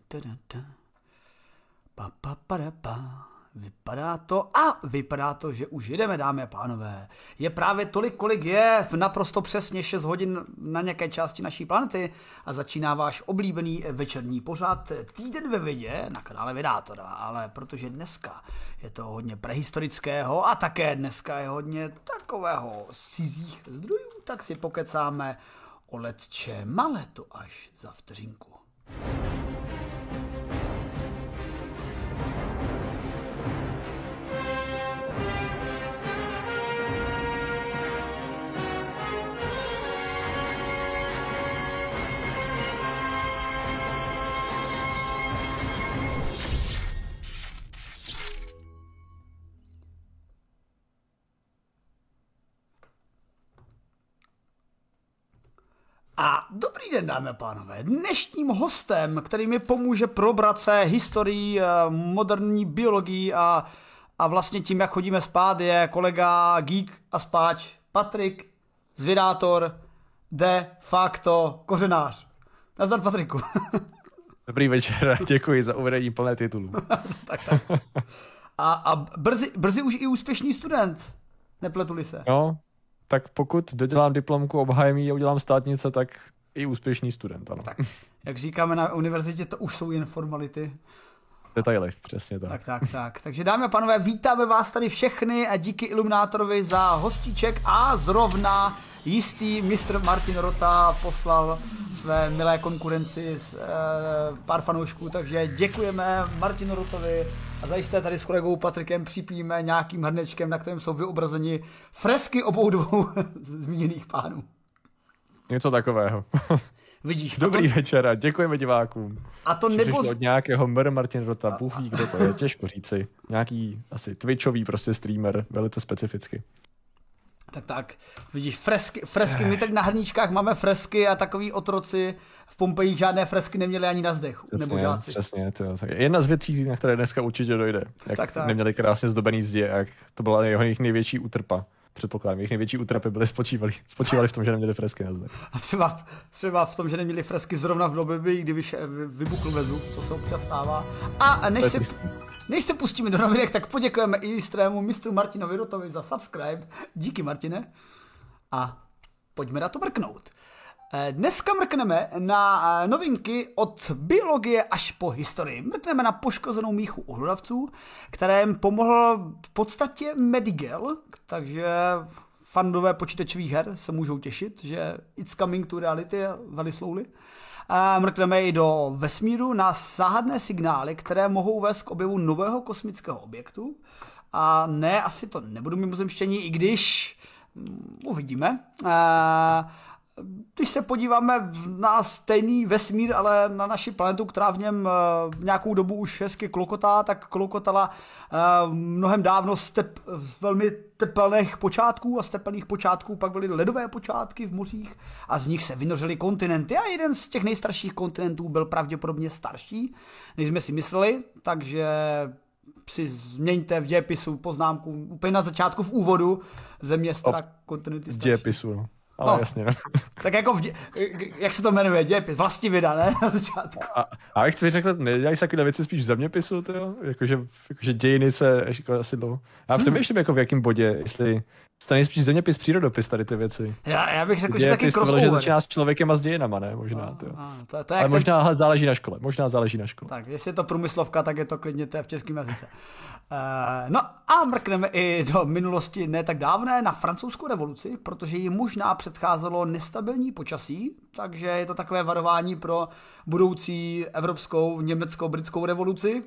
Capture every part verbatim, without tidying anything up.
Pa, pa, pa, pa. Vypadá to, a vypadá to, že už jedeme, dámy a pánové. Je právě tolik, kolik je, naprosto přesně šest hodin na nějaké části naší planety a začíná váš oblíbený večerní pořad Týden ve vědě na kanále Vědátora. Ale protože dneska je to hodně prehistorického a také dneska je hodně takového z cizích zdrojů, tak si pokecáme o lecčem, ale to až za vteřinku. A dobrý den, dámy a pánové. Dnešním hostem, který mi pomůže probrat se historií, moderní biologii a, a vlastně tím, jak chodíme spát, je kolega Geek a spáč Patrik, zvědátor, de facto kořenář. Nazdar, Patriku. Dobrý večer, děkuji za uvedení plné titulu. tak, tak. A, a brzy, brzy už i úspěšný student, nepletuli se. No. Tak pokud dodělám diplomku, obhájím ji a udělám státnice, tak i úspěšný student, ano. Tak, jak říkáme na univerzitě, to už jsou jen formality. Detaily, přesně tak. Tak, tak, tak. Takže dámy a pánové, vítáme vás tady všechny a díky Ilumínátorovi za hostíček a zrovna jistý mistr Martin Rota poslal své milé konkurenci z, e, pár fanoušků, takže děkujeme Martinu Rotovi a zajisté tady s kolegou Patrikem připíme nějakým hrnečkem, na kterém jsou vyobrazeni fresky obou dvou zmíněných pánů. Něco takového. Vidíš. Dobrý to... večer a děkujeme divákům. A to nebo... od nějakého mr Martin Rota, Bůh ví, kdo to je, těžko říci. Nějaký asi twitchový prostě streamer, velice specificky. Tak tak, vidíš, fresky, fresky, my teď na hrníčkách máme fresky a takový otroci v Pompejích žádné fresky neměli ani na zdech, přesně, nebo žáci. Přesně, to je jedna z věcí, na které dneska určitě dojde. Jak tak, tak. Neměli krásně zdobený zdi, jak to byla jeho největší útrpa. Předpokládám, jejich největší útrapy byly spočívali, spočívali v tom, že neměli fresky na zdech. A třeba, třeba v tom, že neměli fresky zrovna v době, kdy vybuchl Vezuv, to se občas stává. A než se, než se pustíme do novinek, tak poděkujeme i jistrému mistru Martinovi Rotovi za subscribe. Díky, Martine. A pojďme na to mrknout. Dneska mrkneme na novinky od biologie až po historii. Mrkneme na poškozenou míchu u hlodavců, kterém pomohl v podstatě Medigel, takže fandové počítačových her se můžou těšit, že it's coming to reality very slowly. A mrkneme i do vesmíru na záhadné signály, které mohou vést k objevu nového kosmického objektu. A ne, asi to nebudu mimozemštění, i když uvidíme. A když se podíváme na stejný vesmír, ale na naši planetu, která v něm v nějakou dobu už hezky klokotá, tak klokotala mnohem dávno z, tep, z velmi tepelných počátků a z tepelných počátků pak byly ledové počátky v mořích a z nich se vynořily kontinenty a jeden z těch nejstarších kontinentů byl pravděpodobně starší, než jsme si mysleli, takže si změňte v dějepisu poznámku úplně na začátku v úvodu země stará, kontinenty starší. Dějepisu, no. Ale no, jasně, no. Tak jako, v dě... jak se to jmenuje, dějepis, vlastivěda, ne, na začátku. A, a jak jsi řekl, nedělají se takové věci spíš v zeměpisu, tyjo? Jakože, jakože dějiny se jako asi dlouho. Já přemýšlím, jako v jakém bodě, jestli to nejspíš zeměpis, přírodopis, tady ty věci. Já, já bych řekl, dějepis, že taky crossover. Dějepis to začíná s člověkem a s dějinama, ne, možná, tyjo. A, to, to je ale ten... možná ten... záleží na škole, možná záleží na škole. Tak, jestli je to průmyslovka, tak je to klidně v českém jazyce. Uh, no a mrkneme i do minulosti ne tak dávné na francouzskou revoluci, protože jí možná předcházelo nestabilní počasí, takže je to takové varování pro budoucí evropskou, německou, britskou revoluci.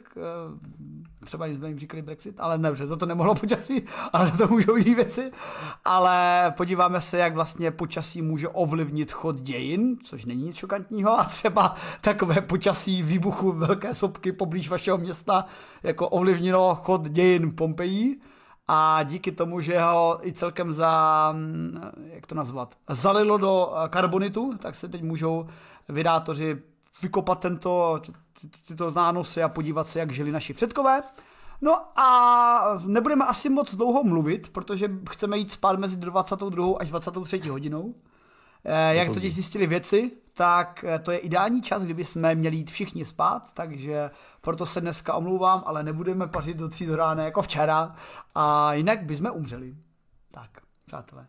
Třeba jsme jim říkali Brexit, ale ne, za to nemohlo počasí, ale za to můžou jiné věci. Ale podíváme se, jak vlastně počasí může ovlivnit chod dějin, což není nic šokantního, a třeba takové počasí výbuchu velké sopky poblíž vašeho města jako ovlivnilo chod dějin Pompejí. A díky tomu, že ho i celkem za, jak to nazvat, zalilo do karbonitu, tak se teď můžou vydátoři vykopat tento, ty, tyto zánosy a podívat se, jak žili naši předkové. No a nebudeme asi moc dlouho mluvit, protože chceme jít spát mezi dvacátou druhou až dvacátou třetí hodinou. Jak totiž zjistili věci, tak to je ideální čas, kdyby jsme měli jít všichni spát, takže proto se dneska omlouvám, ale nebudeme pařit do tří do rána jako včera a jinak bychom umřeli. Tak, přátelé.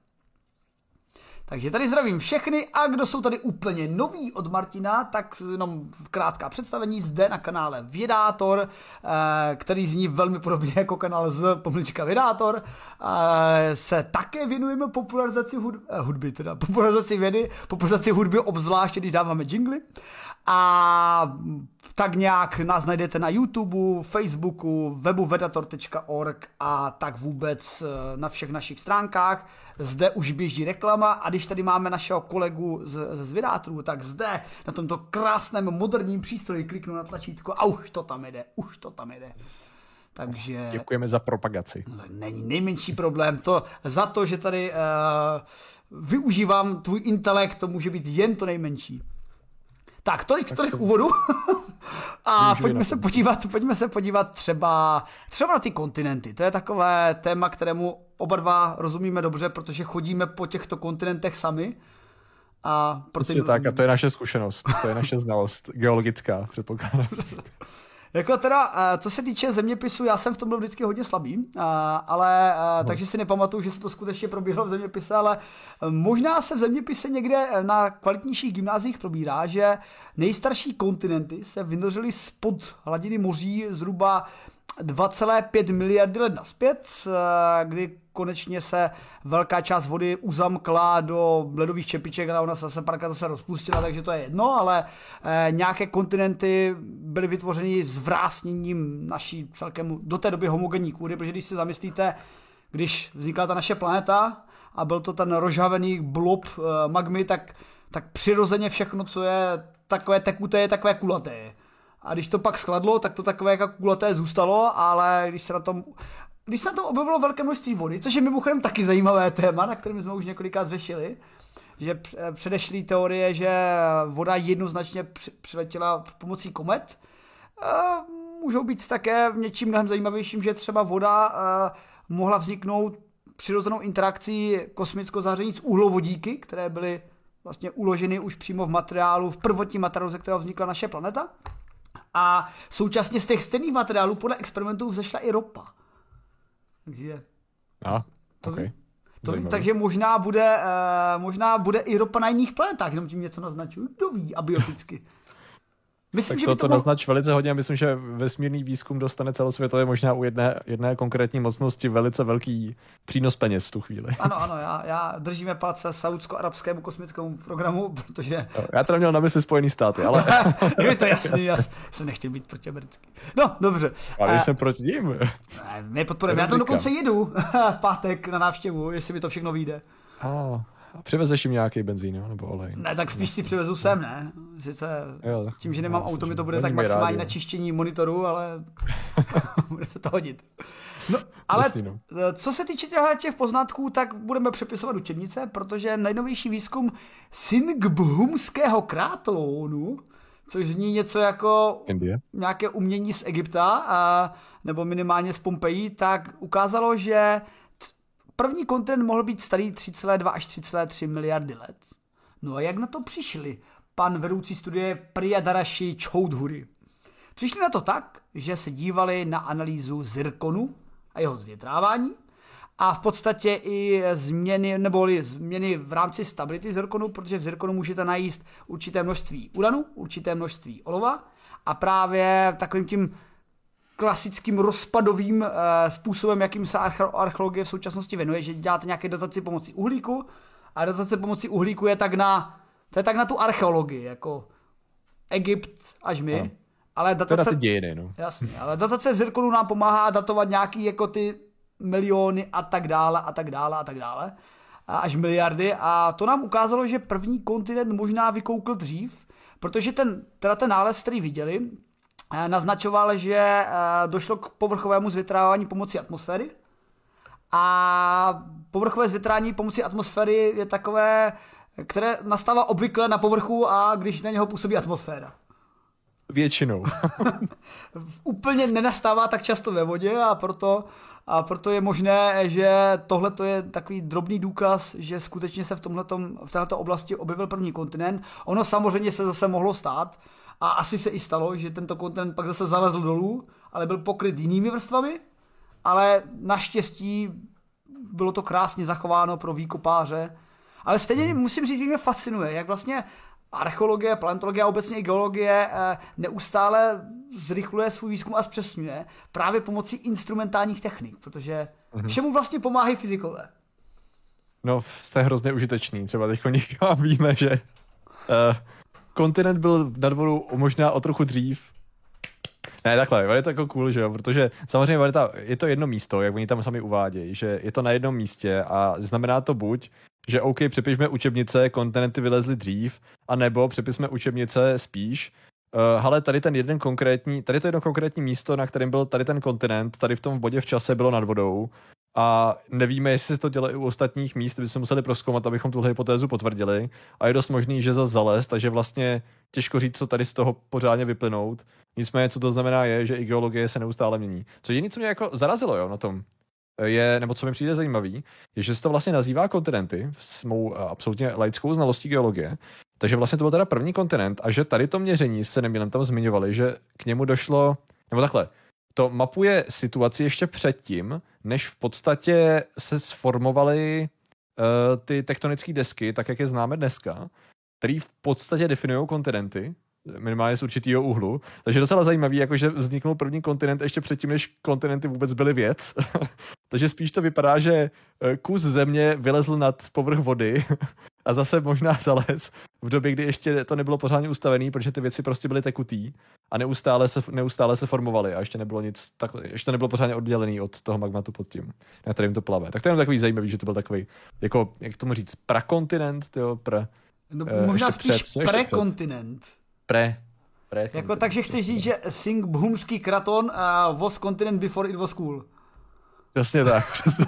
Takže tady zdravím všechny a kdo jsou tady úplně noví od Martina, tak jenom v krátká představení zde na kanále Vědátor, který zní velmi podobně jako kanál z pomlčka Vědátor, se také věnujeme popularizaci hudby, hudby teda popularizaci vědy, popularizaci hudby obzvláště, když dáváme jingly. A tak nějak nás najdete na YouTube, Facebooku, webu vedator tečka org a tak vůbec na všech našich stránkách. Zde už běží reklama a když tady máme našeho kolegu z, z Vědátorů, tak zde na tomto krásném moderním přístroji kliknu na tlačítko a už to tam jde, už to tam jde. Takže... Děkujeme za propagaci. Není nejmenší problém. To, za to, že tady uh, využívám tvůj intelekt, to může být jen to nejmenší. Tak, tolik, tolik úvodu. A pojďme se podívat, pojďme se podívat třeba, třeba na ty kontinenty. To je takové téma, kterému oba dva rozumíme dobře, protože chodíme po těchto kontinentech sami. A prostě tak, a to je naše zkušenost, to je naše znalost geologická, předpokládám. Jako teda, co se týče zeměpisu, já jsem v tom byl vždycky hodně slabý, ale no. Takže si nepamatuju, že se to skutečně probíralo v zeměpise, ale možná se v zeměpise někde na kvalitnějších gymnáziích probírá, že nejstarší kontinenty se vynořily spod hladiny moří zhruba dva celé pět miliardy let nazpět, kdy konečně se velká část vody uzamkla do ledových čepiček a ona se zase párkrát zase rozpustila, takže to je jedno, ale eh, nějaké kontinenty byly vytvořeny zvrásněním naší celkem do té doby homogenní kůry, protože když si zamyslíte, když vznikla ta naše planeta a byl to ten rozžhavený blob eh, magmy, tak, tak přirozeně všechno, co je takové tekuté, je takové kulaté. A když to pak skladlo, tak to takové jako kulaté zůstalo, ale když se na tom, když se na tom objevilo velké množství vody, což je mimochodem taky zajímavé téma, na kterém jsme už několikrát řešili, že předešlý teorie, že voda jednoznačně přiletěla pomocí komet, můžou být také něčím mnohem zajímavějším, že třeba voda mohla vzniknout přirozenou interakcí kosmického záření s uhlovodíky, které byly vlastně uloženy už přímo v materiálu, v prvotním materiálu, ze kterého vznikla naše planeta. A současně z těch stejných materiálů podle experimentů vzešla i ropa. Takže... A, to, okay. to vím, takže možná bude, uh, možná bude i ropa na jiných planetách, jenom tím něco naznačuju. Kdo ví, abioticky. Myslím, tak že to, by to to mohl... naznač velice hodně. Myslím, že vesmírný výzkum dostane celosvětově možná u jedné, jedné konkrétní mocnosti velice velký přínos peněz v tu chvíli. Ano, ano, já, já držíme palce saudsko-arabskému kosmickému programu, protože... Já teda měl na mysli Spojený státy, ale... Je to jasný, já jsem nechtěl být protiamerický. No, dobře. Ale když jsem proti ním. My podporujeme, já tam dokonce jedu v pátek na návštěvu, jestli mi to všechno vyjde. Oh. A přivezeš jim nějaký benzín, jo? Nebo olej? Ne, tak spíš si přivezu sem, ne? Sice jo, tím, že nemám no, auto, mi to bude tak maximální na čištění monitoru, ale bude se to hodit. No, ale Jasný, no. Co se týče těch poznatků, tak budeme přepisovat učebnice, protože nejnovější výzkum Singbhumského krátonu, což zní něco jako Indie. Nějaké umění z Egypta, a, nebo minimálně z Pompeji, tak ukázalo, že první kontinent mohl být starý tři celé dva až tři celé tři miliardy let. No a jak na to přišli? Pan vedoucí studie Priyadarashi Choudhury. Přišli na to tak, že se dívali na analýzu zirkonu a jeho zvětrávání a v podstatě i změny, neboli změny v rámci stability zirkonu, protože v zirkonu můžete najít určité množství uranu, určité množství olova a právě takovým tím klasickým rozpadovým uh, způsobem, jakým se archeologie v současnosti věnuje, že děláte nějaké dataci pomocí uhlíku a datace pomocí uhlíku je tak na, to je tak na tu archeologii, jako Egypt až my, no. Ale datace, ty dějiny, no. Jasně, ale datace zirkonu nám pomáhá datovat nějaký jako ty miliony a tak dále a tak dále a tak dále, až miliardy a to nám ukázalo, že první kontinent možná vykoukl dřív, protože ten, teda ten nález, který viděli, naznačoval, že došlo k povrchovému zvětrávání pomocí atmosféry a povrchové zvětrání pomocí atmosféry je takové, které nastává obvykle na povrchu a když na něho působí atmosféra. Většinou. Úplně nenastává tak často ve vodě a proto a proto je možné, že tohle je takový drobný důkaz, že skutečně se v, tomhletom, v této oblasti objevil první kontinent. Ono samozřejmě se zase mohlo stát, a asi se i stalo, že tento kontinent pak zase zalezl dolů, ale byl pokryt jinými vrstvami, ale naštěstí bylo to krásně zachováno pro výkopáře. Ale stejně musím říct, že mě fascinuje, jak vlastně archeologie, paleontologie a obecně i geologie neustále zrychluje svůj výzkum a zpřesňuje právě pomocí instrumentálních technik, protože všemu vlastně pomáhají fyzikové. No, jste hrozně užitečný. Třeba teď víme, že uh, kontinent byl nad vodou možná o trochu dřív. Ne, takhle, je to jako cool, že jo, protože samozřejmě je to jedno místo, jak oni tam sami uvádějí, že je to na jednom místě a znamená to buď, že OK, přepišme učebnice, kontinenty vylezly dřív, anebo přepisme učebnice spíš. Uh, ale tady ten jeden konkrétní, tady to jedno konkrétní místo, na kterém byl tady ten kontinent, tady v tom bodě v čase bylo nad vodou a nevíme, jestli se to dělá i u ostatních míst, bychom museli prozkoumat, abychom tuhle hypotézu potvrdili a je dost možný, že zase zalez, takže vlastně těžko říct, co tady z toho pořádně vyplynout. Nicméně, co to znamená je, že i geologie se neustále mění. Co jediné, co mě jako zarazilo, jo, na tom, je, nebo co mi přijde zajímavý, je, že se to vlastně nazývá kontinenty s mou absolutně laickou znalostí geologie. Takže vlastně to byl teda první kontinent a že tady to měření se nemýlem tam zmiňovali, že k němu došlo, nebo takhle, to mapuje situaci ještě předtím, než v podstatě se sformovaly uh, ty tektonické desky, tak jak je známe dneska, který v podstatě definují kontinenty, minimálně z určitýho úhlu. Takže docela zajímavý, jakože vzniknul první kontinent ještě předtím, než kontinenty vůbec byly věc. Takže spíš to vypadá, že kus země vylezl nad povrch vody a zase možná zalez v době, kdy ještě to nebylo pořádně ustavený, protože ty věci prostě byly tekutý a neustále se, neustále se formovaly a ještě nebylo nic, tak, ještě nebylo pořádně oddělený od toho magmatu pod tím, na kterým to plave. Tak to je jenom takový zajímavý, že to byl takový, jako, jak tomu říct, prakontinent, tyjo, pra, no, možná spíš před, prekontinent. Pre. Pre jako, takže chceš říct, že Sing Bhumský kraton uh, was continent before it was cool. Přesně tak. Přesně.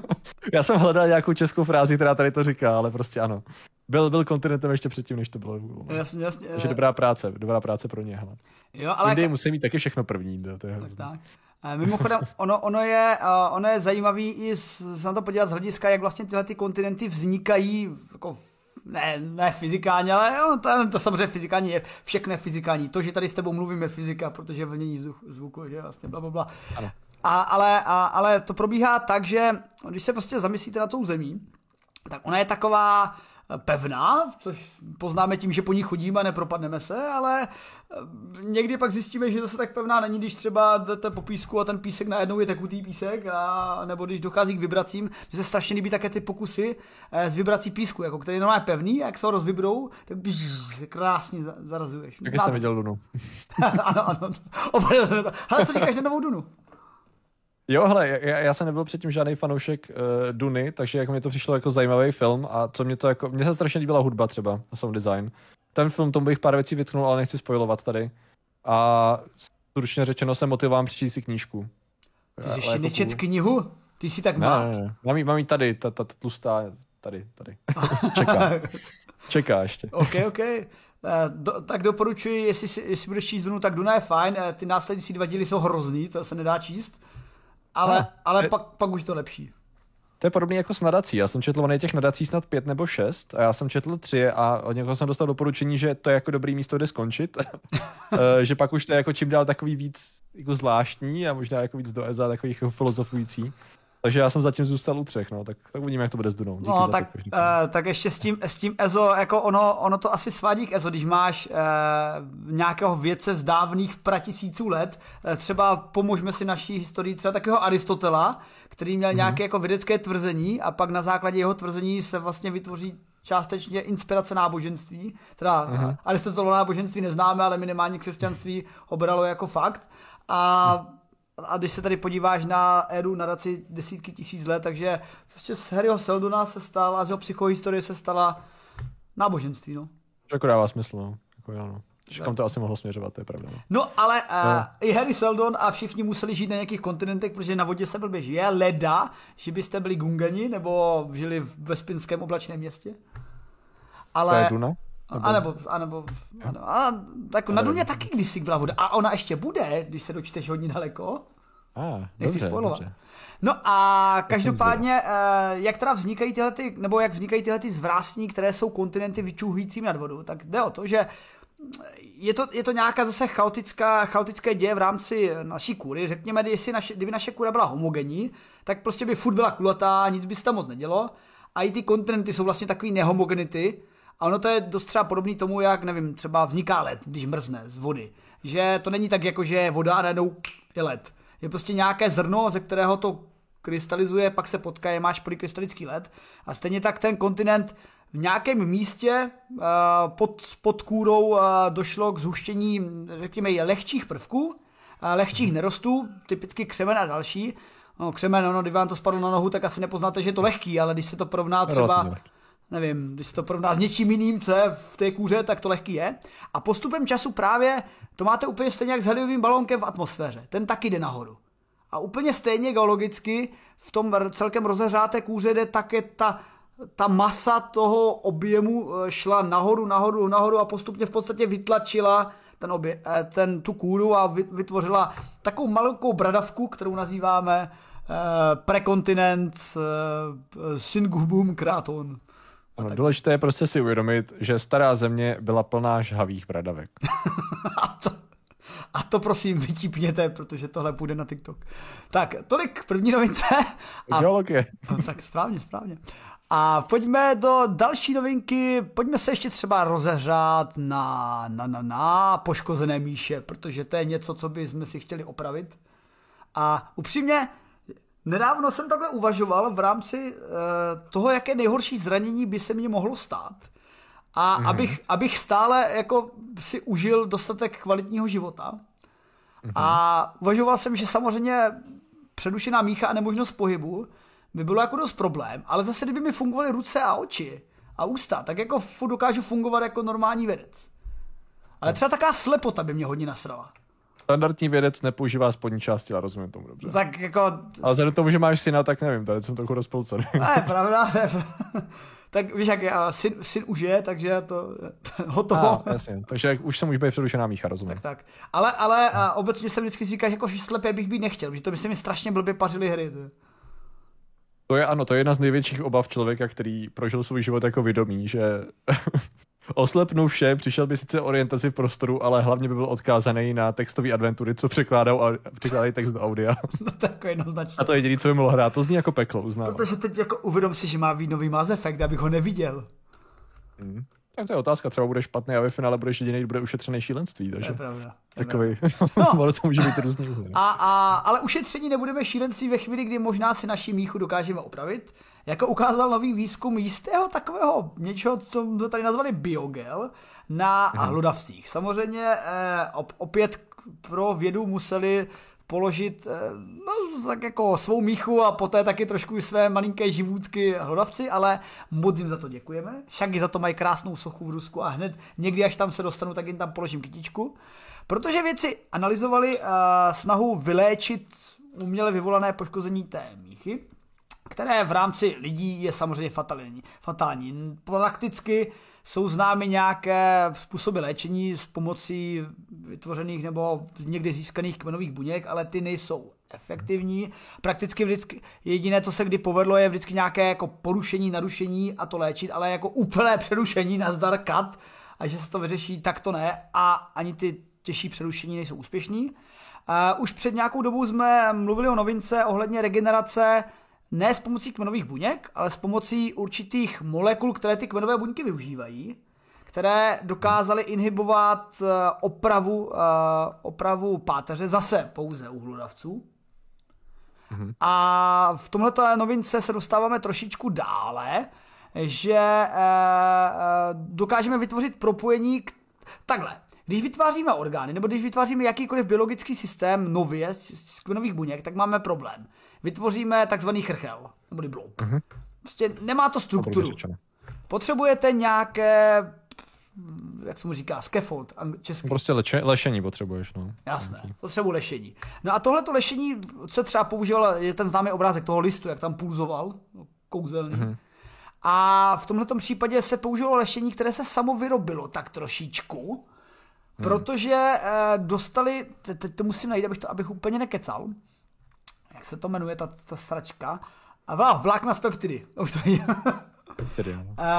Já jsem hledal nějakou českou frázi, která tady to říká, ale prostě ano. Byl, byl kontinentem ještě předtím, než to bylo. Jasně, jasně. Takže dobrá práce, dobrá práce pro ně. Hele. Jo, ale Jindy musí mít taky všechno první. To je tak, tak. Mimochodem, ono, ono, je, uh, ono je zajímavý i se na to podívat z hlediska, jak vlastně tyhle ty kontinenty vznikají jako Ne, ne fyzikálně, ale jo, to, to samozřejmě fyzikální je, všechno je fyzikální. To, že tady s tebou mluvím, je fyzika, protože vlnění zvuku, že vlastně blablabla. A, ale, a, ale to probíhá tak, že když se prostě zamyslíte na tou zemí, tak ona je taková pevná, což poznáme tím, že po ní chodíme a nepropadneme se, ale někdy pak zjistíme, že zase tak pevná není, když třeba jdete po písku a ten písek najednou je tekutý písek, a, nebo když dochází k vibracím, že se strašně líbí také ty pokusy z vibrací písku, jako který je normálně pevný, a jak se ho rozvibrou, tak bžž, krásně zarazuješ. Taky jsem viděl Dunu. Ano, ano. Ale co říkáš na novou Dunu? Jo, hele, já, já jsem nebyl předtím žádný fanoušek uh, Duny, takže jako mě to přišlo jako zajímavý film a co mě to jako, mně se strašně líbila hudba třeba a sound design. Ten film, tomu bych pár věcí vytknul, ale nechci spoilovat tady. A stručně řečeno jsem motivován přečíst si knížku. Ty jsi ještě nečet cool. Knihu? Ty jsi tak má. Ne, ne, mám, mám jí tady, ta, ta, ta tlustá, tady, tady. Čeká. Čeká ještě. OK, OK. Do, tak doporučuji, jestli, si, jestli budeš číst Dunu, tak Duna je fajn. Ty následující dva díly jsou hrozný, to se nedá číst. Ale, no, ale je, pak, pak už to lepší. To je podobný jako s nadací. Já jsem četl, on je těch nadací snad pět nebo šest a já jsem četl tři a od někoho jsem dostal doporučení, že to je jako dobrý místo, kde skončit. Že pak už to je jako čím dál takový víc jako zvláštní a možná jako víc do eza, takový jako filozofující. Takže já jsem zatím zůstal u třech, no, tak, tak uvidíme, jak to bude s Dunou. Díky no, za tak, uh, tak ještě s tím, s tím EZO, jako ono, ono to asi svádí k EZO, když máš uh, nějakého vědce z dávných pratisíců let, uh, třeba pomožme si naší historii třeba takového Aristotela, který měl mm-hmm. nějaké jako vědecké tvrzení a pak na základě jeho tvrzení se vlastně vytvoří částečně inspirace náboženství, teda mm-hmm. Aristotelovo náboženství neznáme, ale minimálně křesťanství ho bralo jako fakt a mm. A když se tady podíváš na éru nadaci desítky tisíc let, takže prostě z Harryho Seldona se stala, a z jeho psychohistorie se stala náboženství, no. Jako dává smysl, no. Jako já, no. Kam to asi mohlo směřovat, to je pravda. No, ale no. Uh, i Harry Seldon a všichni museli žít na nějakých kontinentech, protože na vodě se blbě žije. Leda, že byste byli Gungani, nebo žili ve Spinském oblačném městě. Ale... To je Duna? A nebo, a nebo, a, a tak na Duně taky kdysi byla voda. A ona ještě bude, když se dočteš hodně daleko. Ah, Nechci dobře, spoilovat. dobře. No a každopádně, jak teda vznikají tyhle, ty, nebo jak vznikají tyhle ty zvrásní, které jsou kontinenty vyčuhujícím nad vodu, tak jde o to, že je to, je to nějaká zase chaotická, chaotické děje v rámci naší kůry. Řekněme, jestli naše, kdyby naše kůra byla homogenní, tak prostě by furt byla kulatá, nic by se tam moc nedělo. A i ty kontinenty jsou vlastně takový nehomogenity. A ono to je dost třeba podobný tomu, jak, nevím, třeba vzniká led, když mrzne z vody. Že to není tak, jako že je voda a najednou je led. Je prostě nějaké zrno, ze kterého to krystalizuje, pak se potkaje, máš polykrystalický led. A stejně tak ten kontinent v nějakém místě uh, pod, pod kůrou uh, došlo k zhuštění, řekněme, lehčích prvků, uh, lehčích nerostů, typicky křemen a další. No, křemen, no, když vám to spadlo na nohu, tak asi nepoznáte, že je to lehký, ale když se to porovná třeba, nevím, když se to porovná s něčím jiným, co je v té kůře, tak to lehký je. A postupem času právě to máte úplně stejně jak s heliovým balónkem v atmosféře. Ten taky jde nahoru. A úplně stejně geologicky v tom celkem rozehřáté kůře jde také ta, ta masa toho objemu šla nahoru, nahoru, nahoru a postupně v podstatě vytlačila ten obje, ten, tu kůru a vytvořila takovou malinkou bradavku, kterou nazýváme eh, prekontinent eh, Singubum Kraton. No, důležité je prostě si uvědomit, že stará země byla plná žhavých bradavek. a, to, a to prosím vytípněte, protože tohle půjde na TikTok. Tak, tolik první novince. A, Geologie. No, tak správně, správně. A pojďme do další novinky, pojďme se ještě třeba rozehřát na, na, na, na poškozené míše, protože to je něco, co bychom si chtěli opravit. A upřímně, nedávno jsem takhle uvažoval v rámci uh, toho, jaké nejhorší zranění by se mně mohlo stát. A mm. abych, abych stále jako si užil dostatek kvalitního života. Mm. A uvažoval jsem, že samozřejmě předušená mícha a nemožnost pohybu by bylo jako dost problém, ale zase kdyby mi fungovaly ruce a oči a ústa, tak jako furt dokážu fungovat jako normální vědec. Ale třeba taká slepota by mě hodně nasrala. Standardní vědec nepoužívá spodní části, ale rozumím tomu dobře. Tak jako... Ale vzhledem tomu, že máš syna, tak nevím, tady jsem trochu rozpolcený. Ne, pravda, ne, tak víš, jak já, syn, syn už je, takže to, to hotovo. A, jasně, takže už jsem už být předušená mícha, rozumím. Tak, tak. Ale, ale a obecně jsem vždycky říkal, že jako že slepé bych být nechtěl, že to by se mi strašně blbě pařily hry. To. To je ano, to je jedna z největších obav člověka, který prožil svůj život jako vědomí, že oslepnu vše, přišel by sice orientaci v prostoru, ale hlavně by byl odkázaný na textové adventury, co překládají a překládají text do audia. No to jako jednoznačně. A to je jediné, co by mohlo hrát. To zní jako peklo, uznávám. Protože teď jako uvědom si, že má být nový Mass Effect, abych ho neviděl. Hmm. Tak to je otázka, třeba bude špatný a ve finále budeš jediný, bude ušetřený šílenství, takže to je pravda. takový, no. To může být různý úhly. A, a, ale ušetření nebudeme šílenství ve chvíli, kdy možná si naši míchu dokážeme opravit. Jako ukázal nový výzkum jistého takového něčeho, co jsme tady nazvali biogel, na hmm. hlodavcích. Samozřejmě eh, op, opět pro vědu museli položit eh, no, tak jako svou míchu a poté taky trošku své malinké živůdky hlodavci, ale moc jim za to děkujeme. Však za to mají krásnou sochu v Rusku a hned někdy, až tam se dostanu, tak jim tam položím kytičku. Protože vědci analyzovali uh, snahu vyléčit uměle vyvolané poškození té míchy, které v rámci lidí je samozřejmě fatální. fatální. Prakticky jsou známy nějaké způsoby léčení s pomocí vytvořených nebo někdy získaných kmenových buněk, ale ty nejsou efektivní. Prakticky vždycky jediné, co se kdy povedlo, je vždycky nějaké jako porušení, narušení a to léčit, ale jako úplné přerušení na zdar kat a že se to vyřeší, tak to ne a ani ty těžší přerušení nejsou úspěšný. Uh, už před nějakou dobou jsme mluvili o novince ohledně regenerace ne s pomocí kmenových buněk, ale s pomocí určitých molekul, které ty kmenové buňky využívají, které dokázaly inhibovat uh, opravu, uh, opravu páteře zase pouze u hlodavců. Mm-hmm. A v tomhleto novince se dostáváme trošičku dále, že uh, uh, dokážeme vytvořit propojení k... takhle. Když vytváříme orgány, nebo když vytváříme jakýkoliv biologický systém nově z, z kmenových buněk, tak máme problém. Vytvoříme takzvaný chrchel, nebo blob. Mm-hmm. Prostě nemá to strukturu. Potřebujete nějaké, jak se mu říká, scaffold česky. Prostě leče, lešení potřebuješ, no. Jasné, potřebuji lešení. No a tohleto lešení se třeba používal, je ten známý obrázek toho listu, jak tam pulzoval, kouzelný. Mm-hmm. A v tomhletom případě se použilo lešení, které se samo vyrobilo tak trošičku, Hmm. Protože eh, dostali, teď to musím najít, abych, to, abych úplně nekecal, jak se to jmenuje, ta, ta sračka. A vá, vlákna z peptidy. Už to je. Peptidy, no. a,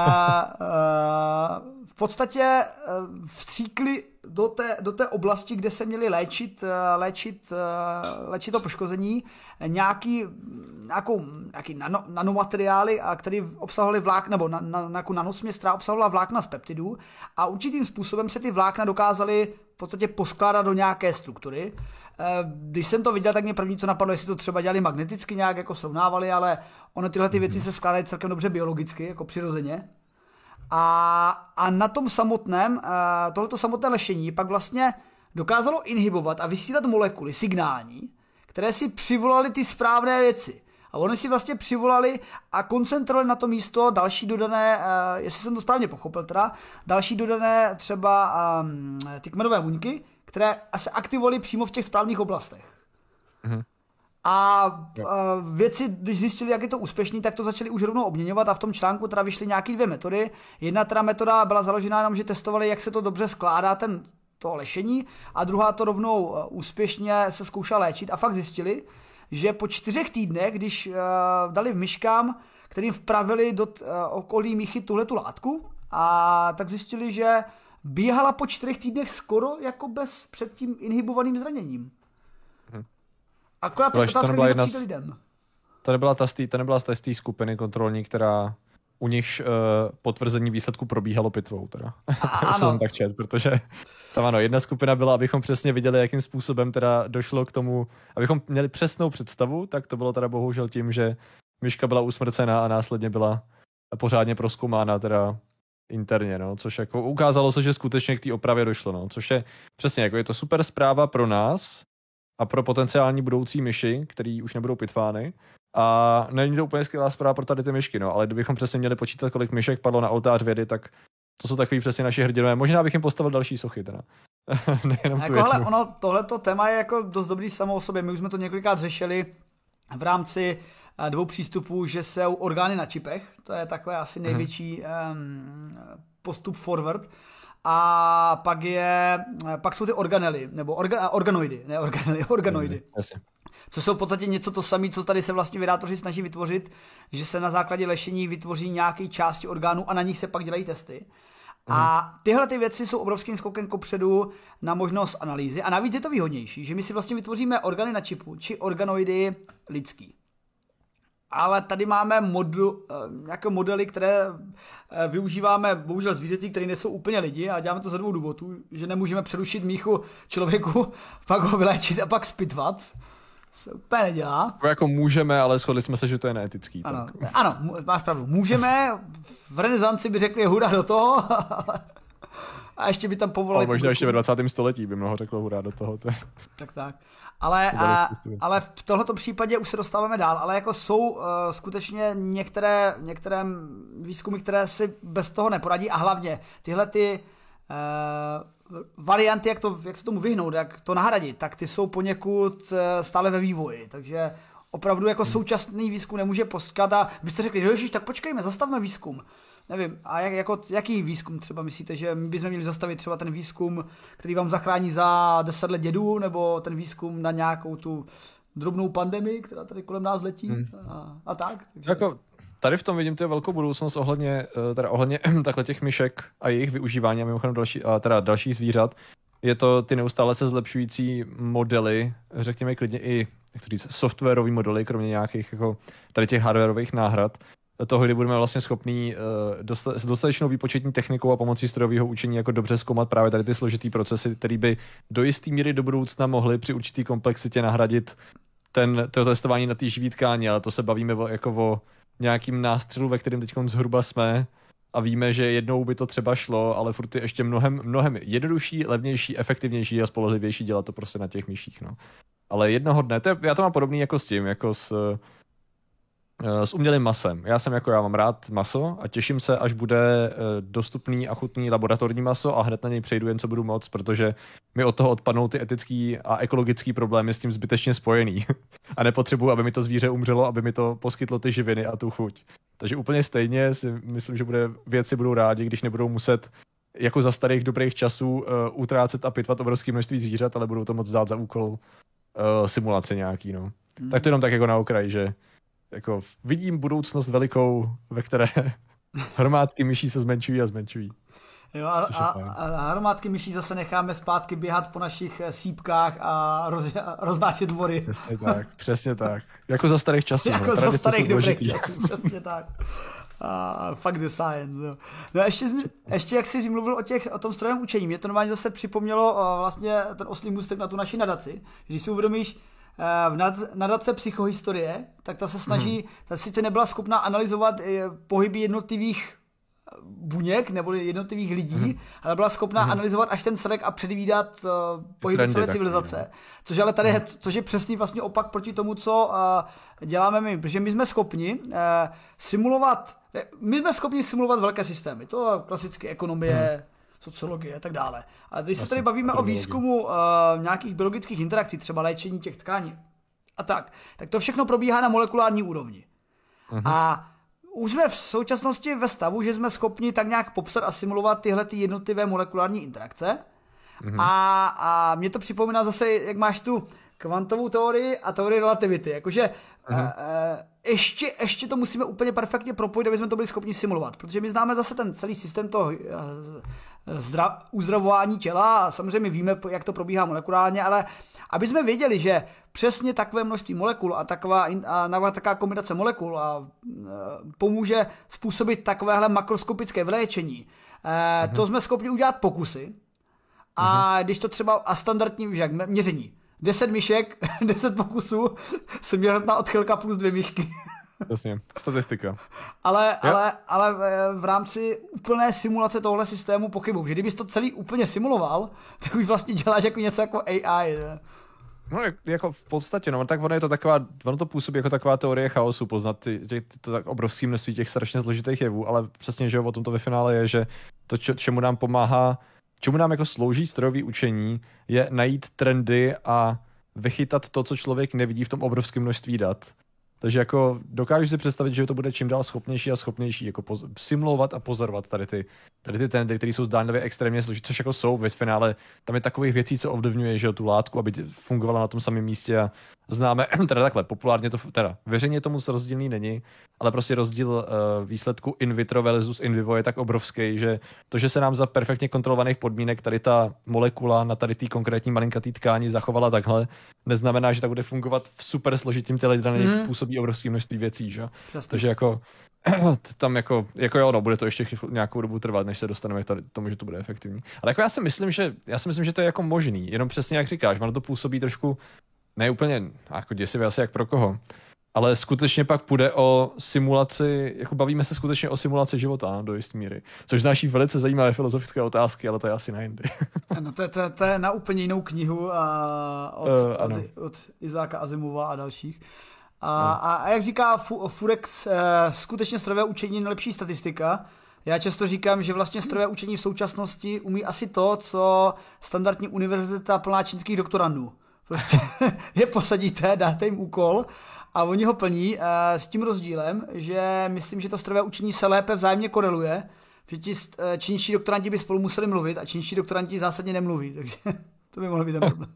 a, v podstatě vstříkli do té, do té oblasti, kde se měli léčit, léčit, léčit to poškození, nějaký, nějakou, nějaký nano, nanomateriály, které obsahovaly vlákna, nebo na, na, nějakou nanosměs, která obsahovala vlákna z peptidů a určitým způsobem se ty vlákna dokázaly v podstatě poskládat do nějaké struktury. Když jsem to viděl, tak mě první, co napadlo, jestli to třeba dělali magneticky nějak jako srovnávali, ale ono tyhle ty věci se skládají celkem dobře biologicky, jako přirozeně. A, a na tom samotném, tohleto samotné lešení pak vlastně dokázalo inhibovat a vysílat molekuly signální, které si přivolaly ty správné věci. A oni si vlastně přivolali a koncentrovali na to místo další dodané, jestli jsem to správně pochopil teda, další dodané třeba um, ty kmenové buňky, které se aktivovaly přímo v těch správných oblastech. Mhm. A, a věci, když zjistili, jak je to úspěšný, tak to začali už rovnou obměňovat a v tom článku teda vyšly nějaké dvě metody. Jedna teda metoda byla založená jenom, že testovali, jak se to dobře skládá ten, to lešení a druhá to rovnou úspěšně se zkoušela léčit a fakt zjistili, že po čtyřech týdnech, když uh, dali v myškám, kterým vpravili do uh, okolí míchy tuhletu látku, a tak zjistili, že běhala po čtyřech týdnech skoro jako bez předtím inhibovaným zraněním. Hmm. Akorát to otázka, kdy to přijde lidem. To nebyla ta, to nebyla z té skupiny kontrolní, která u nich uh, potvrzení výsledku probíhalo pitvou. Teda. Ano. tak čet, protože tam ano, jedna skupina byla, abychom přesně viděli, jakým způsobem teda došlo k tomu, abychom měli přesnou představu, tak to bylo teda bohužel tím, že myška byla usmrcená a následně byla pořádně prozkoumána teda interně, no, což jako ukázalo se, že skutečně k té opravě došlo, no, což je přesně, jako je to super zpráva pro nás a pro potenciální budoucí myši, který už nebudou pitvány. A není to úplně skvělá zpráva pro tady ty myšky, no, ale kdybychom přesně měli počítat, kolik myšek padlo na oltář vědy, tak to jsou takový přesně naši hrdinové. Možná bych jim postavil další sochy, teda. jako, hele, ono, tohleto téma je jako dost dobrý samo o sobě. My už jsme to několikrát řešili v rámci dvou přístupů, že jsou orgány na čipech. To je takový asi největší um, postup forward. A pak je, pak jsou ty organely, nebo orga, organoidy, ne organely, organoidy. Jasně. Co jsou v podstatě něco to samé, co tady se vlastně vydátoři snaží vytvořit, že se na základě lešení vytvoří nějaké části orgánů a na nich se pak dělají testy. Mm. A tyhle ty věci jsou obrovským skokem kopředu na možnost analýzy a navíc je to výhodnější, že my si vlastně vytvoříme orgány na čipu, či organoidy lidský. Ale tady máme modu, nějaké modely, které využíváme bohužel zvířecí, které nejsou úplně lidi a děláme to za dvou důvodů, že nemůžeme přerušit míchu člověku, pak ho vyléčit a pak spitvat. Se úplně nedělá. To jako můžeme, ale shodli jsme se, že to je neetický. Ano, ano, máš pravdu. Můžeme, v renesanci by řekli hurá do toho, a ještě by tam povolali... Ale možná ještě ve dvacátém století by mnoho řeklo hurá do toho. Tak tak. Ale, a, ale v tomto případě už se dostáváme dál, ale jako jsou uh, skutečně některé, některé výzkumy, které si bez toho neporadí a hlavně tyhle ty uh, varianty, jak, to, jak se tomu vyhnout, jak to nahradit, tak ty jsou poněkud uh, stále ve vývoji, takže opravdu jako hmm. současný výzkum nemůže poskat a byste řekli, ježiš, tak počkejme, zastavme výzkum. Nevím, a jak, jako, jaký výzkum třeba myslíte, že my bychom měli zastavit třeba ten výzkum, který vám zachrání za deset let dědů, nebo ten výzkum na nějakou tu drobnou pandemii, která tady kolem nás letí hmm. a, a tak? Takže... Jako, tady v tom vidím tu velkou budoucnost ohledně, teda ohledně takhle těch myšek a jejich využívání a mimochodem další, a teda dalších zvířat. Je to ty neustále se zlepšující modely, řekněme klidně i, jak to říct, softwarový modely, kromě nějakých jako tady těch hardwarových náhrad, toho, kdy budeme vlastně schopní uh, s dostatečnou výpočetní technikou a pomocí strojového učení jako dobře zkoumat právě tady ty složitý procesy, které by do jisté míry do budoucna mohly při určitý komplexitě nahradit ten, to testování na té živý tkáni, ale to se bavíme o, jako o nějakým nástřelu, ve kterém teď zhruba jsme a víme, že jednou by to třeba šlo, ale furt je ještě mnohem, mnohem jednodušší, levnější, efektivnější a spolehlivější dělat to prostě na těch myších. No. Ale jednoho dne, to je, já to mám podobný jako s tím, jako s s umělým masem. Já jsem jako já mám rád maso a těším se, až bude dostupný a chutný laboratorní maso a hned na něj přejdu jen co budu moc, protože mi od toho odpadnou ty etický a ekologický problémy s tím zbytečně spojený. A nepotřebuji, aby mi to zvíře umřelo, aby mi to poskytlo ty živiny a tu chuť. Takže úplně stejně si myslím, že bude, vědci budou rádi, když nebudou muset jako za starých dobrých časů uh, utrácet a pitvat obrovské množství zvířat, ale budou to moc dát za úkol uh, simulace nějaký, no. Hmm. Tak to jenom tak jako na okraji, že jako vidím budoucnost velikou, ve které hromádky myší se zmenšují a zmenšují. Jo, a, a, a hromádky myší zase necháme zpátky běhat po našich sípkách a, roz, a roznášet dvory. Přesně tak, přesně tak. Jako za starých časů. Jako no, za starých dobrých časů, přesně tak. A fuck the science. No, no ještě, ještě jak jsi mluvil o, těch, o tom strojovém učení, mě to normálně zase připomnělo uh, vlastně ten oslý můstek na tu naši nadaci. Když si uvědomíš, uh, v nad, nadace psychohistorie, tak ta se snaží, hmm. ta sice nebyla schopná analyzovat uh, pohyby jednotlivých buněk nebo jednotlivých lidí, mm. ale byla schopná mm. analyzovat až ten celek a předvídat uh, pohyb celé civilizace. Taky, což ale tady, mm. což je přesný vlastně opak proti tomu, co uh, děláme my, protože my jsme schopni uh, simulovat, my jsme schopni simulovat velké systémy, to je klasicky ekonomie, mm. sociologie a tak dále. Ale když se tady bavíme o výzkumu uh, nějakých biologických interakcí, třeba léčení těch tkání a tak, tak to všechno probíhá na molekulární úrovni. Mm. A už jsme v současnosti ve stavu, že jsme schopni tak nějak popsat a simulovat tyhle ty jednotlivé molekulární interakce. Mm-hmm. A, a mě to připomíná zase, jak máš tu kvantovou teorii a teorii relativity. Jakože mm-hmm. e, ještě, ještě to musíme úplně perfektně propojit, aby jsme to byli schopni simulovat. Protože my známe zase ten celý systém toho e, zdra, uzdravování těla a samozřejmě víme, jak to probíhá molekulárně, ale aby jsme věděli, že přesně takové množství molekul a taková, a taková kombinace molekul a, a pomůže způsobit takovéhle makroskopické vyléčení. E, to jsme schopni udělat pokusy. A když to třeba a standardní už jak měření. deset myšek, deset pokusů, směrná odchylka plus dvě myšky. Jasně, statistika. Ale, ale, ale v rámci úplné simulace tohle systému pochybuji, že kdybys to celý úplně simuloval, tak už vlastně děláš jako něco jako A I. Ne? No jako v podstatě, no tak ono je to taková, ono to působí jako taková teorie chaosu, poznat ty, ty, to tak obrovské množství těch strašně složitých jevů, ale přesně, že o tom to ve finále je, že to, čemu nám pomáhá, čemu nám jako slouží strojové učení, je najít trendy a vychytat to, co člověk nevidí v tom obrovském množství dat. Takže jako dokážu si představit, že to bude čím dál schopnější a schopnější jako poz- simulovat a pozorovat tady ty, tady ty trendy, které jsou zdánlivě extrémně složité, což jako jsou ve finále. Tam je takových věcí, co ovlivňuje, že tu látku, aby fungovala na tom samém místě a známe, teda takhle, populárně to, teda veřejně tomu rozdílný není, ale prostě rozdíl uh, výsledku in vitro versus in vivo je tak obrovský, že to, že se nám za perfektně kontrolovaných podmínek tady ta molekula na tady té konkrétní malinkatý tkání zachovala takhle, neznamená, že tak bude fungovat v super složitým těle, kde na něj mm. působí obrovské množství věcí, že? Takže jako tam jako, jako jo, no, bude to ještě nějakou dobu trvat, než se dostaneme k tomu, že to bude efektivní. Ale jako já si myslím, že já si myslím, že to je jako možný, jenom přesně jak říkáš, ono to působí trošku ne úplně jako děsivě asi jak pro koho, ale skutečně pak půjde o simulaci, jako bavíme se skutečně o simulaci života do jisté míry, což znáší velice zajímavé filozofické otázky, ale to je asi na jindy. No to je, to, je, to je na úplně jinou knihu a od, uh, od, od Izáka Asimova a dalších. A, no. a, a jak říká Furex, skutečně strojové učení je nejlepší statistika. Já často říkám, že vlastně strojové učení v současnosti umí asi to, co standardní univerzita plná čínských doktorandů. Prostě je posadíte, dáte jim úkol a oni ho plní s tím rozdílem, že myslím, že to strojové učení se lépe vzájemně koreluje, že ti čínští doktoranti by spolu museli mluvit a čínští doktoranti zásadně nemluví, takže to by mohlo být ten problém.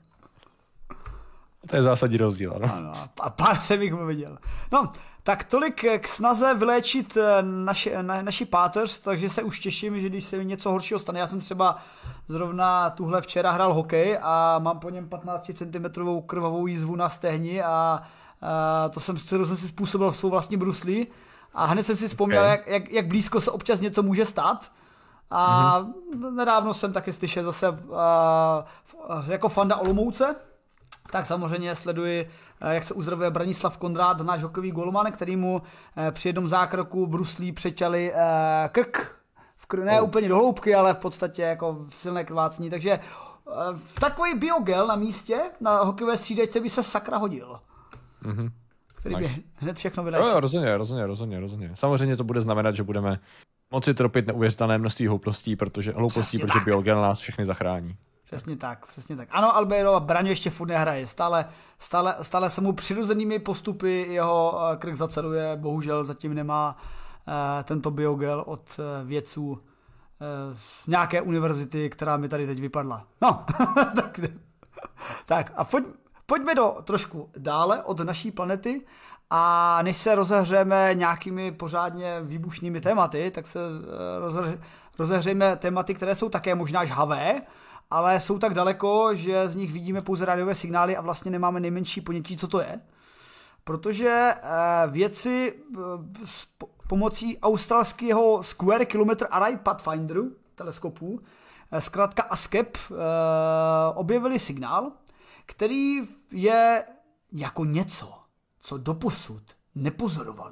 To je zásadní rozdíl, ano. Ano, a pár jsem jich viděl. No, tak tolik k snaze vyléčit naši, na, naši páteř, takže se už těším, že když se mi něco horšího stane, já jsem třeba zrovna tuhle včera hrál hokej a mám po něm patnáct centimetrů krvavou jízvu na stehni a, a to jsem, jsem si způsobil svou vlastní bruslí a hned jsem si vzpomněl, okay. jak, jak, jak blízko se občas něco může stát. A mm-hmm. nedávno jsem taky slyšel zase a, jako fanda Olomouce, tak samozřejmě sleduji, jak se uzdravuje Branislav Kondrát, náš hokejový golman, který mu při jednom zákroku bruslí přeťali krk. Ne oh. úplně do hloubky, ale v podstatě jako v silné krvácení. Takže v takový biogel na místě, na hokejové střídačce by se sakra hodil. Mm-hmm. Který by nice. hned všechno vyléčil. Jo, rozhodně, rozhodně, rozhodně, rozhodně. Samozřejmě to bude znamenat, že budeme moci tropit neuvěřitelné množství hloupostí, protože hloupostí, protože biogel nás všechny zachrání. Přesně tak, přesně tak. Ano, Albeiro a Braňo ještě furt nehraje. Stále, stále, stále se mu přirozenými postupy jeho krk zaceluje. Bohužel zatím nemá uh, tento biogel od uh, vědců uh, z nějaké univerzity, která mi tady teď vypadla. No, tak, tak a pojď, pojďme do trošku dále od naší planety a než se rozehřejeme nějakými pořádně výbušnými tématy, tak se rozehřejeme tématy, které jsou také možná žhavé, ale jsou tak daleko, že z nich vidíme pouze rádiové signály a vlastně nemáme nejmenší ponětí, co to je. Protože vědci pomocí australského Square Kilometer Array Pathfinderu, teleskopu, zkrátka A S C E P, objevili signál, který je jako něco, co doposud nepozorovali.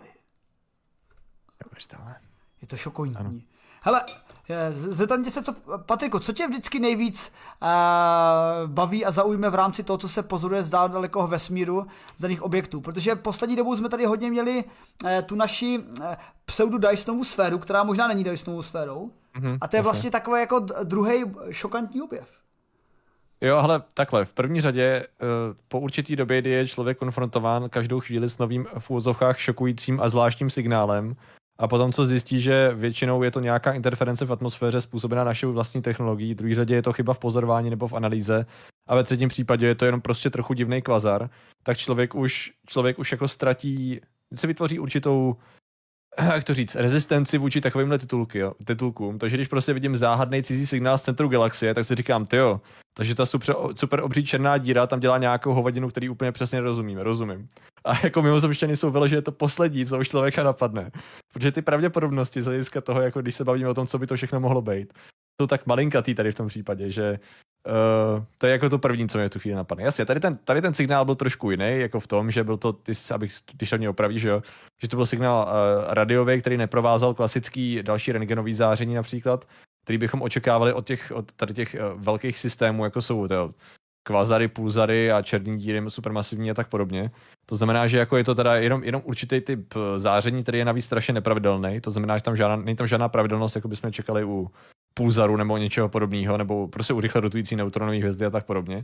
Je to šokantní. Hele, zeptám tě se, co, Patriku, co tě vždycky nejvíc uh, baví a zaujme v rámci toho, co se pozoruje z dál dalekého vesmíru z daných objektů? Protože poslední dobou jsme tady hodně měli uh, tu naši uh, pseudo-Dysonovu sféru, která možná není Dysonovou sférou. Mm-hmm, a to je vlastně takový jako druhý šokantní objev. Jo, ale takhle, v první řadě uh, po určitý době, kdy je člověk konfrontován každou chvíli s novým v úvozovkách šokujícím a zvláštním signálem, a potom, co zjistí, že většinou je to nějaká interference v atmosféře způsobená našou vlastní technologií, v druhé řadě je to chyba v pozorování nebo v analýze a ve třetím případě je to jenom prostě trochu divný kvazar, tak člověk už, člověk už jako ztratí, se vytvoří určitou, jak to říct, rezistenci vůči takovýmhle titulky, jo, titulkům. Takže když prostě vidím záhadný cizí signál z centru galaxie, tak si říkám, tyjo, takže ta super, super obří černá díra tam dělá nějakou hovadinu, který úplně přesně nerozumíme, rozumím. A jako mimozemšťany jsou vyloženě to poslední, co už člověka napadne. Protože ty pravděpodobnosti z hlediska toho, jako když se bavíme o tom, co by to všechno mohlo být, jsou tak malinkatý tady v tom případě, že uh, to je jako to první, co mě v tu chvíli napadne. Jasně, tady ten, tady ten signál byl trošku jiný, jako v tom, že byl to, ty, abych, když to mě opravíš, že jo, že to byl signál uh, radiový, který neprovázal klasický další rentgenový záření například, který bychom očekávali od těch, od tady těch uh, velkých systémů, jako jsou to kvazary, pulzary a černý díry supermasivní a tak podobně. To znamená, že jako je to teda jenom, jenom určitý typ záření, který je navíc strašně nepravidelný. To znamená, že tam žádná, není tam žádná pravidelnost, jako bychom čekali u pulzaru nebo něčeho podobného, nebo prostě u rychle rotující neutronové hvězdy a tak podobně.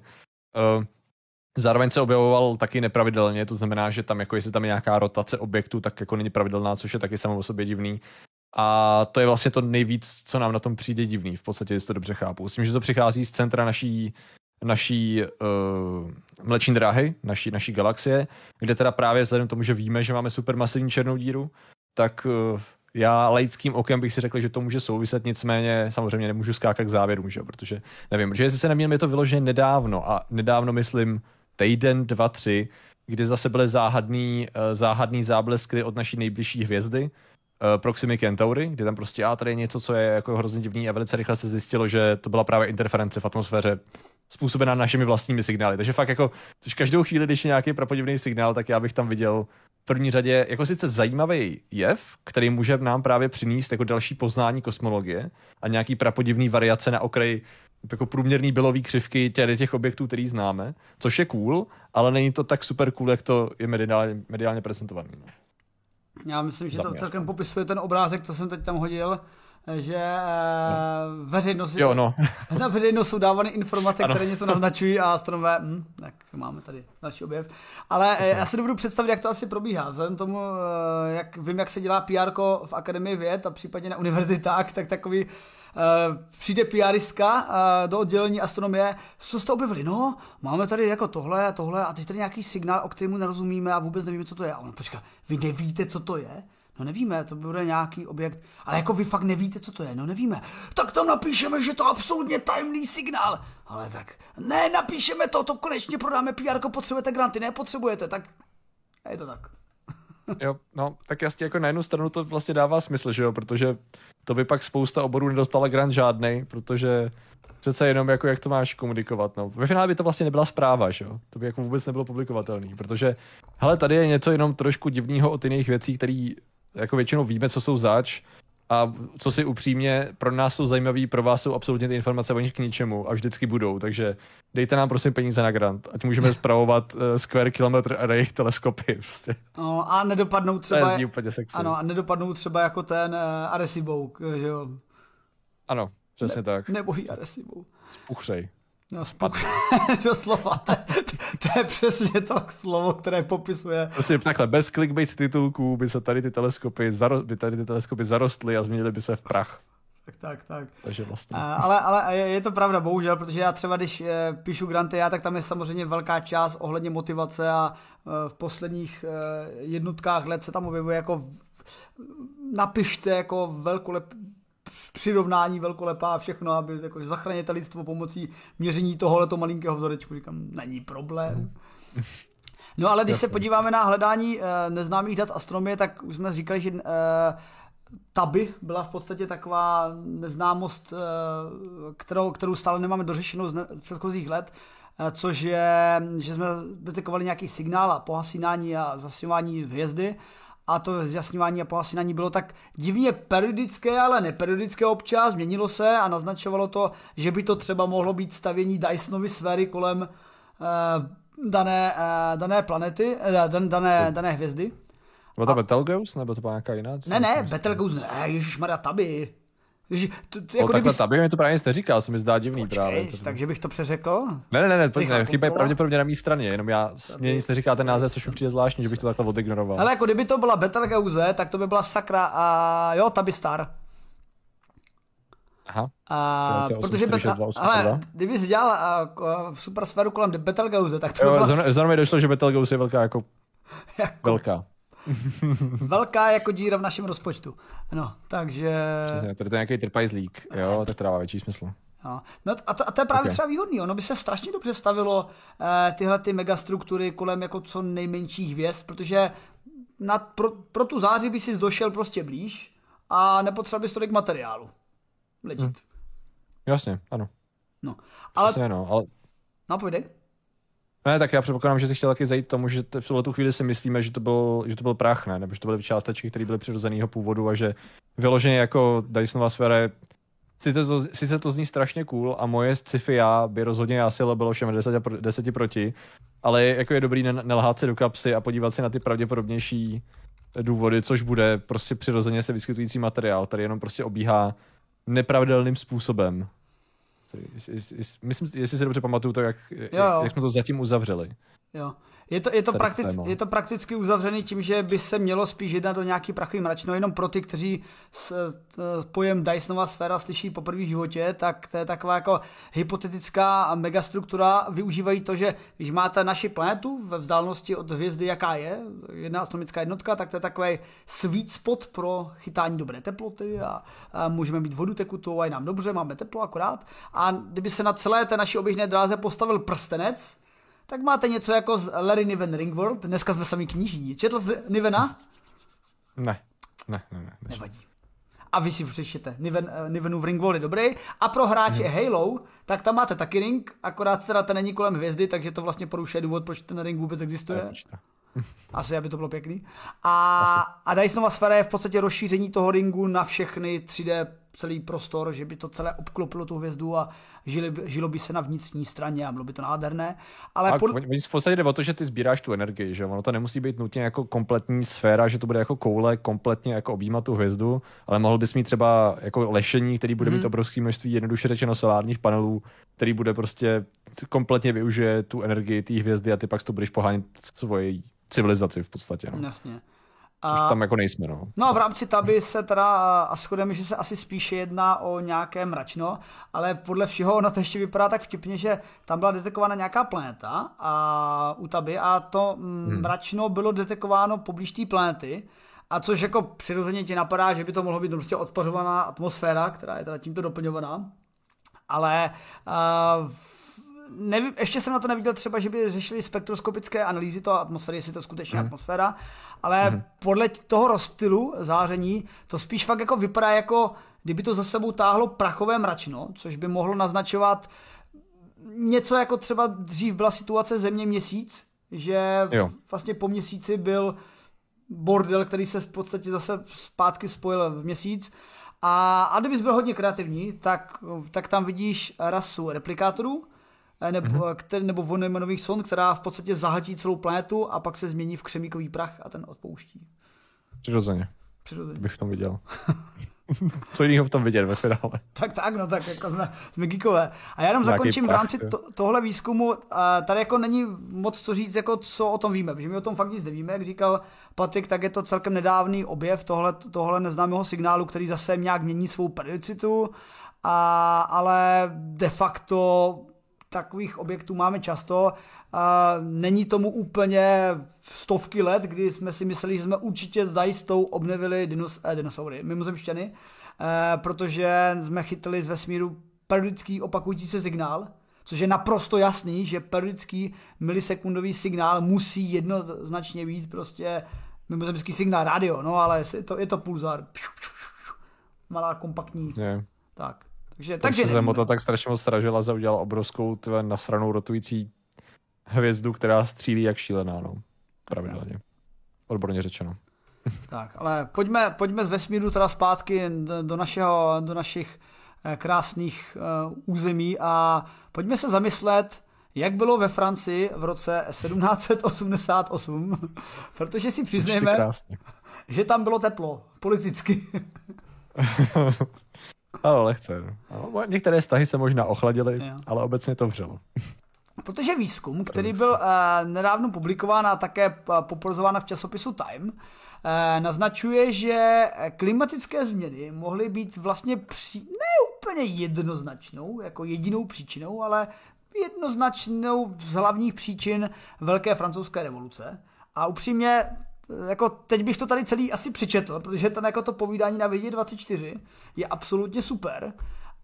Zároveň se objevoval taky nepravidelně, to znamená, že tam jako jestli tam je nějaká rotace objektu, tak jako není pravidelná, což je taky samo o sobě divný. A to je vlastně to nejvíc, co nám na tom přijde divný, v podstatě, jestli to dobře chápu. Myslím, že to přichází z centra naší naší uh, mléční dráhy, naší, naší galaxie, kde teda právě vzhledem k tomu, že víme, že máme supermasivní černou díru, tak uh, já laickým okem bych si řekl, že to může souviset, nicméně samozřejmě nemůžu skákat k závěrům, že? Protože nevím, protože jestli se nemýlím, je to vyloženě nedávno a nedávno myslím týden, dva, tři, kdy zase byly záhadný, uh, záhadný záblesky od naší nejbližší hvězdy, uh, Proxima Centauri, kde tam prostě a tady je něco, co je jako hrozně divný a velice rychle se zjistilo, že to byla právě interference v atmosféře způsobená našimi vlastními signály. Takže fakt jako, což každou chvíli, když je nějaký prapodivný signál, tak já bych tam viděl v první řadě jako sice zajímavý jev, který může nám právě přinést jako další poznání kosmologie a nějaký prapodivný variace na okraji jako průměrný bylový křivky těch, těch objektů, který známe, což je cool, ale není to tak super cool, jak to je mediálně, mediálně prezentovaný. Já myslím, že to celkem popisuje ten obrázek, co jsem teď tam hodil, že no. veřejnost, jo, no. na veřejnost jsou dávány informace, ano. které něco naznačují a astronomové, hm, tak máme tady další objev. Ale no. já si dovedu představit, jak to asi probíhá. Vzhledem tomu, jak vím, jak se dělá P R ko v Akademii věd a případně na univerzitách, tak takový Uh, přijde PRistka uh, do oddělení astronomie, co jste objevili? No, máme tady jako tohle, tohle a teď tady nějaký signál, o kterému nerozumíme a vůbec nevíme, co to je. A on počká, vy nevíte, co to je? No nevíme, to bude nějaký objekt, ale jako vy fakt nevíte, co to je, no nevíme. Tak tam napíšeme, že to je absolutně tajemný signál. Ale tak, ne, napíšeme to, to konečně prodáme P R ko, potřebujete granty, nepotřebujete, tak je to tak. Jo, no, tak jasně jako na jednu stranu to vlastně dává smysl, že jo, protože to by pak spousta oborů nedostala grant žádnej, protože přece jenom jako jak to máš komunikovat, no. Ve finále by to vlastně nebyla zpráva, že jo, to by jako vůbec nebylo publikovatelný, protože hele, tady je něco jenom trošku divného od jiných věcí, které jako většinou víme, co jsou zač a co si upřímně pro nás jsou zajímavý, pro vás jsou absolutně ty informace o nich k ničemu a vždycky budou, takže dejte nám prosím peníze na grant, ať můžeme spravovat uh, Square Kilometer Array teleskopy prostě. No a nedopadnou třeba, úplně sexy. Ano, a nedopadnou třeba jako ten uh, Arecibo, že jo. Ano, přesně ne, tak. Nebojí Arecibo. Spuchřej. No, spuchřej, doslova, to, to je přesně to slovo, které popisuje. Prostě takhle, bez clickbait titulků by se tady ty teleskopy, zaro, by tady ty teleskopy zarostly a změnily by se v prach. Tak, tak, tak. Takže vlastně. Ale, ale je, je to pravda, bohužel, protože já třeba, když e, píšu granty, já, tak tam je samozřejmě velká část ohledně motivace a e, v posledních e, jednotkách let se tam objevuje jako v, napište jako velkolep, přirovnání velkolepá a všechno, aby jako, zachraněte lidstvo pomocí měření tohoto malinkého vzorečku. Říkám, není problém. No ale když Jasně. se podíváme na hledání e, neznámých dat z astronomie, tak už jsme říkali, že e, Taby byla v podstatě taková neznámost, kterou, kterou stále nemáme dořešenou z předchozích let, což je, že jsme detekovali nějaký signál a pohasínání a zasňování hvězdy. A to zjasňování a pohasínání bylo tak divně periodické, ale neperiodické občas, měnilo se a naznačovalo to, že by to třeba mohlo být stavění Dysonovy sféry kolem dané, dané planety, dané, dané hvězdy. Bylo to a... Betelgeuse, nebo to byla nějaká jiná? Ne, ne, Betelgeuse, ne, ježišmarja, Taby. Ježi, to, to, jako o, takhle Taby mi to právě nic neříkal, se mi zdá divný Počkej, právě. Takže bych to přeřekl? Ne, ne, ne, ne, ne chyba je pravděpodobně na mé straně, jenom já, mě nic neříká ten název, což mi přijde zvláštní, že bych to takhle odignoroval. Ale jako kdyby to byla Betelgeuse, tak to by byla sakra a jo, Taby Star. Aha. A, protože bet, ale kdyby jsi dělal a, a super sféru kolem Betelgeuse, tak to by byla... Zrovna mi došlo, že Betelgeuse je velká jako... jako... Velká. Velká jako díra v našem rozpočtu. No, takže... Přesně, tady to je nějaký trpajzlík, jo, tak to dává větší smysl. No, no a, to, a to je právě okay. třeba výhodný, ono by se strašně dobře stavilo eh, tyhle ty megastruktury kolem jako co nejmenších hvězd, protože na, pro, pro tu záři by si došel prostě blíž a nepotřeboval bys tolik materiálu. Legit. Hmm. Jasně, ano. No, ale... Přesně, no, ale... No, pojdej. Ne, tak já předpokládám, že jsi chtěl taky zajít tomu, že v tuhle tu chvíli si myslíme, že to byl, že to byl prach, ne? Nebo že to byly částečky, které byly přirozeného původu a že vyloženě jako Dysonova sféra je... Sice to, sice to zní strašně cool a moje sci-fi já by rozhodně asi bylo všem deseti proti, ale jako je dobrý nelhát si do kapsy a podívat se na ty pravděpodobnější důvody, což bude prostě přirozeně se vyskytující materiál, který jenom prostě obíhá nepravidelným způsobem. Myslím, jestli si dobře pamatuju to, jak, jo, jo. jak jsme to zatím uzavřeli. Jo. Je to, je, to praktic, je to prakticky uzavřený tím, že by se mělo spíš jednat do nějaký prachový mračno, jenom pro ty, kteří s, s pojem Dysonova sféra slyší poprvé v životě, tak to je taková jako hypotetická megastruktura. Využívají to, že když máte naši planetu ve vzdálenosti od hvězdy, jaká je, jedna astronomická jednotka, tak to je takový sweet spot pro chytání dobré teploty a, a můžeme mít vodu tekutou a je nám dobře, máme teplo akorát. A kdyby se na celé té naší oběžné dráze postavil prstenec, tak máte něco jako z Larry Niven Ringworld. Dneska jsme sami knižní. Četl jsi Nivena? Ne, ne, ne, ne. Nevadí. A vy si přečtěte. Niven, uh, Nivenův Ringworld je dobrý. A pro hráče hmm. Halo, tak tam máte taky ring, akorát teda ten není kolem hvězdy, takže to vlastně porušuje důvod, proč ten ring vůbec existuje. Asi, aby to bylo pěkný. A, a Dysonova sféra je v podstatě rozšíření toho ringu na všechny tři dé celý prostor, že by to celé obklopilo tu hvězdu a žili, žilo by se na vnitřní straně a bylo by to nádherné. Ale a pod... v podstatě jde o to, že ty sbíráš tu energii, že ono to nemusí být nutně jako kompletní sféra, že to bude jako koule kompletně jako objímat tu hvězdu, ale mohl bys mít třeba jako lešení, který bude hmm. mít obrovské množství, jednoduše řečeno, solárních panelů, který bude prostě kompletně využije tu energii té hvězdy a ty pak to budeš pohánět svoje civilizaci v podstatě. No. Jasně. Což tam jako nejsme, no. No a v rámci Taby se teda, a shodeme, že se asi spíše jedná o nějaké mračno, ale podle všeho ono to ještě vypadá tak vtipně, že tam byla detekována nějaká planeta a u Taby a to hmm. mračno bylo detekováno poblíž té planety, a což jako přirozeně ti napadá, že by to mohlo být prostě odpařovaná atmosféra, která je teda tímto doplňovaná, ale uh, Nevím, ještě jsem na to neviděl třeba, že by řešili spektroskopické analýzy toho atmosféry, jestli to skutečně mm. atmosféra, ale mm. podle toho rozptylu záření to spíš fakt jako vypadá jako, kdyby to za sebou táhlo prachové mračno, což by mohlo naznačovat něco jako třeba dřív byla situace Země měsíc, že jo. vlastně po měsíci byl bordel, který se v podstatě zase zpátky spojil v měsíc. A, a kdybys byl hodně kreativní, tak, tak tam vidíš rasu replikátorů, nebo, mm-hmm. který, nebo Von-Neumannových sond, která v podstatě zahltí celou planetu a pak se změní v křemíkový prach a ten odpouští. Přirozeně. Přirozeně. Bych v tom viděl. Co jiného v tom vidět ve finále? Tak tak, no tak jako jsme, jsme geekové. A já jenom zakončím prach, v rámci to, tohle výzkumu, a tady jako není moc co říct, jako co o tom víme, protože my o tom fakt nic nevíme, jak říkal Patrik, tak je to celkem nedávný objev tohle, tohle neznámého signálu, který zase nějak mění svou periodicitu, a, ale de facto takových objektů máme často. A není tomu úplně stovky let, kdy jsme si mysleli, že jsme určitě s Dajistou obnovili dinos, eh, dinosaury, mimozemšťany, eh, protože jsme chytili z vesmíru periodický opakující se signál, což je naprosto jasný, že periodický milisekundový signál musí jednoznačně být prostě mimozemský signál rádio, no ale je to, je to pulzar. Malá, kompaktní. Je. Tak. Takže, takže se mu to tak strašně moc stražila, za udělal obrovskou tvé nasranou rotující hvězdu, která střílí jak šílená, no. Pravidelně. Odborně řečeno. Tak, ale pojďme, pojďme z vesmíru teda zpátky do, našeho, do našich krásných uh, území a pojďme se zamyslet, jak bylo ve Francii v roce sedmnáct set osmdesát osm, protože si přiznejme, že tam bylo teplo, politicky. Ano, lehce. No. Některé vztahy se možná ochladily, jo. Ale obecně to vřelo. Protože výzkum, který byl uh, nedávno publikován a také popularizován v časopisu Time, uh, naznačuje, že klimatické změny mohly být vlastně při... ne úplně jednoznačnou, jako jedinou příčinou, ale jednoznačnou z hlavních příčin Velké francouzské revoluce. A upřímně, jako teď bych to tady celý asi přečetl, protože ten jako to povídání na Vědě dvacet čtyři je absolutně super.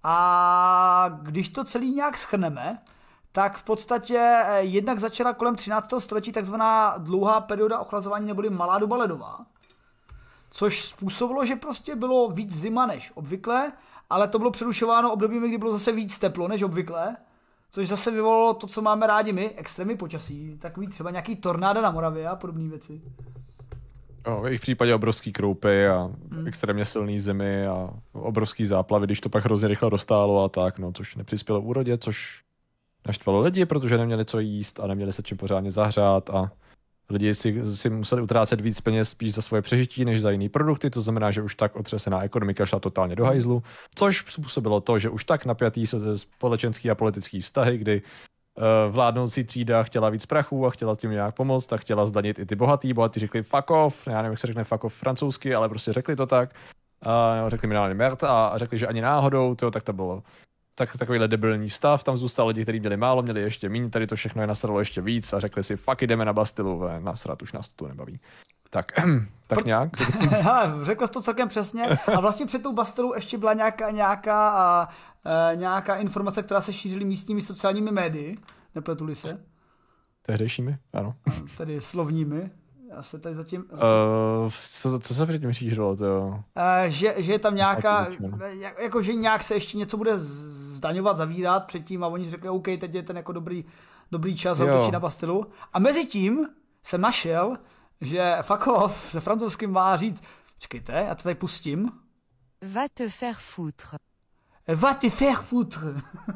A když to celý nějak shrneme, tak v podstatě jednak začala kolem třináctého století takzvaná dlouhá perioda ochlazování neboli malá doba ledová, což způsobilo, že prostě bylo víc zima než obvykle, ale to bylo přerušováno obdobími, kdy bylo zase víc teplo než obvykle, což zase vyvolalo to, co máme rádi my, extrémní počasí, takový třeba nějaký tornáda na Moravě a podobné věci. No, v jejich případě obrovský kroupy a hmm. extrémně silný zimy a obrovský záplavy, když to pak hrozně rychle dostálo a tak, no, což nepřispělo úrodě, což naštvalo lidi, protože neměli co jíst a neměli se čím pořádně zahřát a lidi si, si museli utrácet víc peněz spíš za svoje přežití, než za jiný produkty, to znamená, že už tak otřesená ekonomika šla totálně do hajzlu, což způsobilo to, že už tak napjatý společenský a politický vztahy, kdy uh, vládnoucí třída chtěla víc prachu a chtěla tím nějak pomoct a chtěla zdanit i ty bohatý. Bohatí řekli fuck off, já nevím, jak se řekne fuck off francouzsky, ale prostě řekli to tak. A řekli minimálně merd a řekli, že ani náhodou, tyjo, tak to bylo. Tak takovýhle debilní stav, tam zůstal lidi, kteří měli málo, měli ještě míň, tady to všechno je nasralo ještě víc a řekli si, fuck, jdeme na Bastilu, ve, nasrat, už nás to nebaví. Tak, tak nějak. Hele, řekl jsi to celkem přesně a vlastně před tou Bastilou ještě byla nějaká, nějaká, a, a, nějaká informace, která se šířily místními sociálními médii, nepletu-li se? Tehdejšími, ano. Tedy slovními. Já se tady zatím... zatím... Uh, co, co se předtím šířilo, to uh, že, že je tam nějaká, jako že nějak se ještě něco bude zdaňovat, zavírat předtím a oni řekli, OK, teď je ten jako dobrý, dobrý čas zautočit na Bastilu. A mezi tím jsem našel, že fuck off se francouzským má říct, počkejte, já to tady pustím. Va te faire foutre. Va te faire foutre.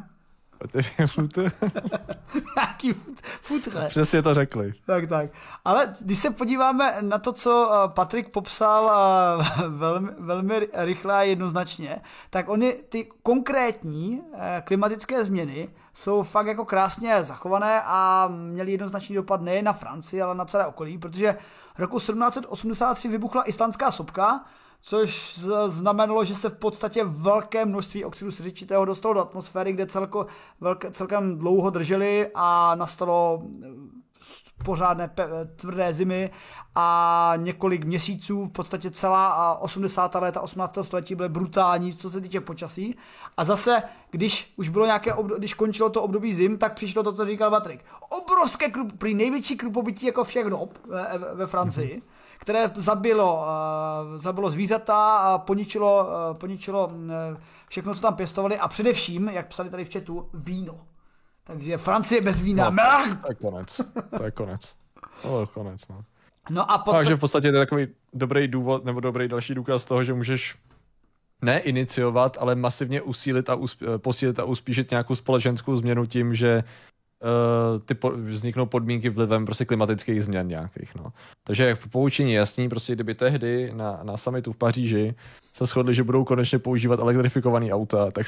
Jaký futre. Přesně to řekli. Tak, tak. Ale když se podíváme na to, co Patrik popsal velmi, velmi rychle a jednoznačně, tak oni ty konkrétní klimatické změny jsou fakt jako krásně zachované a měly jednoznačný dopad nejen na Francii, ale na celé okolí, protože roku sedmnáct set osmdesát tři vybuchla islandská sopka, což znamenalo, že se v podstatě velké množství oxidu siřičitého dostalo do atmosféry, kde celko, velké, celkem dlouho drželi a nastalo pořádné tvrdé zimy a několik měsíců, v podstatě celá osmdesátá léta osmnáctého století byly brutální, co se týče počasí. A zase, když už bylo nějaké období, když končilo to období zim, tak přišlo to, co říkal Patrik. Obrovské, krup, prý největší krupobytí jako všech dob ve, ve Francii. Mm-hmm. které zabilo, uh, zabilo zvířata a poničilo, uh, poničilo uh, všechno, co tam pěstovali a především, jak psali tady v chatu, víno. Takže Francie bez vína. No, to je konec. To je konec. To je konec, no. No a podstat... Takže v podstatě to je takový dobrý důvod, nebo dobrý další důkaz toho, že můžeš ne iniciovat, ale masivně usílit a usp- posílit a uspíšit nějakou společenskou změnu tím, že ty po, vzniknou podmínky vlivem prostě klimatických změn nějakých, no. Takže poučení je jasný, prostě kdyby tehdy na, na summitu v Paříži se shodli, že budou konečně používat elektrifikovaný auta, tak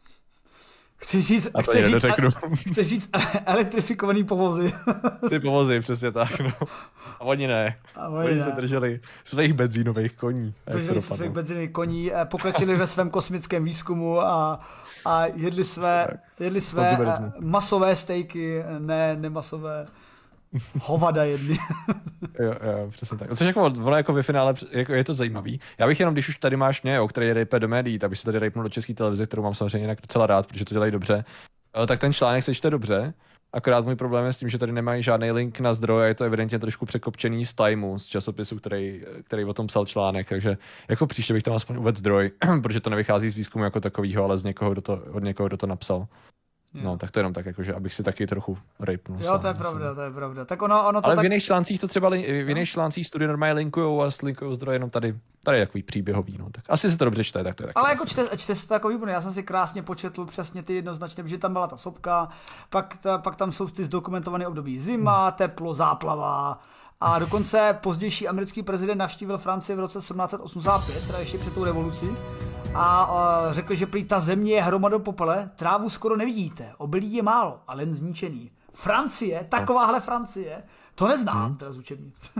Chceš říct, chceš říct, chceš říct elektrifikovaný povozy. Ty povozy, přesně tak, no. A oni ne. A oni, oni ne. se drželi svých benzínových koní. Drželi se svých benzínových koní, pokračili ve svém kosmickém výzkumu a, a jedli své, jedli své masové stejky, ne nemasové hovada jedli. jo, jo, přesně tak. Což jako, ono jako ve finále jako je to zajímavý. Já bych jenom, když už tady máš mě, který rejpe do médií, tak bych si tady rejpnul do České televize, kterou mám samozřejmě jinak docela rád, protože to dělají dobře, tak ten článek se čte dobře, akorát můj problém je s tím, že tady nemají žádný link na zdroj a je to evidentně trošku překopčený z Timeu, z časopisu, který, který o tom psal článek, takže jako příště bych tam aspoň uvedl zdroj, protože to nevychází z výzkumu jako takového, ale z někoho, kdo to, od někoho, kdo to napsal. No, tak to jenom tak, jakože, abych si taky trochu rejpnul. Jo, to je pravda, myslím. to je pravda. Tak ono, ono to Ale tak... v jiných článcích to třeba, v jiných článcích studie normálně linkujou a linkujou zdroje jenom tady, tady je takový příběhový, no. Tak asi se to dobře čte, tak to je tak. Ale jako čte, čte se to jako výborně, já jsem si krásně početl přesně ty jednoznačné, že tam byla ta sopka, pak, ta, pak tam jsou ty zdokumentované období zima, hmm. teplo, záplava. A dokonce pozdější americký prezident navštívil Francii v roce sedmnáct set osmdesát pět, teda ještě před tou revolucí, a, a řekl, že prý ta země je hromada popele, trávu skoro nevidíte, obilí je málo, ale jen zničený. Francie, takováhle Francie, to neznám hmm. teda z učebnic.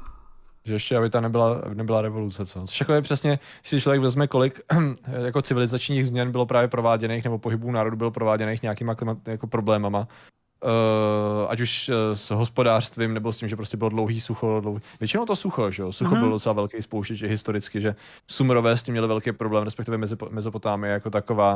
Že ještě, aby ta nebyla, nebyla revoluce, co? Což jako je přesně, když si člověk vezme, kolik jako civilizačních změn bylo právě prováděných, nebo pohybů národů bylo prováděných nějakýma klimat, jako problémama. Uh, ať už uh, s hospodářstvím, nebo s tím, že prostě bylo dlouhý sucho, dlouhý... Většinou to sucho, že jo? Sucho mm-hmm. bylo docela velký spouštěč historicky, že Sumerové s tím měli velký problém, respektive Mezopotámie jako taková.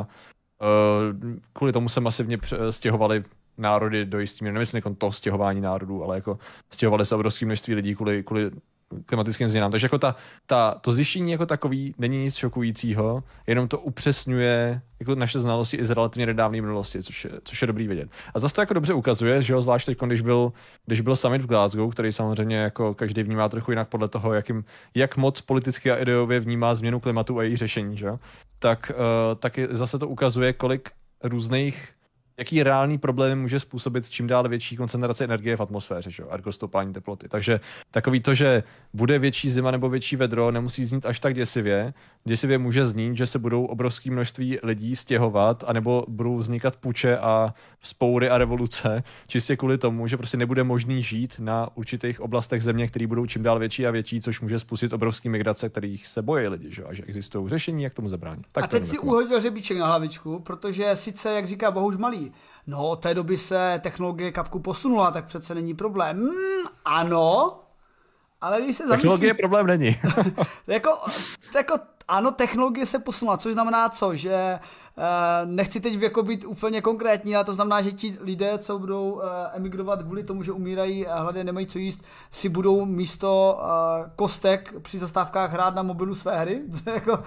Uh, kvůli tomu se masivně stěhovali národy do jistý míry. Nemyslím jako to stěhování národů, ale jako stěhovali se obrovské množství lidí kvůli, kvůli klimatickým změnám. Takže jako ta, ta, to zjištění jako takový není nic šokujícího, jenom to upřesňuje jako naše znalosti i z relativně nedávné minulosti, což je, což je dobrý vědět. A zase to jako dobře ukazuje, že jo, zvlášť teď, když byl, když byl summit v Glasgow, který samozřejmě jako každý vnímá trochu jinak podle toho, jakým, jak moc politicky a ideově vnímá změnu klimatu a její řešení, že jo, tak, uh, tak zase to ukazuje, kolik různých jaký reálný problémy může způsobit čím dál větší koncentrace energie v atmosféře, že jo, ergo stoupání teploty. Takže takový to, že bude větší zima nebo větší vedro, nemusí znít až tak děsivě. Děsivě může znít, že se budou obrovské množství lidí stěhovat, anebo budou vznikat puče a vzpoury a revoluce, čistě kvůli tomu, že prostě nebude možný žít na určitých oblastech země, které budou čím dál větší a větší, což může spustit obrovské migrace, kterých se bojí lidi, že? A že existují řešení, jak tomu zabránit. Tak a teď si uhodil řebíček na hlavičku, protože sice, jak říká Bohuž Malý, no, od té doby se technologie kapku posunula, tak přece není problém. Mm, ano, ale když se zamyslí... Technologie problém není. jako, jako, ano, technologie se posunula, což znamená co, že eh, nechci teď jako být úplně konkrétní, ale to znamená, že ti lidé, co budou eh, emigrovat kvůli tomu, že umírají a hlavně nemají co jíst, si budou místo eh, kostek při zastávkách hrát na mobilu své hry. jako...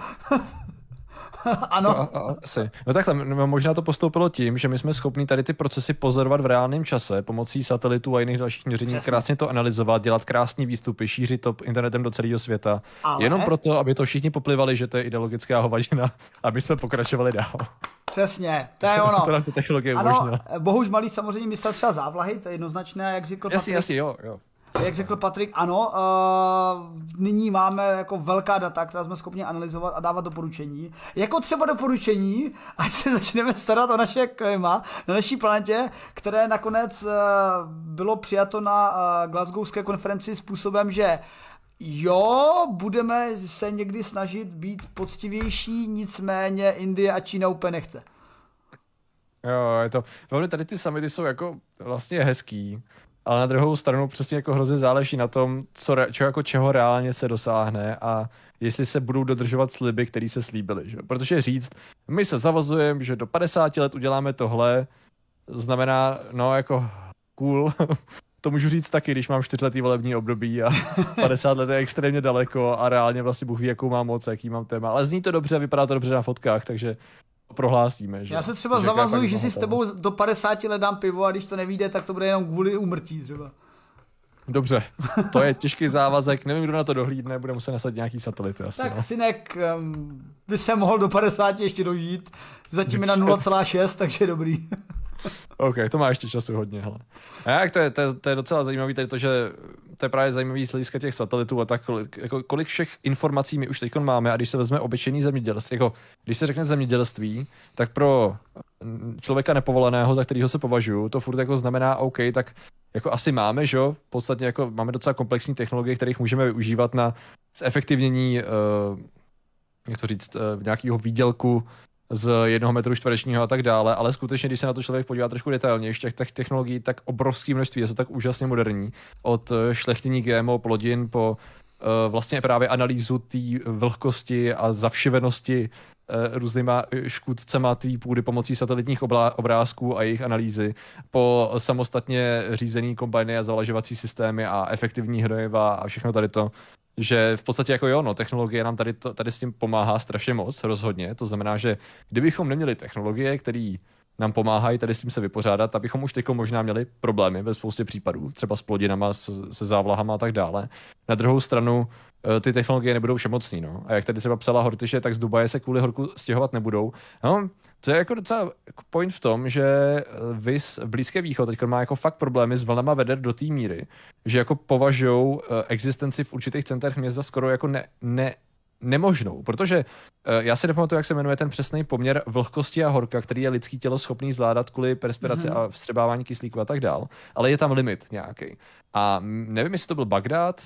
Ano. No, asi. No takhle, možná to postoupilo tím, že my jsme schopni tady ty procesy pozorovat v reálném čase pomocí satelitů a jiných dalších měření, Přesně. krásně to analyzovat, dělat krásný výstupy, šířit to internetem do celého světa. Ale... Jenom proto, aby to všichni poplivali, že to je ideologická hovadina, aby jsme pokračovali dál. Přesně, to je ono. To nám ty technologie ano, umožnila. Bohuž Malý samozřejmě myslel třeba závlahy, to je jednoznačné, jak řekl Jasně, jasně, jo, jo. Jak řekl Patrik, ano, uh, nyní máme jako velká data, která jsme schopni analyzovat a dávat doporučení. Jako třeba doporučení, ať se začneme starat o naše klima na naší planetě, které nakonec uh, bylo přijato na uh, Glasgowské konferenci způsobem, že jo, budeme se někdy snažit být poctivější, nicméně Indie a Čína úplně nechce. Jo, je to, velmi tady ty summity jsou jako vlastně hezký. Ale na druhou stranu přesně jako hrozně záleží na tom, co, čo, jako čeho reálně se dosáhne a jestli se budou dodržovat sliby, které se slíbily. Že? Protože říct, my se zavazujeme, že do padesáti let uděláme tohle, znamená, no jako cool, to můžu říct taky, když mám čtyřletý volební období a padesát let je extrémně daleko a reálně vlastně Bůh ví, jakou mám moc, jaký mám téma. Ale zní to dobře, vypadá to dobře na fotkách, takže prohlásíme. Že? Já se třeba že zavazuji, že si s tebou do padesáti let dám pivo a když to nevíde, tak to bude jenom kvůli úmrtí třeba. Dobře, to je těžký závazek, nevím, kdo na to dohlídne, bude muset nasadit nějaký satelity asi. Tak no. synek, um, by se mohl do padesáti ještě dožít, zatím je na nula celá šest, takže dobrý. OK, to má ještě času hodně, hele. A jak to je, to je, to je docela zajímavý tady to, že to je právě zajímavý z hlediska těch satelitů a tak, kolik, jako, kolik všech informací my už teď máme a když se vezme obyčejný zemědělství, jako když se řekne zemědělství, tak pro člověka nepovoleného, za kterého se považuju, to furt jako znamená OK, tak jako asi máme, že jo, v podstatě jako máme docela komplexní technologie, kterých můžeme využívat na zefektivnění, uh, jak to říct, uh, nějakého výdělku z jednoho metru čtverečního a tak dále, ale skutečně, když se na to člověk podívá trošku detailně, ještě těch technologií tak obrovské množství, je to tak úžasně moderní, od šlechtění G M O plodin po uh, vlastně právě analýzu té vlhkosti a zavšivenosti uh, různýma škůdcema té půdy pomocí satelitních oblá- obrázků a jejich analýzy, po samostatně řízený kombajny a zavlažovací systémy a efektivní hnojiva a všechno tady to. Že v podstatě jako jo, no, technologie nám tady, to, tady s tím pomáhá strašně moc, rozhodně. To znamená, že kdybychom neměli technologie, které nám pomáhají tady s tím se vypořádat, abychom už teď možná měli problémy ve spoustě případů, třeba s plodinama, se, se závlahama a tak dále. Na druhou stranu ty technologie nebudou všemocný, no. A jak tady třeba psala Hortyše, tak z Dubaje se kvůli horku stěhovat nebudou. No, to je jako docela point v tom, že vys Blízké východ teď má jako fakt problémy s vlnama veder do té míry, že jako považují existenci v určitých centrech měst za skoro jako ne, ne, nemožnou, protože já si nepamatuju, jak se jmenuje ten přesný poměr vlhkosti a horka, který je lidský tělo schopný zvládat kvůli perspiraci mm-hmm. a vstřebávání kyslíku a tak dál, ale je tam limit nějaký. A nevím, jestli to byl Bagdád,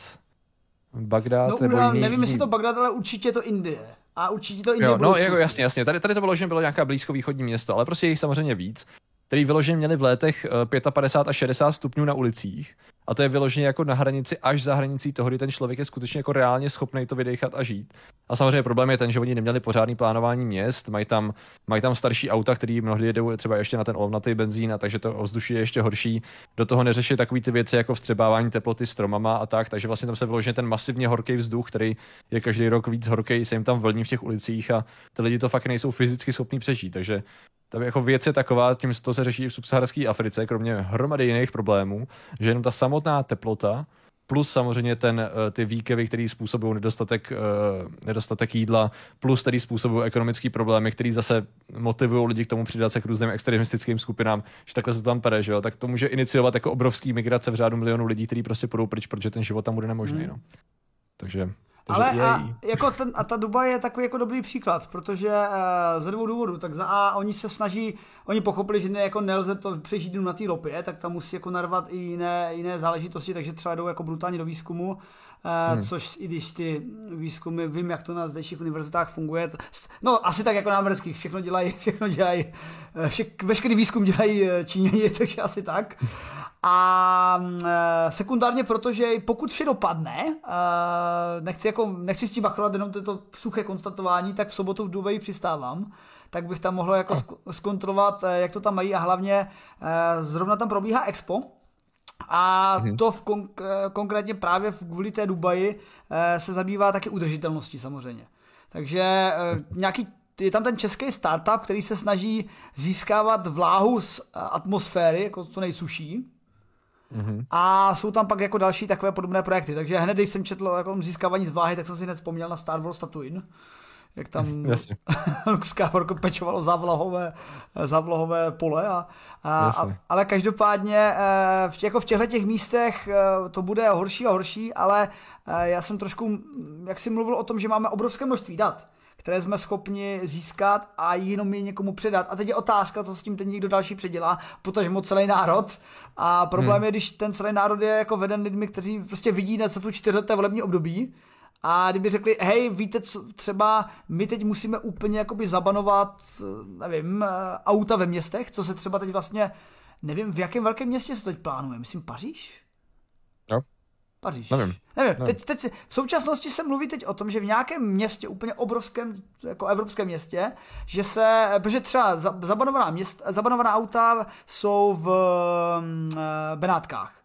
Bagdád no, nebo jiný, nevím, jestli to Bagdád, ale určitě je to Indie. A určitě to Indie. Jo, no, jako jasně, jasně. Tady, tady to vyloženě bylo nějaká blízkovýchodní město, ale prostě jich samozřejmě víc, který vyloženě měli v létech padesát pět až šedesát stupňů na ulicích. A to je vyloženě jako na hranici až za hranicí toho, kdy ten člověk je skutečně jako reálně schopný to vydechat a žít. A samozřejmě problém je ten, že oni neměli pořádný plánování měst, mají tam, mají tam starší auta, který mnohdy jedou třeba ještě na ten olovnatý benzín, a takže to ovzduší je ještě horší. Do toho neřeší takový ty věci jako vstřebávání teploty stromama a tak, takže vlastně tam se vyloženě ten masivně horký vzduch, který je každý rok víc horký, se jim tam vlní v těch ulicích a ty lidi to fakt nejsou fyzicky schopní přežít, takže tam jako věc je taková, tím to se řeší v subsaharské Africe, kromě hromady jiných problémů, že jenom ta samotná teplota, plus samozřejmě ten, ty výkyvy, které způsobují nedostatek, nedostatek jídla, plus který způsobují ekonomické problémy, které zase motivují lidi k tomu přidat se k různým extremistickým skupinám, že takhle se tam pere, že jo, tak to může iniciovat jako obrovský migrace v řádu milionů lidí, kteří prostě půjdou pryč, protože ten život tam bude nemožný, no. Takže ale a, jako ten, a ta Dubaj je takový jako dobrý příklad, protože uh, ze dvou důvodů, tak za A oni se snaží, oni pochopili, že ne, jako nelze to přežít na té ropě, tak tam musí jako narvat i jiné, jiné záležitosti, takže třeba jdou jako brutálně do výzkumu, uh, hmm. což i když ty výzkumy, vím, jak to na zdejších univerzitách funguje, no asi tak jako na amerických, všechno dělají, všechno dělají, vše, veškerý výzkum dělají Číňani, takže asi tak. A e, sekundárně, protože pokud vše dopadne, e, nechci, jako, nechci s tím bachrovat, jenom toto suché konstatování, tak v sobotu v Dubaji přistávám, tak bych tam mohl jako sk- zkontrolovat, e, jak to tam mají a hlavně e, zrovna tam probíhá Expo a mhm. to v konk- konkrétně právě kvůli té Dubaji e, se zabývá taky udržitelností samozřejmě. Takže e, nějaký je tam ten český startup, který se snaží získávat vláhu z atmosféry, jako co nejsuší. Mm-hmm. A jsou tam pak jako další takové podobné projekty. Takže hned, když jsem četl jako získávání z vláhy, tak jsem si hned vzpomněl na Star Wars Tatooine. Jak tam Luke Skywalker pečovalo závlahové, závlahové pole. A, a, a, ale každopádně v, jako v těchto těch místech to bude horší a horší, ale já jsem trošku, jak jsi mluvil o tom, že máme obrovské množství dat, které jsme schopni získat a jenom je někomu předat. A teď je otázka, co s tím ten někdo další předělá, potažmo celý národ. A problém hmm. je, když ten celý národ je jako veden lidmi, kteří prostě vidí na tu čtyřleté volební období. A kdyby řekli, hej, víte co, třeba my teď musíme úplně jakoby zabanovat, nevím, auta ve městech, co se třeba teď vlastně, nevím, v jakém velkém městě se teď plánuje, myslím Paříž? No. Paříž. Nevím. Nevím. Nevím. Teď, teď, v současnosti se mluví teď o tom, že v nějakém městě, úplně obrovském, jako evropském městě, že se, protože třeba zabanovaná, měst, zabanovaná auta jsou v e, Benátkách,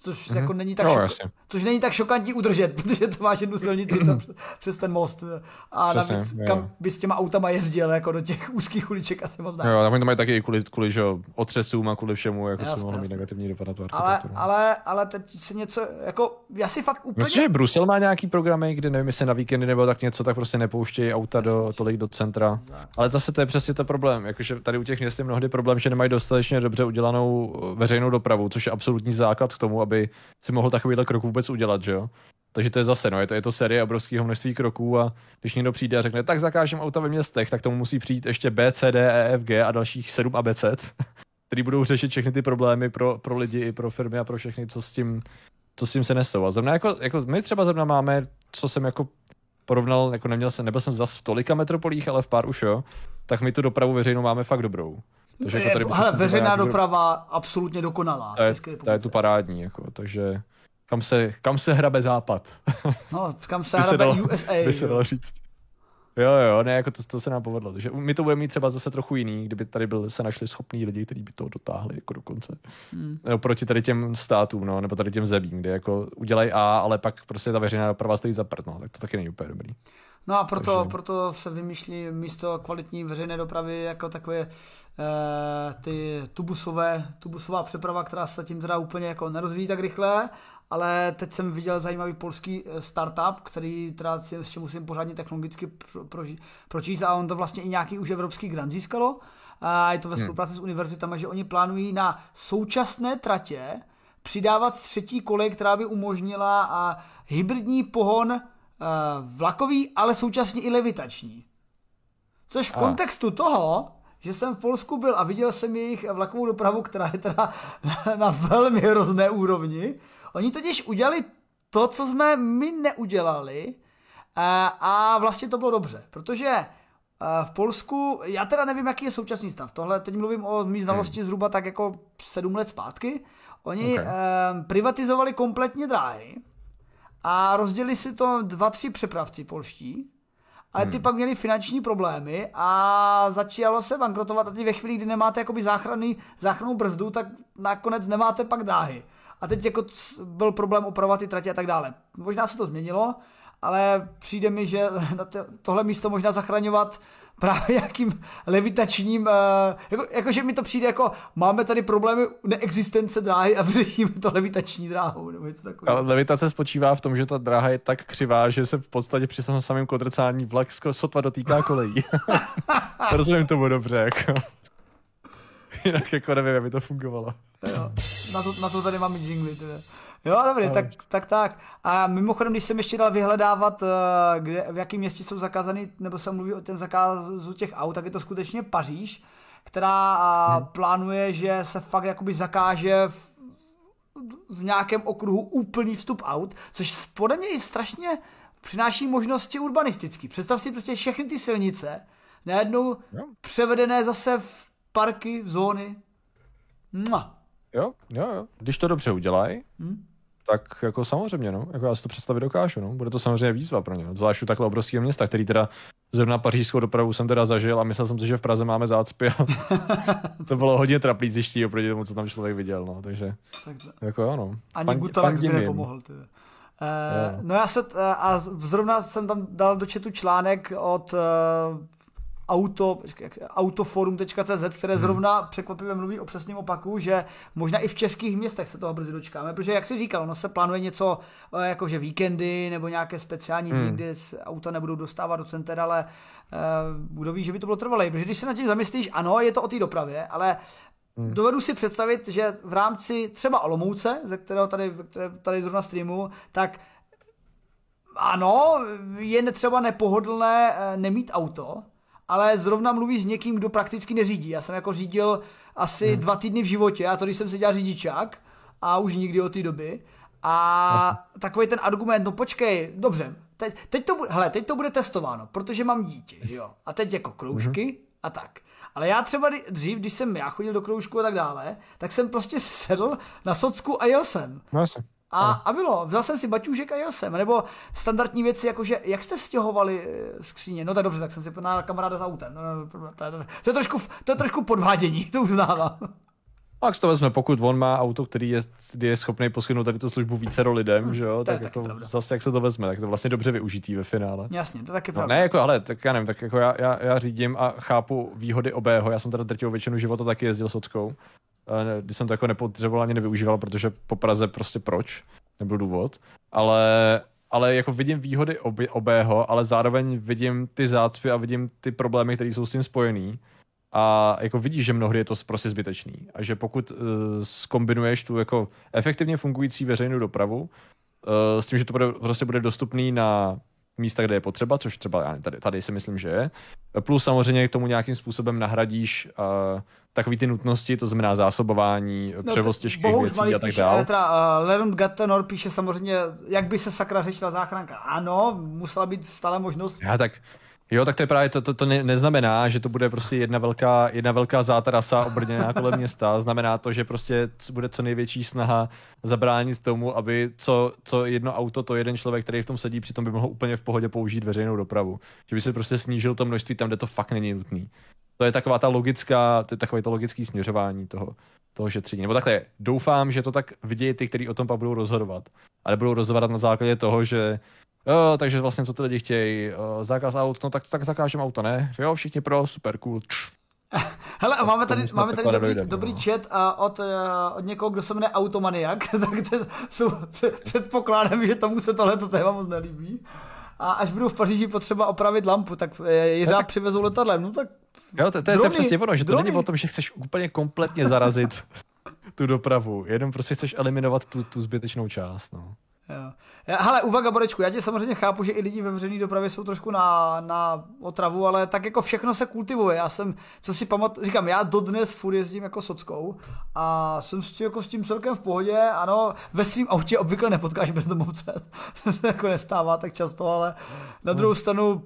Což mm-hmm. jako není tak, no, šok... což není tak šokantní udržet, protože to máš jednu silnici přes ten most. A přesně, navíc, jo. kam by s těma autama jezdil, jako do těch úzkých uliček asi moc ne. Jo, tam to mají taky kvůli, kvůli že, otřesům a kvůli všemu, jako jasný, co mohlo mít negativní dopad na to architekturu. Ale, ale, ale teď se něco, jako, já si fakt úplně... Myslím, že Brusel má nějaký programy, kde nevím, jestli na víkendy nebo tak něco, tak prostě nepouštějí auta do, tolik do centra. Ale zase to je přesně ten problém, jakože tady u těch měst je mnohdy problém, že nemají dostatečně dobře udělanou veřejnou dopravu, což je absolutní základ k tomu, aby si mohl takovýhle krok vůbec udělat, že jo. Takže to je zase, no, je to, je to série obrovského množství kroků a když někdo přijde a řekne, tak zakážeme auta ve městech, tak tomu musí přijít ještě B, C, D, E, F, G a dalších sedm abeced, který budou řešit všechny ty problémy pro, pro lidi i pro firmy a pro všechny, co s tím, co s tím se nesou. A zrovna jako, jako my třeba zrovna máme, co jsem jako porovnal, jako neměl jsem, nebyl jsem zas v tolika metropolích, ale v pár už jo, tak my tu dopravu veřejnou máme fakt dobrou. Takže jako tady hele, veřejná doprava absolutně dokonalá. To je, to je tu parádní, jako, takže kam se, kam se hrabe západ. No, kam se hrabe U S A. By se dalo říct. Jo, jo, ne, jako to, to se nám povedlo. Takže my to budeme mít třeba zase trochu jiný, kdyby tady byl, se našli schopní lidi, kteří by to dotáhli jako do konce. Hmm. No, proti tady těm státům, no, nebo tady těm zemím, kde jako udělají A, ale pak prostě ta veřejná doprava stojí za prd, no, tak to taky není úplně dobrý. No a proto, Takže... proto se vymýšlí místo kvalitní veřejné dopravy jako takové e, ty tubusové, tubusová přeprava, která se tím teda úplně jako nerozvíjí tak rychle, ale teď jsem viděl zajímavý polský startup, který teda si ještě musím pořádně technologicky pro, pro, pročíst a on to vlastně i nějaký už evropský grant získalo a je to ve spolupráci hmm. s univerzitami, že oni plánují na současné tratě přidávat třetí kolej, která by umožnila a hybridní pohon vlakový, ale současně i levitační. Což v a. kontextu toho, že jsem v Polsku byl a viděl jsem jejich vlakovou dopravu, která je teda na, na velmi hrozné úrovni. Oni totiž udělali to, co jsme my neudělali a, a vlastně to bylo dobře, protože v Polsku, já teda nevím, jaký je současný stav, tohle teď mluvím o mý znalosti hmm. zhruba tak jako sedm let zpátky, oni okay. eh, privatizovali kompletně dráhy a rozdělili si to dva, tři přepravci polští, ale ty hmm. pak měli finanční problémy a začalo se bankrotovat a teď ve chvíli, kdy nemáte jakoby záchranný, záchrannou brzdu, tak nakonec nemáte pak dráhy. A teď jako byl problém opravovat ty tratě a tak dále. Možná se to změnilo, ale přijde mi, že na tohle místo možná zachraňovat právě jakým levitačním, jako, jakože mi to přijde jako, máme tady problémy neexistence dráhy a vyřešíme to levitační dráhou, nebo něco takového. Ale levitace spočívá v tom, že ta dráha je tak křivá, že se v podstatě při tom samém kotrcání vlak sotva dotýká kolejí. Rozumím tomu dobře, jako. Jinak jako nevím, jak by to fungovalo. Jo, na, to, na to tady máme jingly, teda. Jo, dobrý, tak, tak, tak. A mimochodem, když jsem ještě dal vyhledávat, kde, v jakém městě jsou zakázaný, nebo se mluví o tom zakázu těch aut, tak je to skutečně Paříž, která hmm. plánuje, že se fakt jakoby zakáže v, v nějakém okruhu úplný vstup aut, což podle mě i strašně přináší možnosti urbanistický. Představ si prostě všechny ty silnice, najednou jo. převedené zase v parky, v zóny. Mua. Jo, jo, jo. Když to dobře udělají, hmm. tak jako samozřejmě, no, jako já si to představit dokážu, no. Bude to samozřejmě výzva pro ně. Zvlášť u takhle obrovského města, který teda zrovna pařížskou dopravu jsem teda zažil a myslel jsem si, že v Praze máme zácpy a to bylo hodně trapný zjištění oproti tomu, co tam člověk viděl, no, takže jako jo, no. Ani Gutalek by nepomohl, ty. Uh, no já se, uh, a zrovna jsem tam dal do chatu článek od uh, Auto, autoforum tečka cé zet, které zrovna překvapivě mluví o přesném opaku, že možná i v českých městech se toho brzy dočkáme, protože jak jsi říkal, ono se plánuje něco jakože víkendy nebo nějaké speciální dny, hmm. kdy auta nebudou dostávat do center, ale uh, kdo ví, že by to bylo trvalé, protože když se nad tím zamyslíš, ano, je to o té dopravě, ale hmm. dovedu si představit, že v rámci třeba Olomouce, ze kterého tady, tady zrovna streamu, tak ano, je třeba nepohodlné nemít auto, ale zrovna mluví s někým, kdo prakticky neřídí. Já jsem jako řídil asi hmm. dva týdny v životě, a to když jsem si dělal řidičák a už nikdy od té doby. A Jasně. takový ten argument, no počkej, dobře, teď, teď, to bude, hele, teď to bude testováno, protože mám dítě, jo. A teď jako kroužky hmm. a tak. Ale já třeba dřív, když jsem já chodil do kroužku a tak dále, tak jsem prostě sedl na socku a jel jsem. Jasně. A, a bylo, vzal jsem si baťůžek a jel jsem, nebo standardní věci, jakože, jak jste stěhovali skříně, no tak dobře, tak jsem si na kamaráda s autem, no, no, to, je, to, je trošku, to je trošku podvádění, to uznávám. A jak to vezme, pokud on má auto, který je, je schopný poskytnout tady tu službu vícero lidem, hmm, že jo, tak jako zase jak se to vezme, tak to vlastně dobře využitý ve finále. Jasně, to taky no, pravda. Ne, jako, ale tak já nevím, tak jako já, já, já řídím a chápu výhody obého, já jsem teda drtivou většinu života taky jezdil sockou, když jsem to jako nepotřeboval ani nevyužíval, protože po Praze prostě proč, nebyl důvod, ale... ale jako vidím výhody obě, obého, ale zároveň vidím ty zácpy a vidím ty problémy, které jsou s tím spojený. A jako vidíš, že mnohdy je to prostě zbytečný. A že pokud uh, zkombinuješ tu jako efektivně fungující veřejnou dopravu uh, s tím, že to bude, prostě bude dostupný na místa, kde je potřeba, což třeba já tady, tady si myslím, že je. Plus samozřejmě k tomu nějakým způsobem nahradíš uh, takový ty nutnosti, to znamená zásobování, no, převoz těžkých věcí a tak dále. Uh, Lerund Gattenor píše samozřejmě, jak by se sakra řešila záchranka. Ano, musela být stále možnost. Já tak... Jo, tak to je právě, to, to, to ne, neznamená, že to bude prostě jedna velká, jedna velká zátarasa obrněná kolem města. Znamená to, že prostě bude co největší snaha zabránit tomu, aby co, co jedno auto, to jeden člověk, který v tom sedí, přitom by mohl úplně v pohodě použít veřejnou dopravu. Že by se prostě snížil to množství tam, kde to fakt není nutný. To je taková ta logická, to je takové to logické směřování toho, toho šetření. Nebo takhle, doufám, že to tak vidějí ty, kteří o tom pak budou rozhodovat. Ale budou rozhodovat na základě toho, že jo, takže vlastně co ty lidi chtějí, zákaz aut, no tak, tak zakážeme auto, ne? Jo, všichni pro, super, cool. Hele, a máme tady, máme tady dobrý, dojde, dobrý no. chat a od, od někoho, kdo se jmenuje Automaniak, tak to jsou, předpokládám, že tomu se tohleto téma moc nelíbí. A až budu v Paříži potřeba opravit lampu, tak Jiřáb tak... přivezou letadlem, no tak jo, to, to, drony, to je přesně ono, že to drony. Není o tom, že chceš úplně kompletně zarazit tu dopravu, jenom prostě chceš eliminovat tu, tu zbytečnou část, no. Jo. Hele, uvaga, Borečku, já tě samozřejmě chápu, že i lidi ve veřejné dopravě jsou trošku na, na otravu, ale tak jako všechno se kultivuje. Já jsem, co si pamatuju, říkám, já dodnes furt jezdím jako sockou a jsem s tím, jako s tím celkem v pohodě, ano, ve svým autě obvykle nepotkáš bezdomovce, to se jako nestává tak často, ale na druhou stranu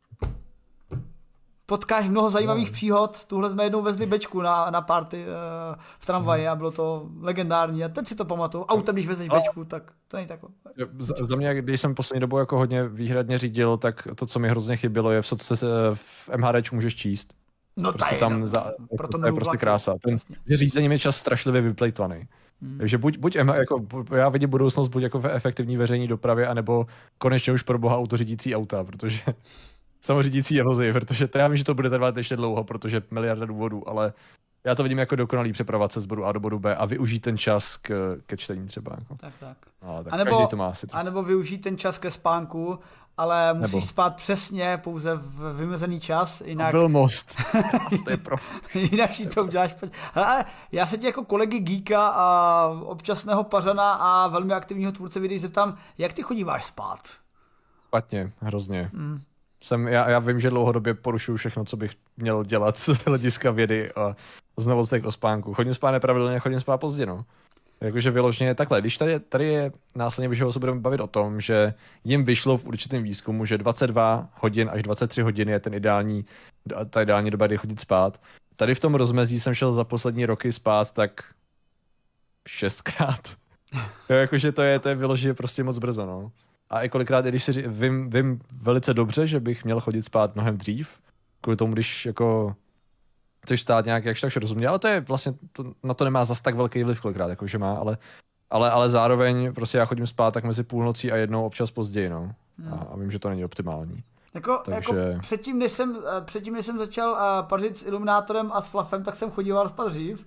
potkáš mnoho zajímavých no. příhod. Tuhle jsme jednou vezli bečku na, na party uh, v tramvaji a bylo to legendární. A teď si to pamatuju. Autem, když vezeš bečku, tak to není takové. Za, za mě, když jsem poslední dobu jako hodně výhradně řídil, tak to, co mi hrozně chybělo, je v, co se v MHDčku můžeš číst. No prostě tady, tam no, za, proto to je prostě krása. Ten, že řízením je čas strašlivě vyplejtvaný. Hmm. Takže buď, buď jako, já vidím budoucnost buď jako ve efektivní veřejné dopravě, anebo konečně už pro boha autořídící auta, protože samořídící je vozy, protože to já vím, že to bude trvat ještě dlouho, protože miliarda důvodů, ale já to vidím jako dokonalý přepravovat z bodu A do bodu B a využít ten čas k, ke čtení třeba. Jako. Tak, tak. No, tak anebo, každý to má asi. A nebo využít ten čas ke spánku, ale musíš nebo. spát přesně pouze v vymezený čas, jinak... Byl most. to je pro... jinak si to uděláš. Ale já se tě jako kolegy Geeka a občasného pařana a velmi aktivního tvůrce videí zeptám, jak ty chodíváš spát? Špatně, hrozně. Hmm. Jsem, já, já vím, že dlouhodobě porušuju všechno, co bych měl dělat z hlediska vědy a znalostech o spánku. Chodím spát nepravidelně, chodím spát pozdě, no. Jakože vyloženě takhle. Když tady, tady je následně, že se budeme bavit o tom, že jim vyšlo v určitém výzkumu, že dvacet dva hodin až dvacet tři hodin je ten ideální, ta ideální doba, kdy chodit spát. Tady v tom rozmezí jsem šel za poslední roky spát tak šestkrát. Jo, jakože to je, to je vyloženě prostě moc brzo, no. A i kolikrát, když si vím, vím velice dobře, že bych měl chodit spát mnohem dřív, kvůli tomu, když jako chceš stát nějak jakž takž rozumně, ale to je vlastně, to, na to nemá zas tak velký vliv kolikrát, jakože má, ale, ale, ale zároveň prostě já chodím spát tak mezi půlnocí a jednou občas později, no. Hmm. A, a vím, že to není optimální. Jako, Takže... jako předtím, než jsem, předtím, než jsem začal uh, pařit s iluminátorem a s flafem, tak jsem chodíval spát dřív.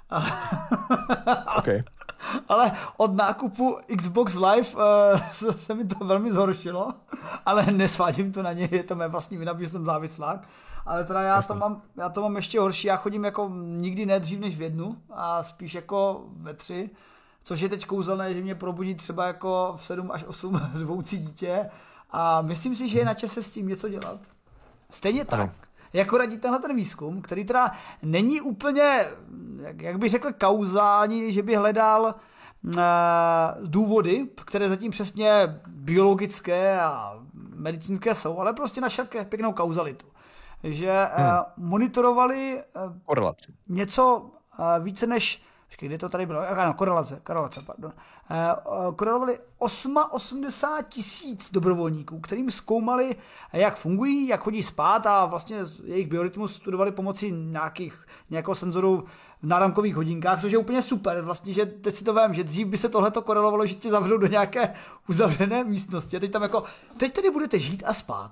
Okay. Ale od nákupu Xbox Live uh, se mi to velmi zhoršilo, ale nesvážím to na něj, je to mé vlastní vina, protože jsem závislák. Ale teda já to, mám, já to mám ještě horší, já chodím jako nikdy ne dřív než v jednu a spíš jako ve tři, což je teď kouzelné, že mě probudí třeba jako v sedm až osm řvoucí dítě a myslím si, že je na čase s tím něco dělat. Stejně tak. Ano. Jako radí tenhle ten výzkum, který teda není úplně, jak, jak bych řekl, kauzální, že by hledal uh, důvody, které zatím přesně biologické a medicínské jsou, ale prostě našel pěknou kauzalitu. Že uh, hmm. monitorovali uh, něco uh, více než, kde to tady bylo, ano, korelace, korelace, pardon. korelovali osmdesát osm tisíc dobrovolníků, kterým zkoumali, jak fungují, jak chodí spát a vlastně jejich biorytmus studovali pomocí nějakých, nějakého senzoru v náramkových hodinkách, což je úplně super. Vlastně, že teď si to vím, že dřív by se tohleto korelovalo, že tě zavřou do nějaké uzavřené místnosti a teď tam jako, teď tedy budete žít a spát.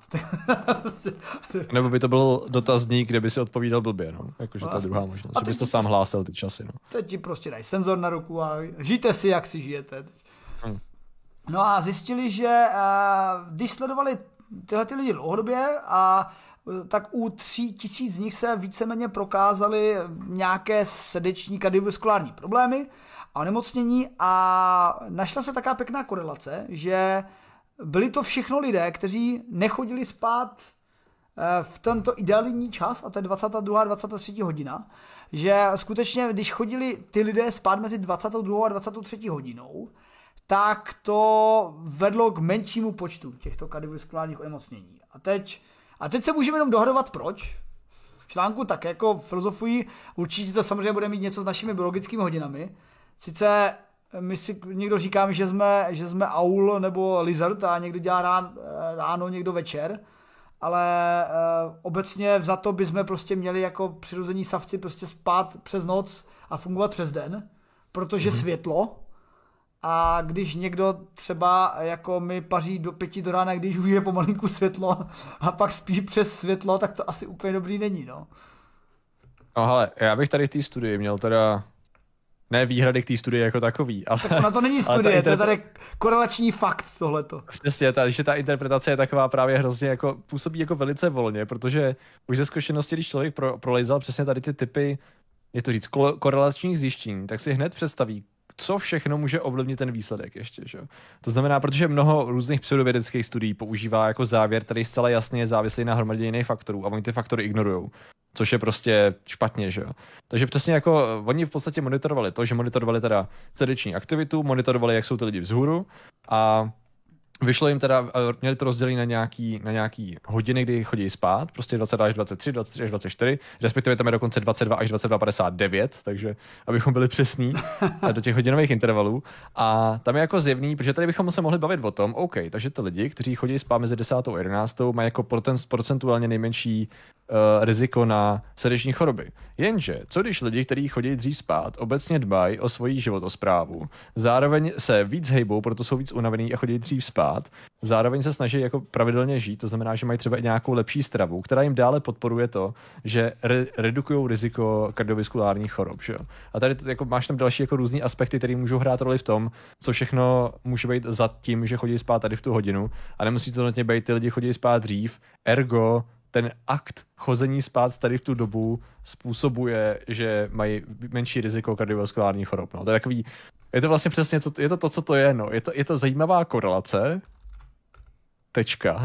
Nebo by to byl dotazník, kde by si odpovídal blbě, no. Jakože Vlastně. to je druhá možnost, že bys to sám hlásil ty časy, no. Teď ti prostě dají senzor na ruku a žijte si, jak si žijete. Hmm. No a zjistili, že uh, když sledovali tyhle ty lidi dlouhodobě a tak u tří tisíc z nich se víceméně prokázaly nějaké srdeční kardiovaskulární problémy a onemocnění a našla se taková pěkná korelace, že byli to všechno lidé, kteří nechodili spát v tento ideální čas, a to je dvacátá druhá a dvacátá třetí hodina, že skutečně, když chodili ty lidé spát mezi dvacátou druhou a dvacátou třetí hodinou, tak to vedlo k menšímu počtu těchto kardiovaskulárních onemocnění. A teď A teď se můžeme jenom dohadovat proč. V článku tak jako filozofují, určitě to samozřejmě bude mít něco s našimi biologickými hodinami. Sice my si někdo říkáme, že jsme, že jsme aul nebo lizard a někdo dělá rán, ráno, někdo večer, ale e, obecně vzato bychom prostě měli jako přirození savci prostě spát přes noc a fungovat přes den, protože mm-hmm. světlo. A když někdo třeba jako mi paří do pěti do rána, když už je pomalinku světlo a pak spí přes světlo, tak to asi úplně dobrý není, no. No hele, já bych tady v té studii měl teda ne výhrady k té studii jako takový, ale... Tak ona to není studie, interpre... to je tady korelační fakt tohleto. Přesně, ta, že ta interpretace je taková právě hrozně jako, působí jako velice volně, protože už ze zkušenosti, když člověk pro, prolejzal přesně tady ty typy, je to říct, ko, korelačních zjištění, tak si hned představí, co všechno může ovlivnit ten výsledek ještě, že? To znamená, protože mnoho různých pseudovědeckých studií používá jako závěr, který zcela jasně je závislý na hromadě jiných faktorů a oni ty faktory ignorujou, což je prostě špatně, že? Takže přesně jako oni v podstatě monitorovali to, že monitorovali teda srdeční aktivitu, monitorovali, jak jsou ty lidi vzhůru a vyšlo jim teda, měli to rozdělení na nějaký, na nějaký hodiny, kdy chodí spát, prostě dvacet dva až dvacet tři, dvacet tři až dvacet čtyři, respektive tam je dokonce dvacet dva až dvacet dva padesát devět, takže abychom byli přesní do těch hodinových intervalů. A tam je jako zjevný, protože tady bychom se mohli bavit o tom, OK, takže ty lidi, kteří chodí spát mezi desátou a jedenáctou, mají jako procentuálně nejmenší uh, riziko na srdeční choroby. Jenže, co když lidi, kteří chodí dřív spát, obecně dbají o svoji životosprávu, zároveň se víc hejbou, proto jsou víc unavený a chodí dřív spát, zároveň se snaží jako pravidelně žít, to znamená, že mají třeba i nějakou lepší stravu, která jim dále podporuje to, že re- redukují riziko kardiovaskulárních chorob, že jo? A tady jako máš tam další jako různý aspekty, které můžou hrát roli v tom, co všechno může být za tím, že chodí spát tady v tu hodinu a nemusí to nutně být, ty lidi chodí spát dřív, ergo ten akt chození spát tady v tu dobu způsobuje, že mají menší riziko kardiovaskulárních chorob. No. To je takový, je to vlastně přesně, co, je to to, co to je. No. Je to, je to zajímavá korelace. Tečka.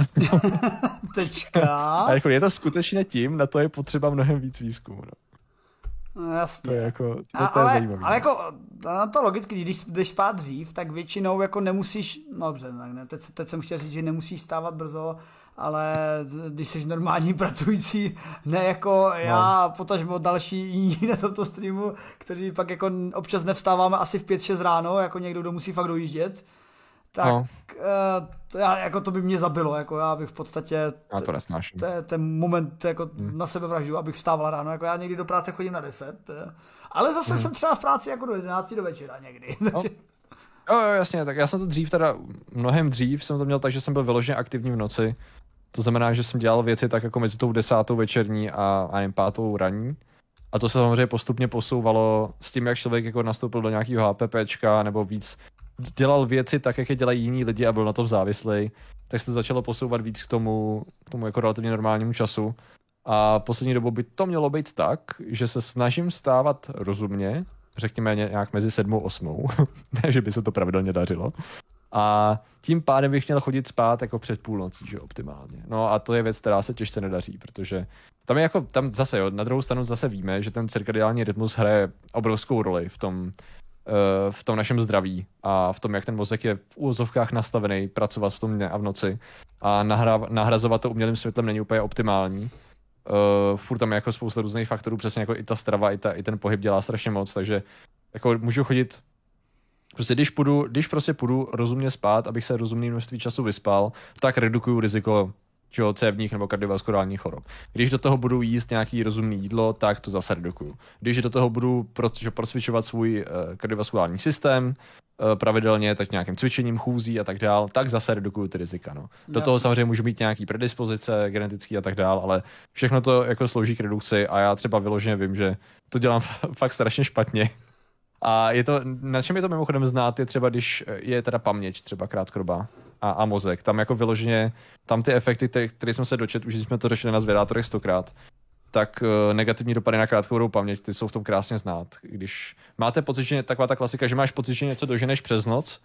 Tečka. A jako je to skutečně tím, na to je potřeba mnohem víc výzkumu. No. No, jasně. To je jako, to, a, to je ale, zajímavý. ale jako, na to logicky, když jdeš spát dřív, tak většinou jako nemusíš, no dobře, ne, teď, teď jsem chtěl říct, že nemusíš stávat brzo, ale když jsi normální pracující, ne jako já, no. Potažmo další jiní na tomto streamu, kteří pak jako občas nevstáváme asi v pět šest ráno, jako někdo, kdo musí fakt dojíždět, tak no. to, já, jako to by mě zabilo, jako já bych v podstatě, já to nesnáším. To je ten moment jako hmm. na sebe vraždu, abych vstával ráno, jako já někdy do práce chodím na deset, ale zase hmm. jsem třeba v práci jako do jedenácti do večera někdy. No. Jo, jo, jasně, tak já jsem to dřív teda, mnohem dřív jsem to měl tak, že jsem byl vyloženě aktivní v noci. To znamená, že jsem dělal věci tak jako mezi tou desátou večerní a, a nevím, pátou ranní. A to se samozřejmě postupně posouvalo s tím, jak člověk jako nastoupil do nějakého HPPčka nebo víc dělal věci tak, jak je dělají jiní lidi a byl na tom závislý, tak se to začalo posouvat víc k tomu, k tomu jako relativně normálnímu času. A poslední dobou by to mělo být tak, že se snažím vstávat rozumně, řekněme nějak mezi sedmou a osmou, ne, že by se to pravidelně dařilo. A tím pádem bych měl chodit spát jako před půlnocí, že optimálně. No a to je věc, která se těžce nedaří, protože tam je jako, tam zase jo, na druhou stranu zase víme, že ten cirkadiální rytmus hraje obrovskou roli v tom, v tom našem zdraví a v tom, jak ten mozek je v úvozovkách nastavený pracovat v tom dne a v noci a nahra, nahrazovat to umělým světlem není úplně optimální. Uh, furt tam je jako spousta různých faktorů, přesně jako i ta strava, i, ta, i ten pohyb dělá strašně moc, takže jako můžu chodit Prostě když, půjdu, když prostě půjdu rozumně spát, abych se rozumné množství času vyspal, tak redukuju riziko čeho, cévních nebo kardiovaskulárních chorob. Když do toho budu jíst nějaký rozumný jídlo, tak to zase redukuju. Když do toho budu procvičovat svůj uh, kardiovaskulární systém uh, pravidelně, tak nějakým cvičením, chůzí a tak dál, tak zase redukuju ty rizika. No. Do toho samozřejmě můžu mít nějaký predispozice, genetický a tak dál, ale všechno to jako slouží k redukci a já třeba vyloženě vím, že to dělám fakt strašně špatně. A je to, na čem je to mimochodem znát, je třeba, když je teda paměť třeba krátkodobá a, a mozek. Tam jako vyloženě, tam ty efekty, které, které jsme se dočet, už jsme to řešili na zvědátorech stokrát, tak uh, negativní dopady na krátkodobou paměť, ty jsou v tom krásně znát. Když máte pocit, že taková ta klasika, že máš pocit, že něco doženeš přes noc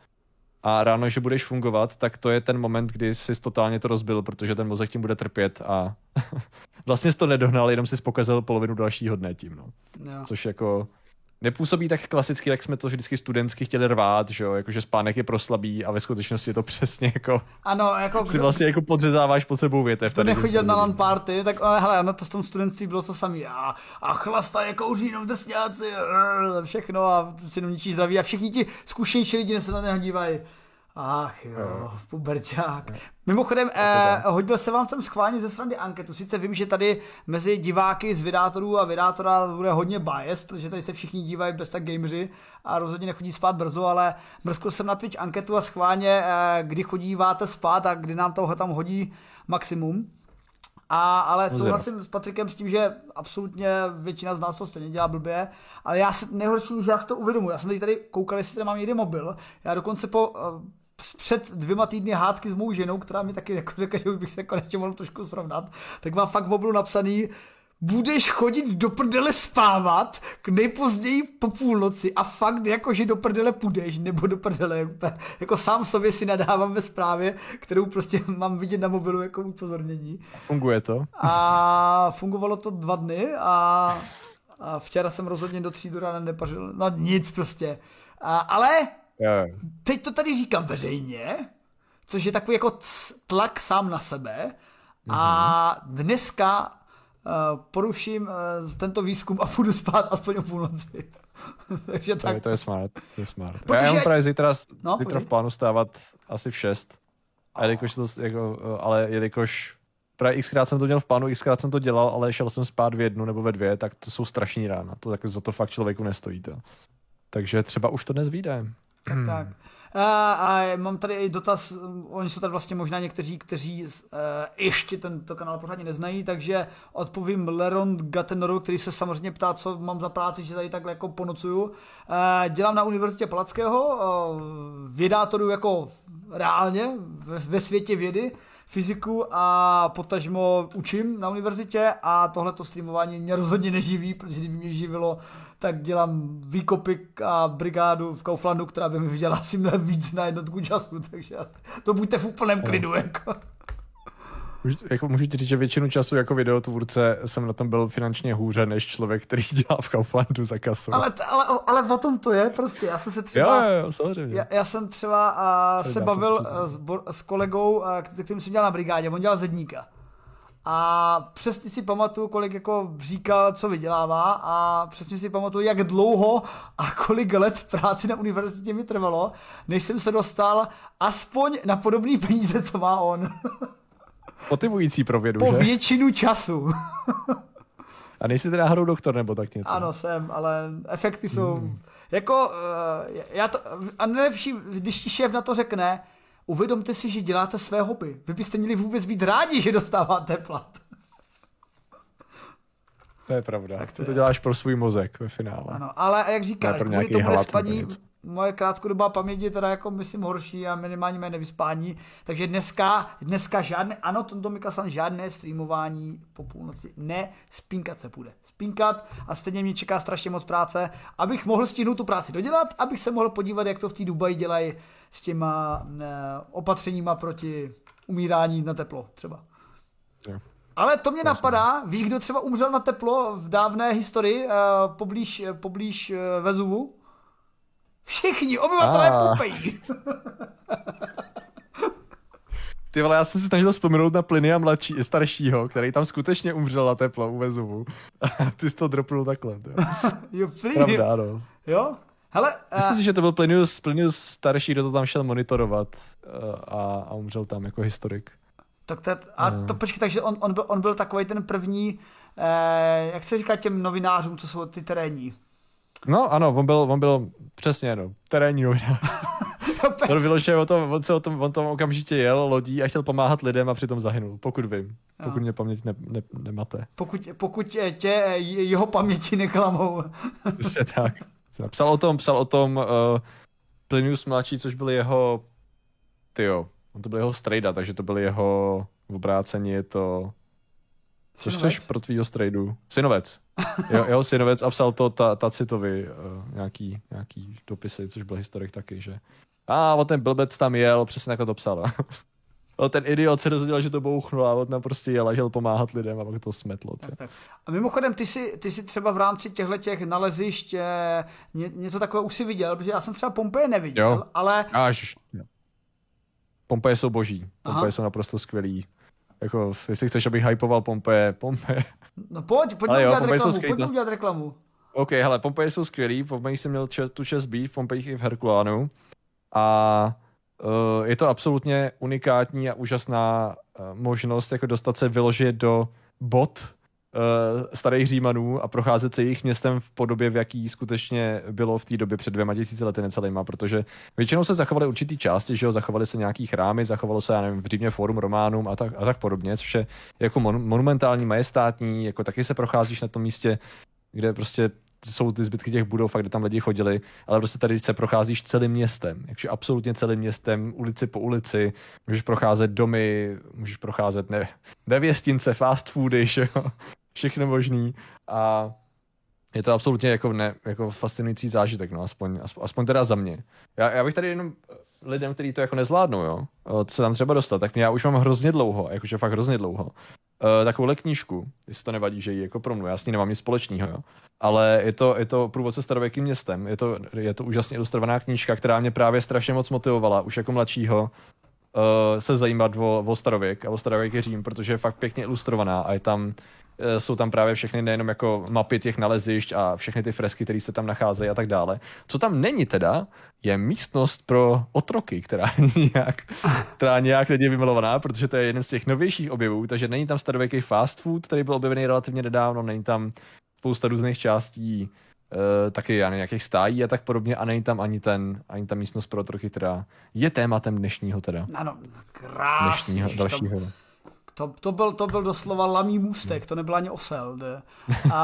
a ráno, že budeš fungovat, tak to je ten moment, kdy jsi totálně to rozbil, protože ten mozek tím bude trpět a vlastně jsi to nedohnal, jenom jsi pokazil polovinu dalšího dne tím, no. Jo. Což jako nepůsobí tak klasicky, jak jsme to vždycky studentsky chtěli rvát, že jo, jakože spánek je pro slabý a ve skutečnosti je to přesně jako, ano, jako si vlastně jako podřezáváš pod sebou větev. To nechodil na LAN party, tak ale hele, na to v tom studentství bylo to samé. A, a chlasta je kouří jenom drsňáci, všechno a si jenom ničí zdraví a všichni ti zkušenější lidi se na něho dívají. Ach jo, puberťák. Mimochodem, eh, hodil se vám sem schválně ze srandy anketu. Sice vím, že tady mezi diváky z vydátorů a vydátora bude hodně bias, protože tady se všichni dívají bez tak gameři a rozhodně nechodí spát brzo, ale mrskl jsem na Twitch anketu a schválně, eh, kdy chodíváte spát a kdy nám toho tam hodí maximum. A, ale souhlasím s Patrikem s tím, že absolutně většina z nás to stejně dělá blbě, ale já se nejhorší, že já si to uvědomuji. Já jsem teď tady koukal, jestli tady mám někdy mobil. Já dokonce po před dvěma týdny hádky s mou ženou, která mi taky jako řekla, že už bych se konečně mohl trošku srovnat, tak mám fakt v mobilu napsaný: budeš chodit do prdele spávat k nejpozději po půlnoci a fakt jakože do prdele půjdeš, nebo do prdele, jako sám sobě si nadávám ve zprávě, kterou prostě mám vidět na mobilu jako upozornění. Funguje to? A fungovalo to dva dny a, a včera jsem rozhodně do tří do rána nepařil, no nic prostě. A, ale yeah. Teď to tady říkám veřejně, což je takový jako tlak sám na sebe mm-hmm. a dneska Uh, poruším uh, tento výzkum a půjdu spát aspoň o půlnoci. Takže tak. To je, to je smart, to je smart. Protože... Já mám právě zítra, no, zítra v plánu stávat asi v šest. A jelikož to, jako, ale jelikož právě xkrát jsem to měl v plánu, xkrát jsem to dělal, ale šel jsem spát v jednu nebo ve dvě, tak to jsou strašný rána. To jako za to fakt člověku nestojí to. Takže třeba už to dnes vyjde. Tak, tak. A, a mám tady i dotaz, oni jsou tady vlastně možná někteří, kteří uh, ještě tento kanál pořádně neznají, takže odpovím Lerond Gattenorovi, který se samozřejmě ptá, co mám za práci, že tady takhle jako ponocuju. Uh, dělám na Univerzitě Palackého, uh, vědátoru jako reálně ve, ve světě vědy, fyziku a potažmo učím na univerzitě a tohleto streamování mě rozhodně neživí, protože kdyby mě živilo, tak dělám výkopy a brigádu v Kauflandu, která by mi vydělala asi mnohem víc na jednotku času, takže to buďte v úplném klidu. Jako. Jako můžu ti říct, že většinu času jako videotvůrce jsem na tom byl finančně hůře než člověk, který dělá v Kauflandu za kasou. Ale, ale, ale o tom to je prostě. Já jsem se třeba... Jo, jo, samozřejmě. Já, já jsem třeba a, se bavil s, s kolegou, a, se kterým jsem dělal na brigádě. On dělal zedníka. A přesně si pamatuju, kolik jako říkal, co vydělává a přesně si pamatuju, jak dlouho a kolik let v práci na univerzitě mi trvalo, než jsem se dostal aspoň na podobný peníze, co má on. Motivující pro vědu, po že? většinu času. A nejsi teda náhodou doktor nebo tak něco? Ano, jsem, ale efekty jsou... Hmm. Jako, uh, já to... A nejlepší, když ti šéf na to řekne, uvědomte si, že děláte své hobby. Vy byste měli vůbec být rádi, že dostáváte plat. To je pravda. Tak to, to děláš pro svůj mozek ve finále. Ano, ale jak říkáš, kvůli tomu nespaní, moje krátkodobá paměť je teda jako, myslím, horší a minimálně mé nevyspání. Takže dneska, dneska žádné, ano, Tonto Mikasan, žádné streamování po půlnoci. Ne, spínkat se půjde. Spínkat a stejně mě čeká strašně moc práce, abych mohl stihnout tu práci dodělat, abych se mohl podívat, jak to v té Dubaji dělají s těma ne, opatřeníma proti umírání na teplo třeba. Jo. Ale to mě napadá, víš, kdo třeba umřel na teplo v dávné historii uh, poblíž, poblíž uh, Vezuvu? Všichni obyvatelé ah. Pompeji. Ty vole, já jsem si snažil vzpomenout na Plynia mladší, staršího, který tam skutečně umřel na teplo u Vezuvu. Ty jsi to dropnul takhle. Jo, Pliny. Pravda, no. Jo? Hele, Myslím uh, si, že to byl Plinius, Plinius starší, kdo to tam šel monitorovat uh, a, a umřel tam jako historik. Tak to, a uh. to počkej, takže on, on, byl, on byl takový ten první, eh, jak se říká těm novinářům, co jsou ty terénní? No ano, on byl, on byl přesně, no, terénní novinář. On vyložil o tom, on se o tom, on tom okamžitě jel lodí a chtěl pomáhat lidem a přitom zahynul, pokud vím. Pokud no. mě paměť ne, ne, nemate. Pokud, pokud tě jeho paměti neklamou. Přesně tak. Psal o tom, psal o tom uh, Plinius mladší, což byl jeho, tyjo, on to byl jeho strejda, takže to byl jeho obrácení, je to... Což chceš pro tvýho strejdu? Synovec. jeho, jeho synovec a psal to ta, Tacitovi uh, nějaký, nějaký dopisy, což byl historik taky, že a on ten blbec tam jel, přesně jako to psal. No, ten idiot se dozvěděl, že to bouchnul a on tam prostě jel a žel pomáhat lidem a pak to smetlo. Tak, tak. A mimochodem, ty si, ty si třeba v rámci těchto těch nalezišť ně, něco takového už si viděl, protože já jsem třeba Pompeje neviděl, jo. ale... Až. Pompeje jsou boží. Pompeje Aha. jsou naprosto skvělý. Jako, jestli chceš, abych hypoval Pompeje, Pompeje. No pojď, pojďme udělat reklamu, pojďme udělat reklamu. OK, hele, Pompeje jsou skvělý, v Pompeji jsem měl čest, tu čest být, v Pompejích i v Herkulánu. A uh, je to absolutně unikátní a úžasná uh, možnost jako dostat se vyložit do bod uh, starých Římanů a procházet se jejich městem v podobě, v jaký skutečně bylo v té době před dvěma tisíci lety necelýma, protože většinou se zachovaly určitý části, že jo, zachovaly se nějaký chrámy, zachovalo se, já nevím, v Římě Forum Románum a tak, a tak podobně, což je jako mon- monumentální, majestátní, jako taky se procházíš na tom místě, kde prostě jsou ty zbytky těch budov, kde tam lidi chodili, ale prostě tady se procházíš celým městem, takže absolutně celým městem, ulici po ulici, můžeš procházet domy, můžeš procházet ne, nevěstince, fast foody, že jo, všechno možný a je to absolutně jako, ne, jako fascinující zážitek, no, aspoň, aspoň teda za mě. Já, já bych tady jenom lidem, kteří to jako nezvládnou, jo, co se tam třeba dostat, tak mě já už mám hrozně dlouho, jakože fakt hrozně dlouho, uh, takovouhle knížku, jestli to nevadí, že ji jako pro mnou, já s ní nemám nic společného, jo. Ale je to, je to průvodce starověkým městem, je to, je to úžasně ilustrovaná knížka, která mě právě strašně moc motivovala, už jako mladšího, uh, se zajímat o, o starověk a o starověký Řím, protože je fakt pěkně ilustrovaná a je tam, uh, jsou tam právě všechny nejenom jako mapy těch nalezišť a všechny ty fresky, které se tam nacházejí a tak dále. Co tam není teda, je místnost pro otroky, která nějak, která nějak není vymilovaná, protože to je jeden z těch novějších objevů, takže není tam starověký fast food, který byl objevený relativně nedávno, není tam spousta různých částí, uh, taky já nevím, nějakých stájí a tak podobně a není tam ani ten, ani ta místnost pro otroky, která je tématem dnešního teda. Ano, krásný. Dnešního, dalšího. To, to, byl, to byl doslova lamý můstek, to nebyl ani osel. Ne? A,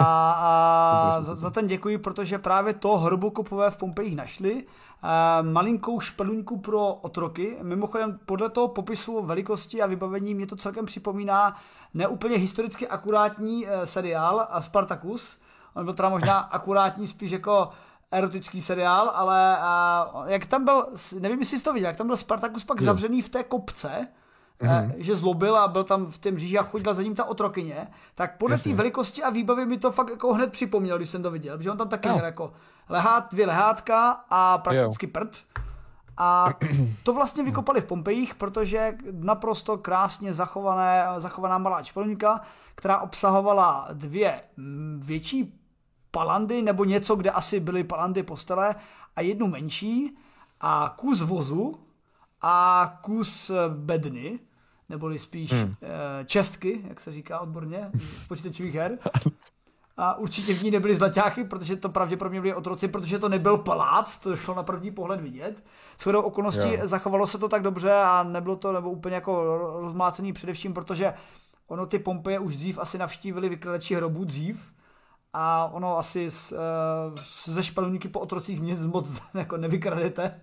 a za, za ten děkuji, protože právě to hrobokopové v Pompejích našli. A malinkou špeluňku pro otroky. Mimochodem podle toho popisu velikosti a vybavení mě to celkem připomíná neúplně historicky akurátní seriál Spartacus. On byl teda možná akurátní spíš jako erotický seriál, ale a, jak tam byl, nevím, jestli jsi to viděl, jak tam byl Spartacus pak zavřený v té kopce, Mm-hmm. že zlobil a byl tam v těm říži a chodila za ním ta otrokyně, tak podle té velikosti a výbavy mi to fakt jako hned připomněl, když jsem to viděl, protože on tam taky no. měl jako lehát, dvě lehátka a prakticky jo. prd. A to vlastně vykopali v Pompejích, protože naprosto krásně zachované, zachovaná malá čpeluňka, která obsahovala dvě větší palandy, nebo něco, kde asi byly palandy postele, a jednu menší a kus vozu a kus bedny, neboli spíš hmm. čestky, jak se říká odborně, počítačových her. A určitě v ní nebyly zlaťáchy, protože to pravděpodobně byli otroci, protože to nebyl palác, to šlo na první pohled vidět. Shodou okolností jo. zachovalo se to tak dobře a nebylo to nebo úplně jako rozmlácený především, protože ono ty Pompeje už dřív asi navštívili vykladači hrobů dřív a ono asi z, ze špeluníky po otrocích nic moc jako nevykradete.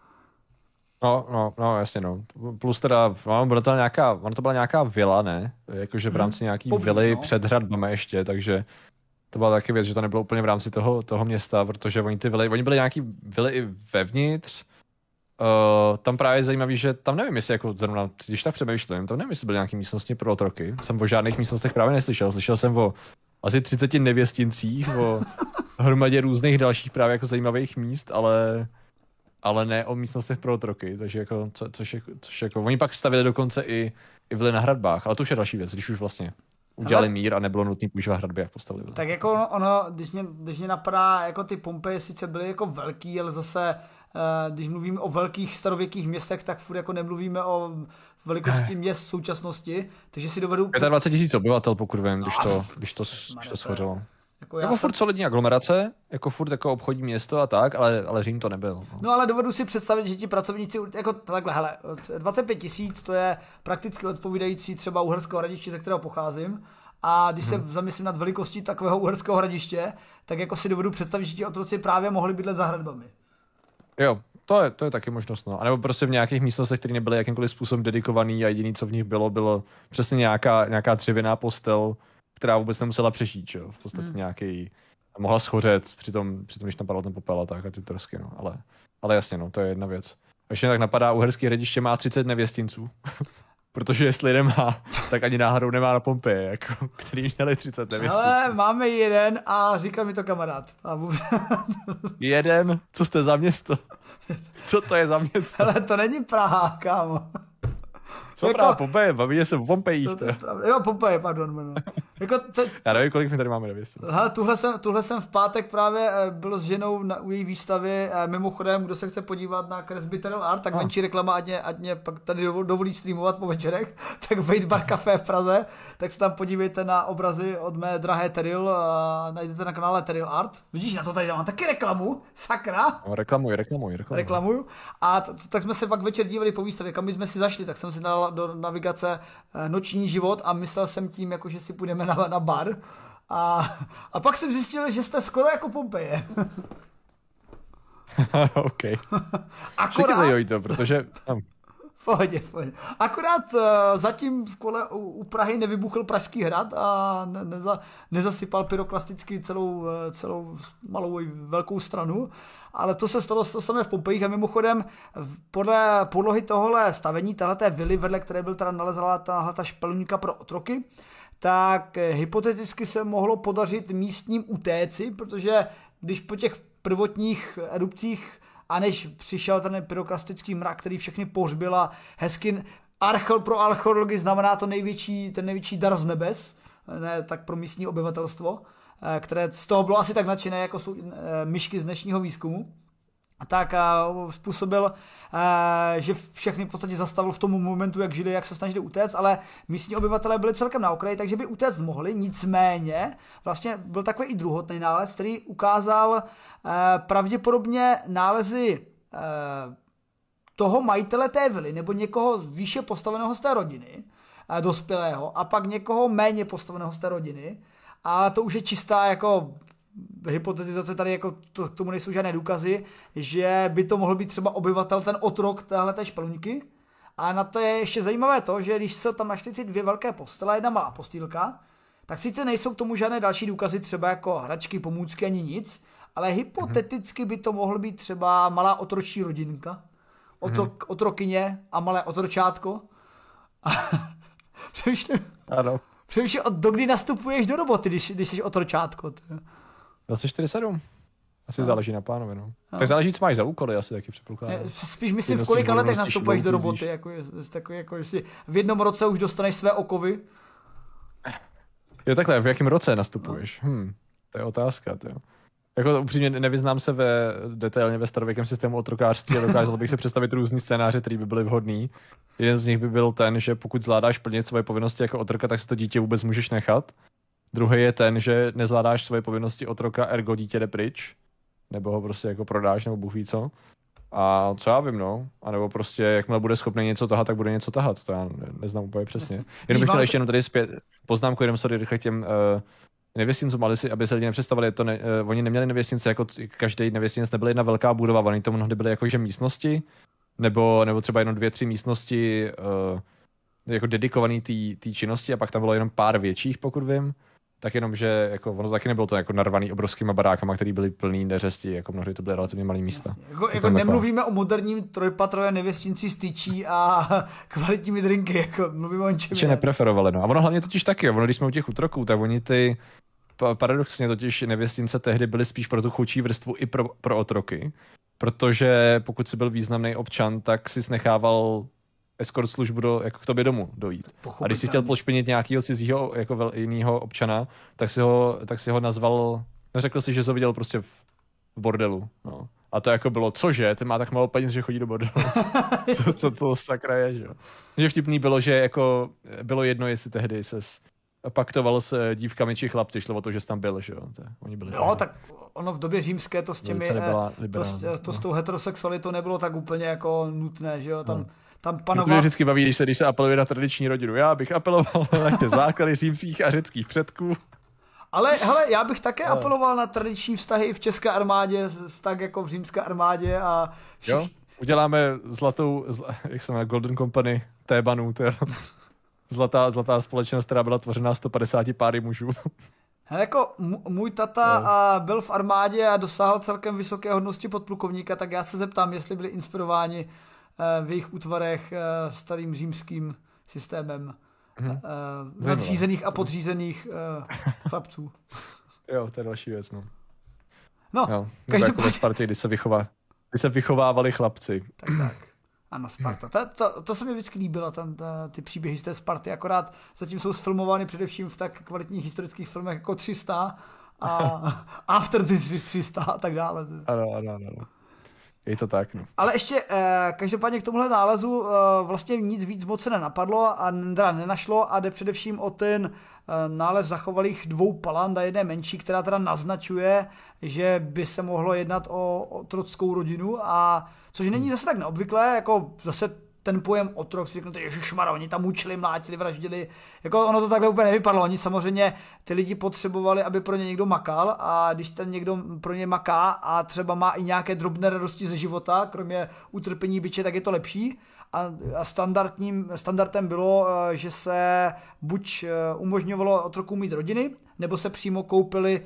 No, no, no, jasně, no. Plus teda, ono to, nějaká, ono to byla nějaká vila, ne? Jakože v rámci nějaký hmm, vily no. před hradbama ještě, takže to byla taky věc, že to nebylo úplně v rámci toho, toho města, protože oni ty vily, oni byly nějaký vily i vevnitř. Uh, tam právě je zajímavý, že tam nevím, jestli jako zrovna, když tak přemýšlím, tam nevím, jestli byly nějaké místnosti pro otroky. Jsem o žádných místnostech právě neslyšel. Slyšel jsem o asi třiceti nevěstincích, o hromadě různých dalších právě jako zajímavých míst, ale ale ne o místnostech pro otroky, takže jako, co, což, je, což jako, oni pak stavili dokonce i, i vily na hradbách, ale to už je další věc, když už vlastně udělali mír a nebylo nutné používat hradby, jak postavili. Tak jako ono, ono když, mě, když mě napadá, jako ty Pompeje sice byly jako velký, ale zase, uh, když mluvíme o velkých starověkých městech, tak furt jako nemluvíme o velikosti měst v současnosti, takže si dovedu... dvacet pět tisíc obyvatel, pokud vím, když to, když to, když to schořilo. Jako, jako jsem... furt solidní aglomerace, jako furt jako obchodní město a tak, ale, ale Řím to nebyl. No. no ale dovedu si představit, že ti pracovníci, jako takhle, hele, dvacet pět tisíc to je prakticky odpovídající třeba Uherského Hradiště, ze kterého pocházím. A když se hmm. zamyslím nad velikostí takového Uherského Hradiště, tak jako si dovedu představit, že ti otroci právě mohli bydlet za hradbami. Jo, to je, to je taky možnost, no. A nebo prostě v nějakých místnostech, které nebyly jakýmkoliv způsobem dedikovaný a jediný, co v nich bylo, bylo přesně nějaká, nějaká dřevěná postel, která vůbec nemusela přežít, jo. V podstatě hmm. nějaký, mohla schořet při tom, při tom, když tam padal ten popel a tak a ty trosky, no. Ale, ale jasně, no, to je jedna věc. Ještě tak napadá, Uherský Hradiště má třicet nevěstinců. Protože jestli nemá, tak ani náhodou nemá na Pompeje, jako, který měli třicet nevěstinců. Ale máme jeden a říkal mi to kamarád. A vůbec... jeden? Co jste za město? Co to je za město? Ale to není Praha, kámo. Co jako... právě Pompeje? Bavíme se o Pompejích. To, to je jo, Pompeje, pardon. Jmenu. Jako te... Já nevím, kolik mi tady máme nevěstinců. Hele, tuhle jsem, tuhle jsem v pátek právě byl s ženou na, u její výstavy. Mimochodem, kdo se chce podívat na Presbyterial Art, tak ah. menší reklama, ať mě, ať mě pak tady dovolí streamovat po večerech, tak Wade Bar Café v Praze, tak se tam podívejte na obrazy od mé drahé Teril a najdete na kanále Teril Art. Vidíš, na to tady mám taky reklamu, sakra. No, reklamuj, reklamuj, reklamuj. Reklamuju. A t- t- tak jsme se pak večer dívali po výstavě, kam jsme si zašli, tak jsem si dal do navigace Noční život a myslel jsem tím, jako, že si půjdeme na, na bar. A, a pak jsem zjistil, že jste skoro jako Pompeje. OK. Akorát... to, protože... Pohodě, pohodě. Akorát uh, zatím v kole u, u Prahy nevybuchl Pražský hrad a ne, neza, nezasypal pyroklasticky celou, celou malou velkou stranu. Ale to se stalo to samé v Pompejích a mimochodem podle podlohy tohohle stavení, téhleté vily, vedle které byl teda nalezala tahleta špelníka pro otroky, tak hypoteticky se mohlo podařit místním utéci, protože když po těch prvotních erupcích a než přišel ten pyroklastický mrak, který všechny pohřbil a hezky archeol pro archeology znamená to největší, ten největší dar z nebes, ne tak pro místní obyvatelstvo, které z toho bylo asi tak nadšené, jako jsou myšky z dnešního výzkumu, tak způsobil, že všechny v podstatě zastavil v tom momentu, jak žili, jak se snažili utéct, ale místní obyvatelé byli celkem na okraji, takže by utéct mohli, nicméně vlastně byl takový i druhotný nález, který ukázal pravděpodobně nálezy toho majitele té vily, nebo někoho výše postaveného z té rodiny, dospělého, a pak někoho méně postaveného z té rodiny, a to už je čistá jako hypotetizace, tady jako to, k tomu nejsou žádné důkazy, že by to mohl být třeba obyvatel, ten otrok téhleté špelníky. A na to je ještě zajímavé to, že když se tam našly ty dvě velké postele, jedna malá postýlka, tak sice nejsou k tomu žádné další důkazy, třeba jako hračky, pomůcky ani nic, ale hypoteticky by to mohl být třeba malá otročí rodinka, otrok, otrokyně a malé otročátko. Přemýšlím, ano. Přemýšlím, od dokdy nastupuješ do roboty, když, když jsi otročátko. dvacet čtyři sedm. Asi no. Záleží na pánovi, no. no. Tak záleží, co máš za úkoly, asi taky předpokládám. Spíš myslím, v kolika letech nastupuješ do roboty, jako, jako, jako jestli v jednom roce už dostaneš své okovy. Jo, takhle, v jakém roce nastupuješ? No. Hm, to je otázka, to jo. Jako upřímně nevyznám se ve, detailně ve starověkém systému otrokářství a dokázal bych se představit různý scénáře, které by byly vhodný. Jeden z nich by byl ten, že pokud zvládáš plnit svoje povinnosti jako otroka, tak si to dítě vůbec můžeš nechat. Druhý je ten, že nezvládáš svoje povinnosti otroka, ergo dítě jde pryč. Nebo ho prostě jako prodáš, nebo bůh ví co. A co já vím, no. A nebo prostě, jakmile bude schopný něco tahat, tak bude něco tahat. To já ne, neznám úplně přesně. Jenom bych chtěl ještě jenom tady zpět poznámku, jenom sorry, rychle k těm uh, nevěstincům, ale si, aby se lidi nepředstavili, to ne, uh, oni neměli nevěstince, jako každý nevěstinec nebyla jedna velká budova, oni to mnohdy byly jakože místnosti, nebo, nebo třeba jenom dvě, tři místnosti uh, jako dedikovaný té činnosti a pak tam bylo jenom pár větších, pokud vím. Tak jenom, že jako, ono taky nebylo to jako narvaný obrovskýma barákama, které byly plný neřesti, jako mnohdy to byly relativně malé místa. Jako, jako nemluvíme jako... o moderním trojpatrové nevěstinci s tyčí a kvalitními drinky, jako mluvíme o něčem. Že nepreferovali, no. A ono hlavně totiž taky, ono, když jsme u těch útroků, tak oni ty, paradoxně totiž nevěstince tehdy byly spíš pro tu chudší vrstvu i pro, pro otroky, protože pokud jsi byl významný občan, tak jsi nechával escort službu do, jako k tobě domů dojít. A když si chtěl pošpinit nějakého cizího, jako vel, jinýho občana, tak si ho, tak si ho nazval, no řekl si, že to viděl prostě v, v bordelu. No. A to jako bylo, cože, ten má tak málo peněz, že chodí do bordelu. Co, co to sakra je, že jo. Že vtipný bylo, že jako bylo jedno, jestli tehdy ses paktoval s dívkami či chlapci, šlo o to, že jsi tam byl, že jo. To, oni byli no, tak ono v době římské to s těmi, to, to, to s tou heterosexualitou nebylo tak úplně jako nutné, že jo. Tam, no. tam panoval... Mě vždycky baví, když se, když se apeluje na tradiční rodinu. Já bych apeloval na ty základy římských a řeckých předků. Ale hele, já bych také ale... apeloval na tradiční vztahy v české armádě, tak jako v římské armádě a všich... Jo, uděláme zlatou, zla, jak se jmenuje, Golden Company Tébanů, to je zlatá, zlatá společnost, která byla tvořena sto padesáti páry mužů. Hele, jako můj tata no. a byl v armádě a dosáhl celkem vysoké hodnosti podplukovníka, tak já se zeptám, jestli byli inspirováni v jejich útvarech starým římským systémem. Hmm. Uh, nadřízených a podřízených uh, chlapců. Jo, to je další věc, no. No, jo, každopádně... Jako ve Spartě, kdy se, vychová, kdy se vychovávali chlapci. Tak, tak. Ano, Sparta. To, to, to se mi vždycky líbilo, tam, ta, ty příběhy z té Sparty, akorát zatím jsou sfilmovány především v tak kvalitních historických filmech jako tři sta a After the tři sta a tak dále. Ano, ano, ano. Je to tak, no. Ale ještě eh, každopádně k tomuhle nálezu eh, vlastně nic víc moc se nenapadlo a teda nenašlo a jde především o ten eh, nález zachovalých dvou paland a jedné menší, která teda naznačuje, že by se mohlo jednat o otrockou rodinu a což není zase tak neobvyklé, jako zase ten pojem otrok si řeknete, ježišmarja, oni tam mučili, mlátili, vraždili, jako ono to takhle úplně nevypadlo, oni samozřejmě ty lidi potřebovali, aby pro ně někdo makal a když ten někdo pro ně maká a třeba má i nějaké drobné radosti ze života, kromě utrpení biče, tak je to lepší a standardním, standardem bylo, že se buď umožňovalo otrokům mít rodiny, nebo se přímo koupili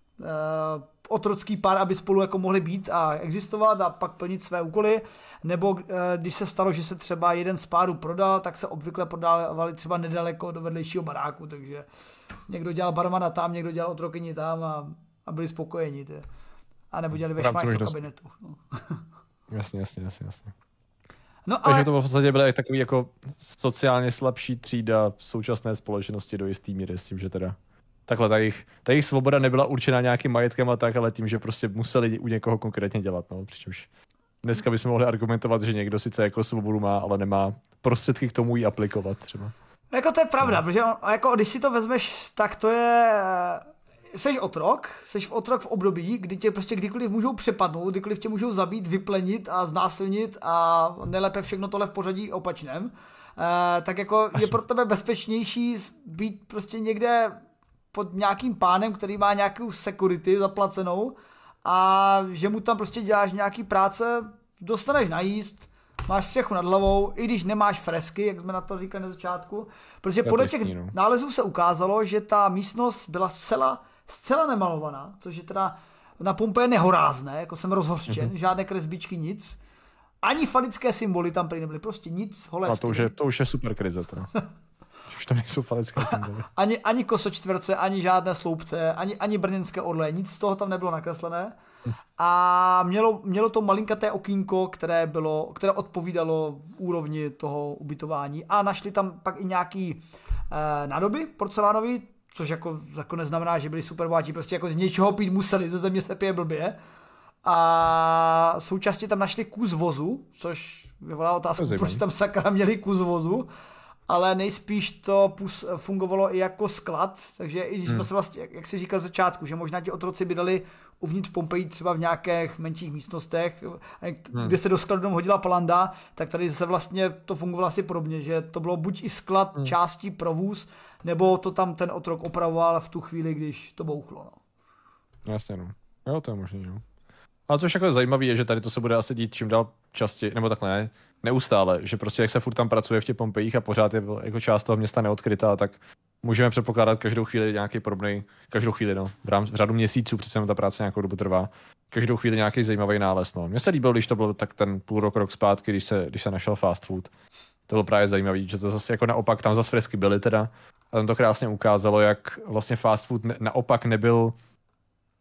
otrocký pár, aby spolu jako mohli být a existovat a pak plnit své úkoly, nebo když se stalo, že se třeba jeden z párů prodal, tak se obvykle prodávali třeba nedaleko do vedlejšího baráku, takže někdo dělal barmana tam, někdo dělal otrokyni tam a, a byli spokojeni. Tě. A nebo dělali ve šmáčku kabinetu. No. Jasně, jasně, jasně, jasně. No, ale... Takže to v podstatě byla takový jako sociálně slabší třída v současné společnosti do jistý míry s tím, že teda takhle, ta jejich, ta jejich svoboda nebyla určena nějakým majetkem a tak, ale tím, že prostě museli u někoho konkrétně dělat, no, přičemž dneska bychom mohli argumentovat, že někdo sice jako svobodu má, ale nemá prostředky k tomu ji aplikovat třeba. Jako to je pravda, no. Protože on, jako když si to vezmeš, tak to je, seš otrok, seš v otrok v období, kdy tě prostě kdykoliv můžou přepadnout, kdykoliv tě můžou zabít, vyplenit a znásilnit a nejlépe všechno tohle v pořadí opačném, e, tak jako je pro tebe bezpečnější být prostě někde pod nějakým pánem, který má nějakou security zaplacenou a že mu tam prostě děláš nějaký práce, dostaneš najíst, máš střechu nad hlavou, i když nemáš fresky, jak jsme na to říkali na začátku, protože podle těch nálezů se ukázalo, že ta místnost byla zcela, zcela nemalovaná, což je teda na Pompeji nehorázné, jako jsem rozhořčen, mm-hmm. žádné kresbičky, nic. Ani falické symboly tam prý nebyly, prostě nic, holé. A to už je, to už je super krize teda. Už to nejsou falické symboly. Ani, ani kosočtverce, ani žádné sloupce, ani, ani brněnské orle, nic z toho tam nebylo nakreslené. A mělo, mělo to malinkaté okýnko, které, bylo, které odpovídalo úrovni toho ubytování. A našli tam pak i nějaký eh, nádoby porcelánový, což jako, jako neznamená, že byli super bohatí, prostě jako z něčeho pít museli, ze země se pije blbě. A současně tam našli kus vozu, což vyvolá otázku, proč tam sakra měli kus vozu. Ale nejspíš to fungovalo i jako sklad, takže i když jsme hmm. se vlastně, jak si říkal začátku, že možná ti otroci bydleli uvnitř Pompeji třeba v nějakých menších místnostech, hmm. kde se do skladu hodila palanda, tak tady se vlastně to fungovalo asi podobně, že to bylo buď i sklad hmm. částí pro vůz, nebo to tam ten otrok opravoval v tu chvíli, když to bouchlo. No. Jasně, no. Jo, to je možný, no. Ale což jako zajímavé je, že tady to se bude asi dít čím dál častěji, nebo takhle ne, neustále, že prostě jak se furt tam pracuje v těch Pompejích a pořád je jako část toho města neodkrytá, tak můžeme předpokládat každou chvíli nějaký podobný, každou chvíli, no, v, rám, v řadu měsíců, přece ta práce nějakou dobu trvá, každou chvíli nějaký zajímavý nález, no. Mně se líbilo, když to bylo tak ten půl rok, rok zpátky, když se, když se našel fast food. To bylo právě zajímavý, že to zase jako naopak, tam zase fresky byly teda, a tam to krásně ukázalo, jak vlastně fast food ne, naopak nebyl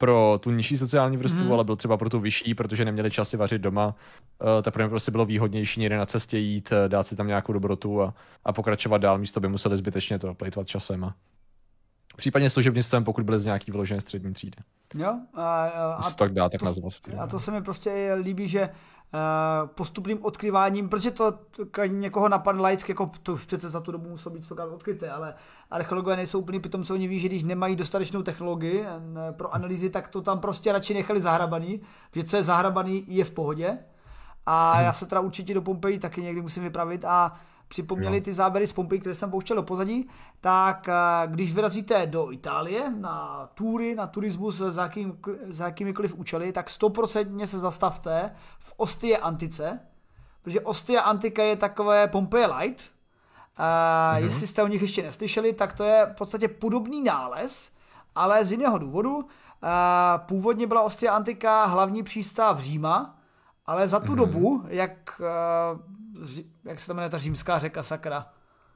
pro tu nižší sociální vrstvu, Mhm. ale byl třeba pro tu vyšší, protože neměli čas si vařit doma. Uh, teprve prostě bylo výhodnější někde na cestě jít, uh, dát si tam nějakou dobrotu a, a pokračovat dál, místo by museli zbytečně to plejtvat časem. A případně služebnictvem, pokud byli z nějaký vyložené střední třídy. Jo? A, a, A a, to tak dá tak to, nazvat. a to se mi prostě líbí, že uh, postupným odkryváním, protože to k- někoho napadne laicky, jako to už přece za tu dobu muselo být stokrát odkryté, ale archeologové nejsou úplně pitomci, oni ví, že když nemají dostatečnou technologii n- pro analýzy, tak to tam prostě radši nechali zahrabaný, že co je zahrabaný je v pohodě. A já se teda určitě do Pompeji taky někdy musím vypravit a připomněli ty záběry z Pompeji, které jsem pouštěl do pozadí, tak eh, když vyrazíte do Itálie na tury, na turismus za, jakým, za jakýmikoliv účely, tak stoprocentně se zastavte v Ostie Antice, protože Ostia Antica je takové Pompeje light. Eh, mm-hmm. Jestli jste o nich ještě neslyšeli, tak to je v podstatě podobný nález, ale z jiného důvodu. Eh, původně byla Ostia Antica hlavní přístav Říma, ale za tu mm-hmm. dobu, jak, uh, jak se tam jmenuje ta římská řeka, sakra?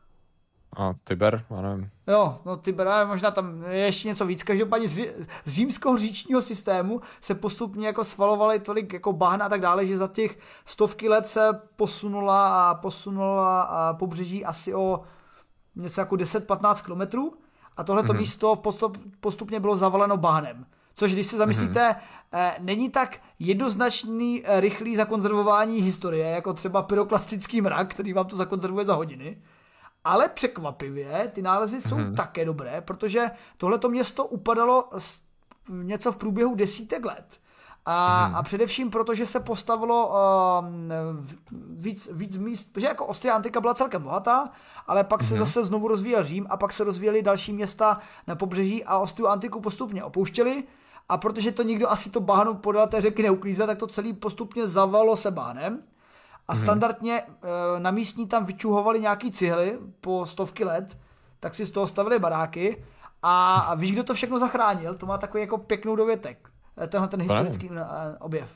A Tiber, já nevím. Jo, no Tiber, ale možná tam je ještě něco víc. Každopádně z, ří, z římského říčního systému se postupně jako svalovaly tolik jako bahna a tak dále, že za těch stovky let se posunula a posunula a pobřeží asi o něco jako deset patnáct kilometrů a tohleto mm-hmm. místo postup, postupně bylo zavaleno bahnem. Což když se zamyslíte, mm-hmm. není tak jednoznačný, rychlý zakonzervování historie, jako třeba pyroklastický mrak, který vám to zakonzervuje za hodiny. Ale překvapivě, ty nálezy jsou mm-hmm. také dobré, protože tohleto město upadalo něco v průběhu desítek let. A, mm-hmm. a především proto, že se postavilo uh, víc, víc míst, protože jako Ostia Antica byla celkem bohatá, ale pak mm-hmm. se zase znovu rozvíjel Řím a pak se rozvíjely další města na pobřeží a Ostiu Antiku postupně opouštěli. A protože to nikdo asi to bahno podél té řeky neuklízel, tak to celý postupně zavalo se bahnem. A mm-hmm. standardně e, na místní tam vyčuhovali nějaký cihly po stovky let, tak si z toho stavili baráky. A, a víš, kdo to všechno zachránil? To má takový jako pěknou dovětek. Tenhle ten historický e, objev.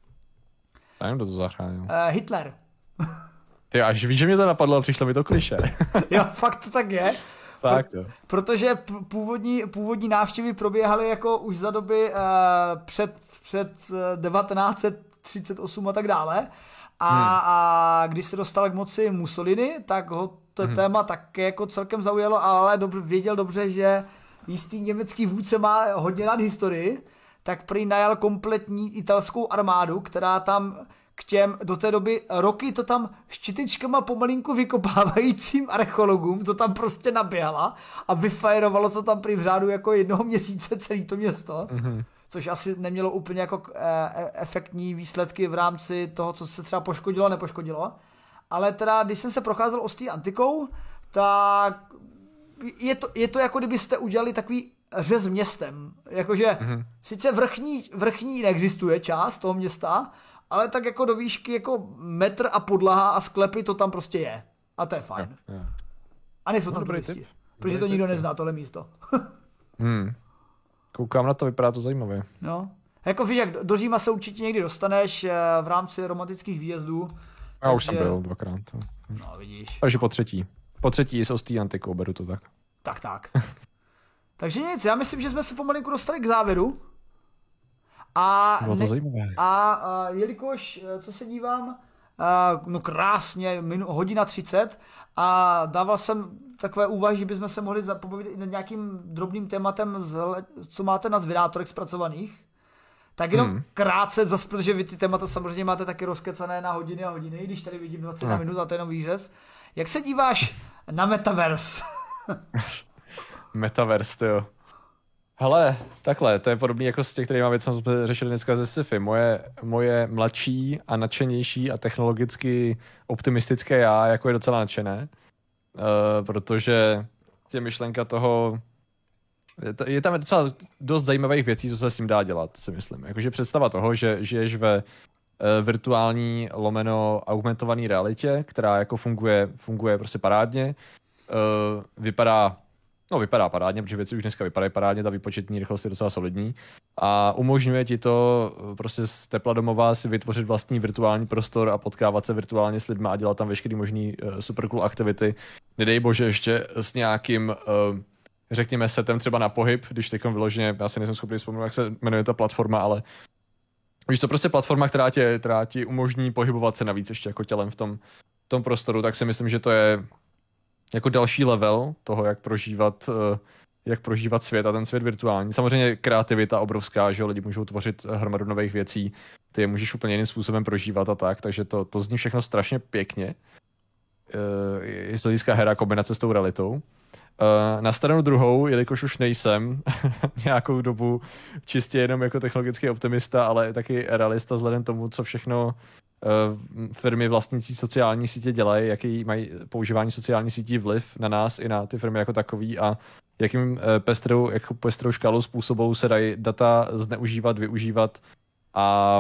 Nevím, kdo to zachránil. E, Hitler. Ty až víš, že mě to napadlo a přišlo mi to klišé. Jo, fakt to tak je. Fakt, jo. Protože původní, původní návštěvy probíhaly jako už za doby uh, před, před devatenáct set třicet osm a tak dále. A, hmm. a když se dostal k moci Mussolini, tak ho to hmm. téma také jako celkem zaujalo, ale dobře, věděl dobře, že jistý německý vůdce má hodně rád historii, tak prý najal kompletní italskou armádu, která tam k těm do té doby roky to tam štětečkama pomalinku vykopávajícím archeologům to tam prostě naběhla a vyfajerovalo to tam prý v řádu jako jednoho měsíce celé to město, mm-hmm. což asi nemělo úplně jako e- efektní výsledky v rámci toho, co se třeba poškodilo a nepoškodilo. Ale teda, když jsem se procházel Ostií Antikou, tak je to, je to jako kdybyste udělali takový řez městem. Jakože mm-hmm. sice vrchní, vrchní neexistuje část toho města, ale tak jako do výšky jako metr a podlaha a sklepy to tam prostě je. A to je fajn. Jo, jo. A nejsou tam turisti. Protože to nikdo nezná, tohle místo. hmm. Koukám na to, vypadá to zajímavě. No. Jako víš, jak do Říma se určitě někdy dostaneš v rámci romantických výjezdů. Já takže... už jsem byl dvakrát. No, vidíš. Takže po třetí. Po třetí s Ostií Antikou, beru to tak. Tak, tak. Takže nic, já myslím, že jsme se pomalinku dostali k závěru. A, Bylo to ne, zajímavé. A, a jelikož, co se dívám, a, no krásně, minu, hodina třicet a dával jsem takové úvahy, že bychom se mohli pobavit i nad nějakým drobným tématem, z, co máte na zvědátorech zpracovaných. Tak jenom hmm. krátce, zase, protože vy ty témata samozřejmě máte taky rozkecané na hodiny a hodiny, když tady vidím dvacet hmm. minut a to je jenom výřez. Jak se díváš na Metaverse? Metaverse, jo. Hele, takhle, to je podobný jako s těch, kterýma věcmi jsme řešili dneska ze sci-fi. Moje, moje mladší a nadšenější a technologicky optimistické já jako je docela nadšené, uh, protože tě myšlenka toho, je, to, je tam docela dost zajímavých věcí, co se s tím dá dělat, si myslím. Jakože představa toho, že žiješ ve uh, virtuální lomeno augmentované realitě, která jako funguje, funguje prostě parádně, uh, vypadá No, vypadá parádně, protože věci už dneska vypadají parádně, ta výpočetní rychlost je docela solidní a umožňuje ti to prostě z tepla domova si vytvořit vlastní virtuální prostor a potkávat se virtuálně s lidmi a dělat tam veškerý možný uh, super cool aktivity. Nedej bože ještě s nějakým uh, řekněme, setem třeba na pohyb, když teď vyloženě, já si nejsem schopný vzpomenout, jak se jmenuje ta platforma, ale víš to prostě platforma, která, tě, která ti umožní pohybovat se navíc ještě jako tělem v tom, v tom prostoru, tak si myslím, že to je jako další level toho, jak prožívat, jak prožívat svět a ten svět virtuální. Samozřejmě kreativita obrovská, že lidi můžou tvořit hromadu nových věcí, ty je můžeš úplně jiným způsobem prožívat a tak, takže to, to zní všechno strašně pěkně. Je z hlediska hera kombinace s tou realitou. Na stranu druhou, jelikož už nejsem nějakou dobu čistě jenom jako technologický optimista, ale taky realista vzhledem tomu, co všechno firmy vlastnící sociální sítě dělají, jaký mají používání sociální sítí vliv na nás i na ty firmy jako takový a jakým pestrou, jako pestrou škálou způsobů se dají data zneužívat, využívat a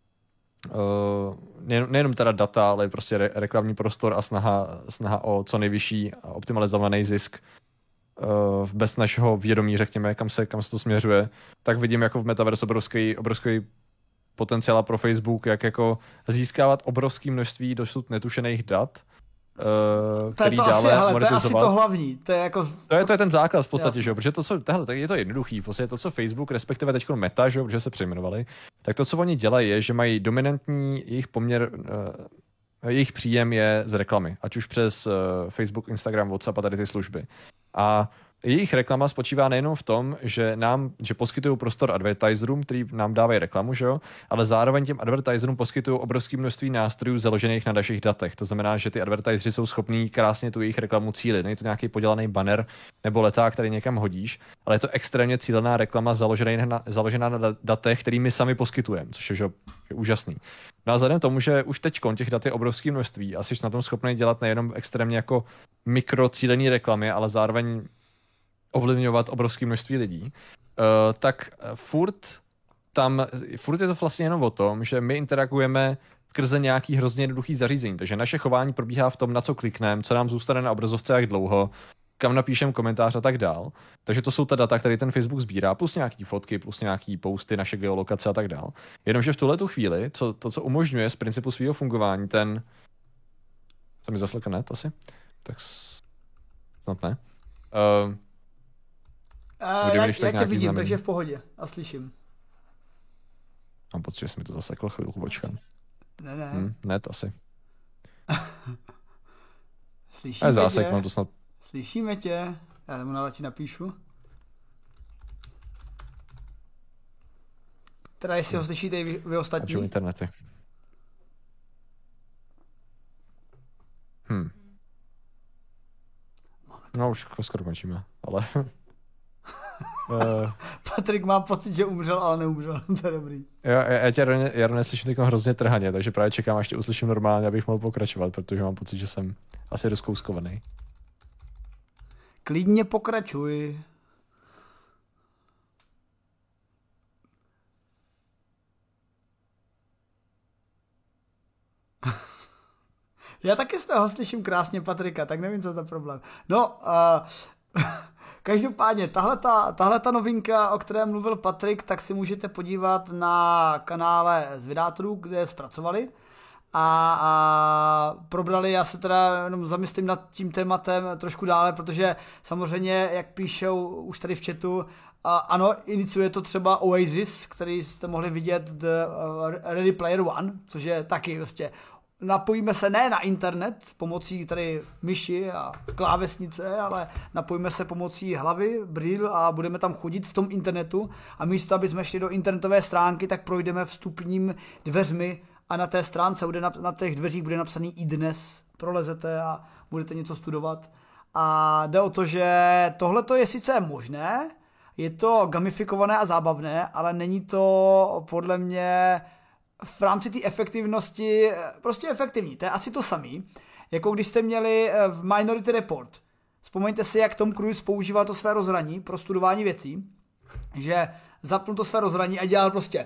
uh, nejenom teda data, ale prostě re- reklamní prostor a snaha, snaha o co nejvyšší a optimalizovaný zisk uh, bez našeho vědomí, řekněme, kam se, kam se to směřuje, tak vidím jako v Metaverse obrovský, obrovský potenciál pro Facebook, jak jako získávat obrovské množství dosud netušených dat, uh, to je to asi, hele, to je asi to hlavní. To je, jako... to, je, to je ten základ v podstatě, že jo, protože to, co, tahle, tak je to jednoduchý, v podstatě to, co Facebook, respektive teď Meta, že jo, protože se přejmenovali, tak to, co oni dělají, je, že mají dominantní jejich poměr, uh, jejich příjem je z reklamy, ať už přes uh, Facebook, Instagram, WhatsApp a tady ty služby. A jejich reklama spočívá nejenom v tom, že nám, že poskytují prostor advertiserům, který nám dávají reklamu, že jo, ale zároveň těm advertiserům poskytují obrovské množství nástrojů založených na našich datech. To znamená, že ty advertiseri jsou schopní krásně tu jejich reklamu cílit. Není to nějaký podělaný banner nebo leták, který někam hodíš, ale je to extrémně cílená reklama založená na, založená na datech, který my sami poskytujeme, což je, že, je úžasný. No a vzhledem tomu, že už teď těch dat je obrovské množství a jsi na tom schopný dělat nejenom extrémně jako mikrocílený reklamy, ale zároveň ovlivňovat obrovské množství lidí, uh, tak furt tam, furt je to vlastně jenom o tom, že my interagujeme skrze nějaký hrozně jednoduchý zařízení, takže naše chování probíhá v tom, na co klikneme, co nám zůstane na obrazovce, jak dlouho, kam napíšem komentář a tak dál. Takže to jsou ta data, které ten Facebook sbírá, plus nějaký fotky, plus nějaký posty, naše geolokace a tak dál. Jenomže v tuhletu chvíli, co, to, co umožňuje z principu svého fungování, ten... To mi zaslekl net asi? Tak snad ne. Uh, Uh, já, já tě vidím, znamení. Takže v pohodě a slyším. Mám pocit, že jsi mi to zasekl, chvilku počkám. Ne, ne. Hmm, net asi. Slyšíme zásek, tě. Mám to snad... Slyšíme tě. Já tomu radši napíšu. Teda jestli ho slyšíte i vy, vy ostatní. Aču internety. Hm. No už skoro končíme, ale... Uh, Patrik má pocit, že umřel, ale neumřel. To je dobrý. Jo, já, já tě Jaro neslyším teď hrozně trhaně, takže právě čekám, až tě uslyším normálně, abych mohl pokračovat, protože mám pocit, že jsem asi rozkouskovaný. Klidně pokračuj. Já taky z toho slyším krásně Patrika, tak nevím, co je za problém. No, uh, každopádně, tahle ta novinka, o které mluvil Patrik, tak si můžete podívat na kanále z Vydátorů, kde je zpracovali a, a probrali. Já se teda jenom zamyslím nad tím tématem trošku dále, protože samozřejmě, jak píšou už tady v chatu, a ano, iniciuje to třeba Oasis, který jste mohli vidět The Ready Player One, což je taky prostě napojíme se ne na internet pomocí tady myši a klávesnice, ale napojíme se pomocí hlavy, brýl a budeme tam chodit v tom internetu a místo, aby jsme šli do internetové stránky, tak projdeme vstupním dveřmi a na té stránce, bude na, na těch dveřích bude napsaný i dnes, prolezete a budete něco studovat. A jde o to, že tohle je sice možné, je to gamifikované a zábavné, ale není to podle mě v rámci té efektivnosti prostě efektivní. To je asi to samé, jako když jste měli v Minority Report. Vzpomeňte si, jak Tom Cruise používal to své rozhraní pro studování věcí, že zapnul to své rozhraní a dělal prostě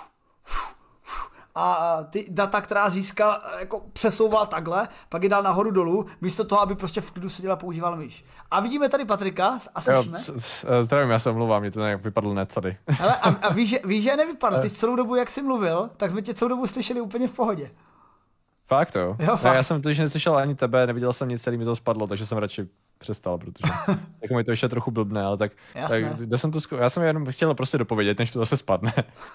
a ty data, která získal, jako přesouval takhle, pak je dal nahoru dolů, místo toho, aby prostě v klidu seděl a používal myš. A vidíme tady Patrika a slyšíme. Jo, zdravím, já se omlouvám, mě to nějak vypadl net tady. Hele, a, a víš, že, víš, že nevypadl, ty celou dobu, jak jsi mluvil, tak jsme tě celou dobu slyšeli úplně v pohodě. Fakt to? Jo, fakt. Ne, já jsem totiž neslyšel ani tebe, neviděl jsem nic, celý mi to spadlo, takže jsem radši přestal, protože jako mi to ještě trochu blbne, ale tak, tak já jsem to zko- já jsem jenom chtěl prostě dopovědět, než to zase spadne.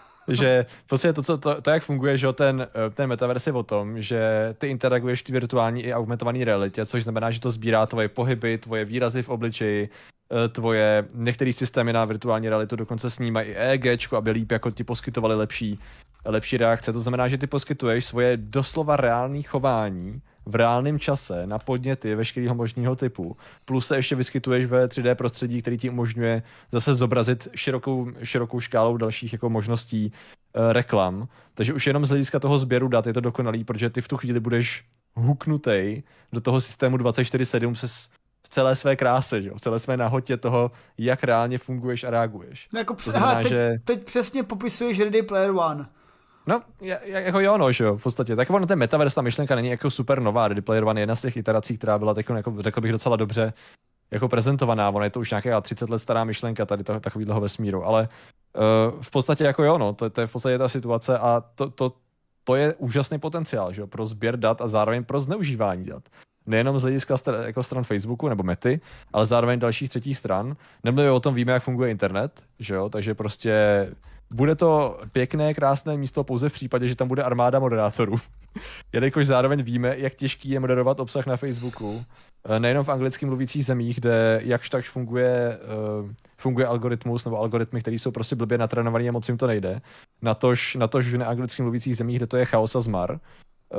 Že prostě to, co, to, to, jak funguje, že ten, ten metaverse je o tom, že ty interaguješ v virtuální i augmentované realitě, což znamená, že to sbírá tvoje pohyby, tvoje výrazy v obličeji, tvoje, některé systémy na virtuální realitu dokonce snímají i E E G, aby líp jako ti poskytovali lepší, lepší reakce. To znamená, že ty poskytuješ svoje doslova reálné chování v reálném čase na podněty veškerého možného typu. Plus se ještě vyskytuješ ve tři dé prostředí, který ti umožňuje zase zobrazit širokou, širokou škálou dalších jako možností e, reklam. Takže už jenom z hlediska toho sběru dat je to dokonalý, protože ty v tu chvíli budeš huknutej do toho systému dvacet čtyři sedm se v celé své kráse, že? V celé své nahotě toho, jak reálně funguješ a reaguješ. No jako přes, znamená, hele, teď, že... teď přesně popisuješ Ready Player One. No, jako jo, no, že jo, v podstatě. Tak ono, ten metaverse, ta myšlenka není jako super nová. Ready Player One je jedna z těch iterací, která byla teď, jako, řekl bych, docela dobře jako prezentovaná. Ono je to už nějaká třicet let stará myšlenka tady to, takovýhleho vesmíru, ale uh, v podstatě jako jo, no, to, to je v podstatě ta situace a to, to, to je úžasný potenciál, že jo, pro sběr dat a zároveň pro zneužívání dat. Nejenom z hlediska stran, jako stran Facebooku nebo Mety, ale zároveň dalších třetích stran. Nemluvím o tom, víme, jak funguje internet, že jo, takže prostě bude to pěkné, krásné místo pouze v případě, že tam bude armáda moderátorů. Jelikož zároveň víme, jak těžký je moderovat obsah na Facebooku. Nejenom v anglicky mluvících zemích, kde jakž tak funguje, uh, funguje algoritmus nebo algoritmy, které jsou prostě blbě natrénovaný a moc jim to nejde. Natož, natož v neanglicky mluvících zemích, kde to je chaos a zmar, uh,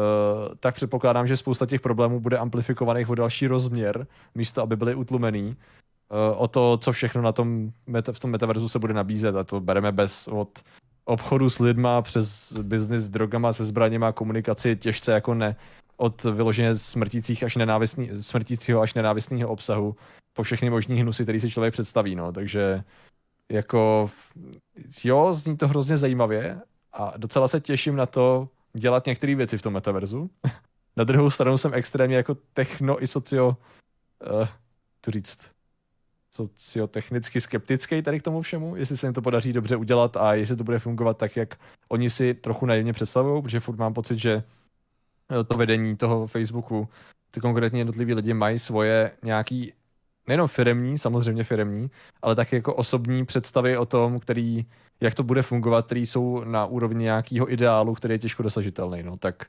tak předpokládám, že spousta těch problémů bude amplifikovaných o další rozměr, místo aby byly utlumený. O to, co všechno na tom meta, v tom metaverzu se bude nabízet, a to bereme bez od obchodu s lidma přes biznis s drogama, se zbraněma, komunikaci těžce jako ne, od vyloženě smrtících až nenávistný, smrtícího až nenávistného obsahu po všechny možný hnusy, který si člověk představí, no, takže jako jo, zní to hrozně zajímavě a docela se těším na to dělat některé věci v tom metaverzu. Na druhou stranu jsem extrémně jako techno i socio, uh, tu říct, sociotechnicky skeptický tady k tomu všemu, jestli se jim to podaří dobře udělat a jestli to bude fungovat tak, jak oni si trochu naivně představují, protože furt mám pocit, že to vedení toho Facebooku, ty konkrétně jednotliví lidi mají svoje nějaký, nejenom firemní, samozřejmě firemní, ale taky jako osobní představy o tom, který, jak to bude fungovat, který jsou na úrovni nějakého ideálu, který je těžko dosažitelný, no tak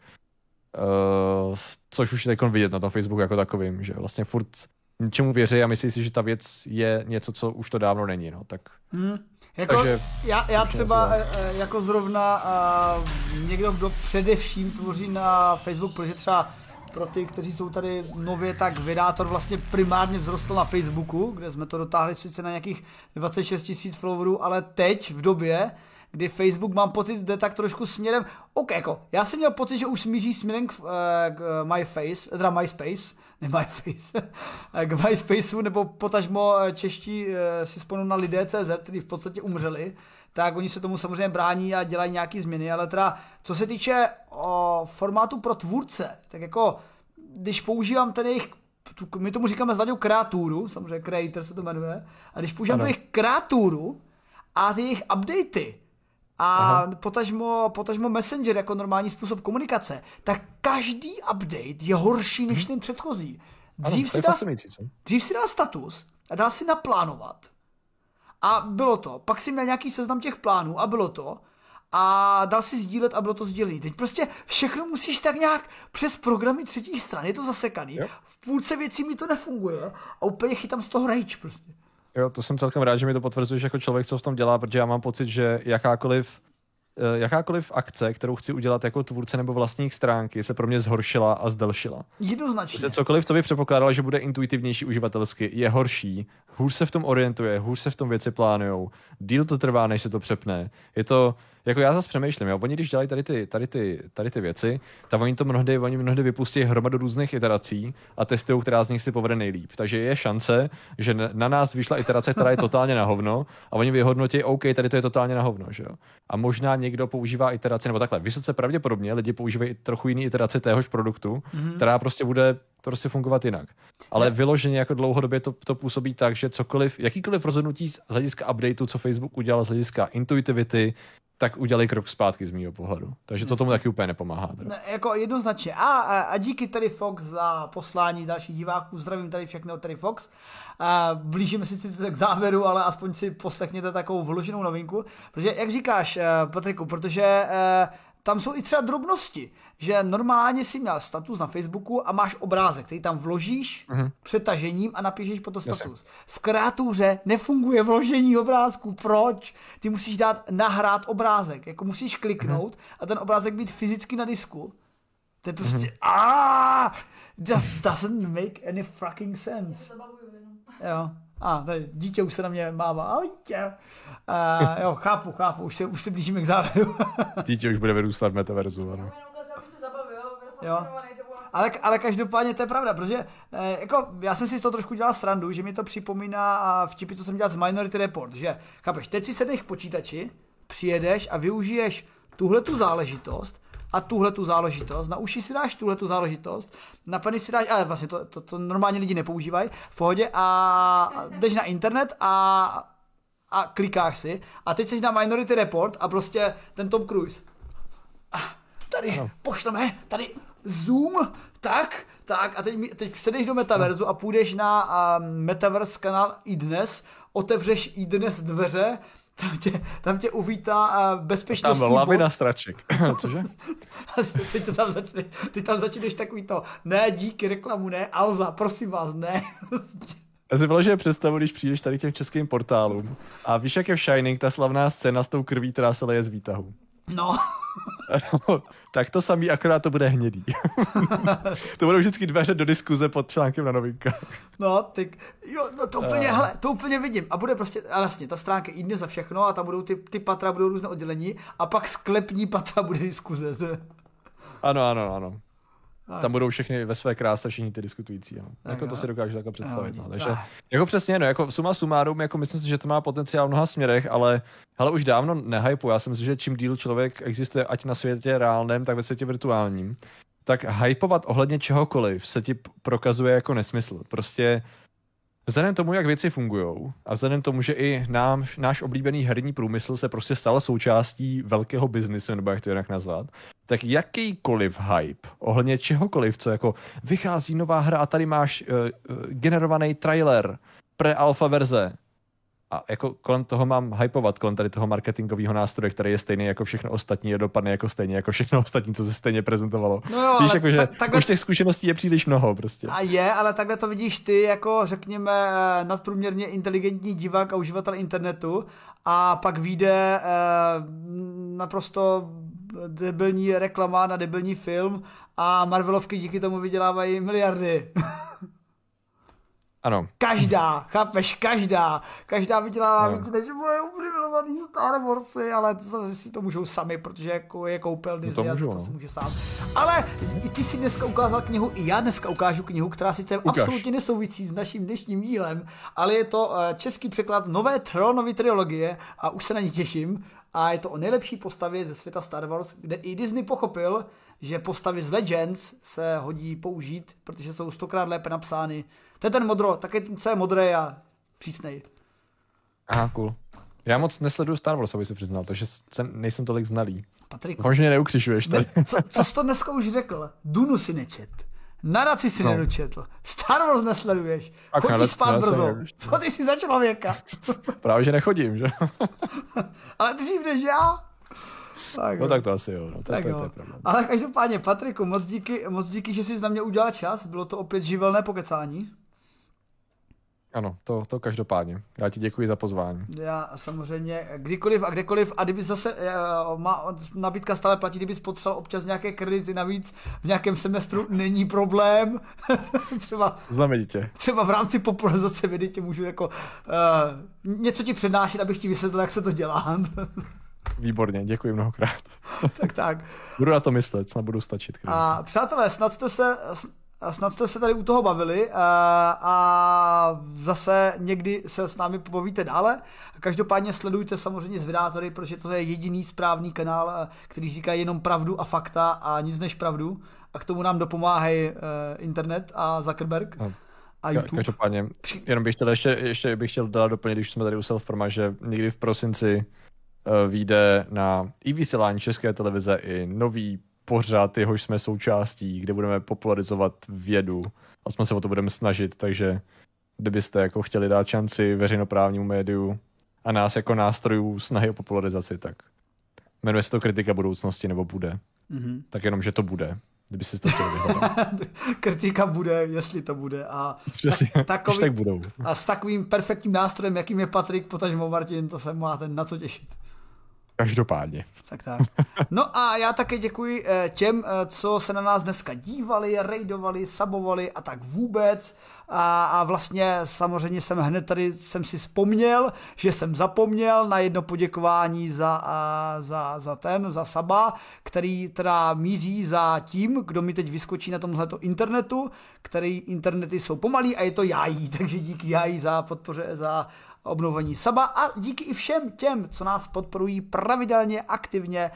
uh, což už je teď vidět na tom Facebooku jako takovým, že vlastně furt něčemu věří a myslí si, že ta věc je něco, co už to dávno není, no, tak... Hmm. Jako, takže, já, já třeba e, jako zrovna a, někdo, kdo především tvoří na Facebook, protože třeba pro ty, kteří jsou tady nově, tak Vydátor vlastně primárně vzrostl na Facebooku, kde jsme to dotáhli sice na nějakých dvacet šest tisíc followerů, ale teď v době, kdy Facebook, mám pocit, jde tak trošku směrem, ok, jako, já jsem měl pocit, že už smíří směrem k, k MyFace, teda MySpace, ne MyFace, k MySpaceu, nebo potažmo čeští si vzpomnou na lidé tečka cé zet, kteří v podstatě umřeli, tak oni se tomu samozřejmě brání a dělají nějaký změny, ale teda, co se týče o, formátu pro tvůrce, tak jako, když používám ten jejich, tu, my tomu říkáme s Laďou kreaturu, samozřejmě creator se to jmenuje, a když používám jejich kreaturu a ty jejich updaty, a potažmo, potažmo Messenger jako normální způsob komunikace, tak každý update je horší než ten předchozí. Dřív, ano, si, dá, dřív si dal status a dal si naplánovat. A bylo to. Pak si měl nějaký seznam těch plánů a bylo to. A dal si sdílet a bylo to sdílený. Teď prostě všechno musíš tak nějak přes programy třetích stran. Je to zasekaný. Jo. V půlce věcí mi to nefunguje a úplně chytám z toho rage prostě. Jo, to jsem celkem rád, že mi to potvrzuješ jako člověk, co v tom dělá, protože já mám pocit, že jakákoliv, jakákoliv akce, kterou chci udělat jako tvůrce nebo vlastník stránky, se pro mě zhoršila a zdelšila. Jednoznačně. Protože cokoliv, co bych předpokládal, že bude intuitivnější uživatelsky, je horší, hůř se v tom orientuje, hůř se v tom věci plánujou, díl to trvá, než se to přepne. Je to, jako já zase přemýšlím, jo, oni když dělají tady ty, tady ty, tady ty věci, tak oni to mnohdy, oni mnohdy vypustí hromadu různých iterací a testují, která z nich si povede nejlíp. Takže je šance, že na nás vyšla iterace, která je totálně na hovno a oni vyhodnotí, OK, tady to je totálně na hovno, že jo. A možná někdo používá iteraci, nebo takhle, vysoce pravděpodobně lidi používají trochu jiný iteraci téhož produktu, mm-hmm. která prostě bude to prostě fungovat jinak. Ale vyloženě jako dlouhodobě to, to působí tak, že cokoliv, jakýkoliv rozhodnutí z hlediska updateu, co Facebook udělal z hlediska intuitivity, tak udělali krok zpátky z mýho pohledu. Takže to tomu taky úplně nepomáhá. Ne, jako jednoznačně. A, a, a díky tady Fox za poslání dalších diváků. Zdravím tady všechny od tady Fox. A blížíme si sice k závěru, ale aspoň si poslechněte takovou vloženou novinku. Protože, jak říkáš, Patriku, protože tam jsou i třeba drobnosti, že normálně si měl status na Facebooku a máš obrázek, který tam vložíš mm-hmm. přetažením a napíšeš po to status. Jasně. V kreatuře nefunguje vložení obrázku. Proč? Ty musíš dát nahrát obrázek. Jako musíš kliknout mm-hmm. a ten obrázek být fyzicky na disku. To je prostě mm-hmm. ah, that doesn't make any fucking sense. Jo. A, tady dítě už se na mě mává. A dítě. Uh, jo, chápu, chápu, už se, už se blížíme k závěru. Dítě už bude vyrůstat v metaverzu, ano. Jo. Ale, ale každopádně to je pravda, protože eh, jako, já jsem si z toho trošku dělal srandu, že mi to připomíná vtipy, co jsem dělal z Minority Report, že, chápeš, teď si sedneš k počítači, přijedeš a využiješ tuhle tu záležitost a tuhle tu záležitost, na uši si dáš tuhle tu záležitost, na peny si dáš, ale vlastně to, to, to normálně lidi nepoužívají, v pohodě, a jdeš na internet a a klikáš si a teď jsi na Minority Report a prostě ten Tom Cruise. Tady no. pošleme, tady zoom, tak, tak a teď, teď sedeš do metaverzu no. a půjdeš na uh, metaverse kanál iDnes, otevřeš iDnes dveře, tam tě, tam tě uvítá uh, bezpečnostní tam lavina straček. Cože? teď, to tam začne, teď tam začneš takový to, ne díky reklamu, ne, Alza, prosím vás, ne. Já si vyloženě představu, když přijdeš tady těm českým portálům a víš, jak je v Shining ta slavná scéna s tou krví, která se leje z výtahu. No. no tak to samý, akorát to bude hnědý. To budou vždycky dveře do diskuze pod článkem na novinkách. No, tak jo, no to úplně, uh. hele, to úplně vidím. A bude prostě, a vlastně, ta stránka jde za všechno a tam budou ty, ty patra, budou různé oddělení a pak sklepní patra bude diskuze. Ano, ano, ano. Tam budou všechny ve své kráse všichni ty diskutující. Ano. Jako to si dokážu takhle představit. No, takže jako přesně, no, jako suma sumárum, jako myslím si, že to má potenciál v mnoha směrech, ale hele, už dávno nehypu. Já si myslím, že čím díl člověk existuje, ať na světě reálném, tak ve světě virtuálním, tak hypovat ohledně čehokoliv se ti prokazuje jako nesmysl. Prostě vzhledem tomu, jak věci fungujou a vzhledem tomu, že i nám, náš oblíbený herní průmysl se prostě stal součástí velkého biznisu, nebo jak to jinak nazvat, tak jakýkoliv hype ohledně čehokoliv, co jako vychází nová hra a tady máš uh, uh, generovaný trailer, pre-alpha verze a jako kolem toho mám hypovat, kolem tady toho marketingového nástroje, který je stejný jako všechno ostatní, je dopadne jako stejně jako všechno ostatní, co se stejně prezentovalo. No jo, víš, jako, že ta, takhle... už těch zkušeností je příliš mnoho prostě. A je, ale takhle to vidíš ty jako řekněme nadprůměrně inteligentní divák a uživatel internetu a pak vyjde eh, naprosto debilní reklama na debilní film a Marvelovky díky tomu vydělávají miliardy. Ano. Každá, chápeš, každá. Každá vydělává víc než moje uvědomovaný Star Warsy, ale to, si to můžou sami, protože jako je koupel Disney no to můžu, a to si může sám. Ale ty si dneska ukázal knihu, i já dneska ukážu knihu, která sice Ukaž. absolutně nesouvisí s naším dnešním dílem, ale je to český překlad nové Trónovy trilogie a už se na ní těším. A je to o nejlepší postavě ze světa Star Wars, kde i Disney pochopil, že postavy z Legends se hodí použít, protože jsou stokrát lépe napsány. To je ten modro, taky ten, co je modré a přísnej. Aha, cool. Já moc nesleduju Star Wars, aby se přiznal, takže jsem, nejsem tolik znalý. Patriku. Možná mě neukřišuješ tady. Ne, co, co jsi to dneska už řekl? Dunu si nečet. Nadaci si no. nedočetl. Star Wars nesleduješ. Ach, Chodíš spát brzo. Co ty jsi za člověka? Právě, že nechodím, že? Ale ty jsi vdeš já? Tak, no tak to asi jo. No, to tak je, jo. To je pravda. Ale každopádně, Patriku, moc díky, moc díky, že jsi na mě udělal čas. Bylo to opět živelné pokecání. Ano, to, to každopádně. Já ti děkuji za pozvání. Já samozřejmě kdykoliv a kdekoliv a kdyby zase uh, má nabídka stále platí, kdybys potřeboval občas nějaké kredity navíc v nějakém semestru, není problém. třeba, Známe dítě. Třeba v rámci popularizace vědy tě můžu jako uh, něco ti přednášet, abych ti vysvětlil, jak se to dělá. Výborně, děkuji mnohokrát. tak tak. Budu na to myslet, snad budu stačit. A přátelé, snad jste se... A snad jste se tady u toho bavili a, a zase někdy se s námi pobavíte dále. Každopádně sledujte samozřejmě Zvědátory, protože to je jediný správný kanál, který říká jenom pravdu a fakta a nic než pravdu. a k tomu nám dopomáhají uh, internet a Zuckerberg no. a YouTube. Každopádně, jenom bych chtěl ještě, ještě bych chtěl dát doplnit, když jsme tady u Selfproma, že někdy v prosinci uh, vyjde na i vysílání České televize i nový pořad, jehož jsme součástí, kde budeme popularizovat vědu. Aspoň se o to budeme snažit, takže kdybyste jako chtěli dát šanci veřejnoprávnímu médiu a nás jako nástrojů snahy o popularizaci, tak jmenuje se to Kritika budoucnosti, nebo bude. Mm-hmm. Tak jenom, že to bude, kdyby si to chtěli vyhledat. Kritika bude, jestli to bude. A, Přesně, tak, takový, tak budou. A s takovým perfektním nástrojem, jakým je Patrik, potažmo Martin, to se máte na co těšit. Každopádně. Tak tak. No a já také děkuji těm, co se na nás dneska dívali, raidovali, sabovali a tak vůbec. A, a vlastně samozřejmě jsem hned tady jsem si vzpomněl, že jsem zapomněl na jedno poděkování za, a, za, za ten, za saba, který teda míří za tím, kdo mi teď vyskočí na tomhleto internetu, který internety jsou pomalý a je to Jájí, takže díky Jájí za podpoře, za obnovení saba a díky i všem těm, co nás podporují pravidelně, aktivně,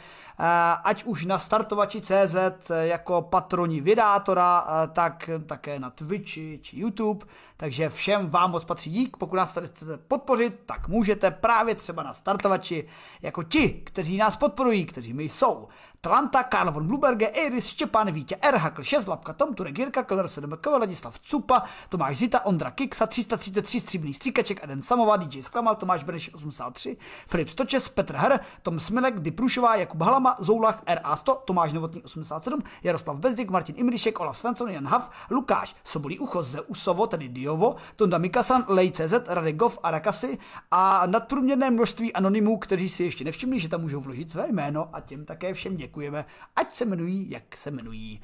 ať už na startovači tečka cé zet jako patroni Vědátora, tak také na Twitchi či YouTube, takže všem vám moc patří dík, pokud nás tady chcete podpořit, tak můžete právě třeba na startovači jako ti, kteří nás podporují, kteří my jsou Tlanta, Karl von Bluberge, Eiris, Štěpán, Vítě, R, Hakl, Šezlapka, Tom Turek, Jirka, Keller, sedm K, Ladislav Cupa, Tomáš Zita, Ondra Kiksa, tři sta třicet tři, Stříbrný stříkaček, Eden Samová, D J Sklamal, Tomáš Beneš osmdesát tři, Filip Stočes, Petr Her, Tom Smilek, Dyprušová, Jakub Halama, Zoulach, R A sto, Tomáš Novotný osmdesát sedm, Jaroslav Bezděk, Martin Imrišek, Olaf Svensson, Jan Hav, Lukáš, Sobolí ucho, Zeusovo, tedy Diovo, Tonda Mikasan, Lej tečka cé zet, Radek Goff, Arakasi a nadprůměrné množství anonymů, kteří si ještě nevšimli, že tam můžou vložit své jméno a těm také všem děkujeme, ať se jmenují, jak se jmenují.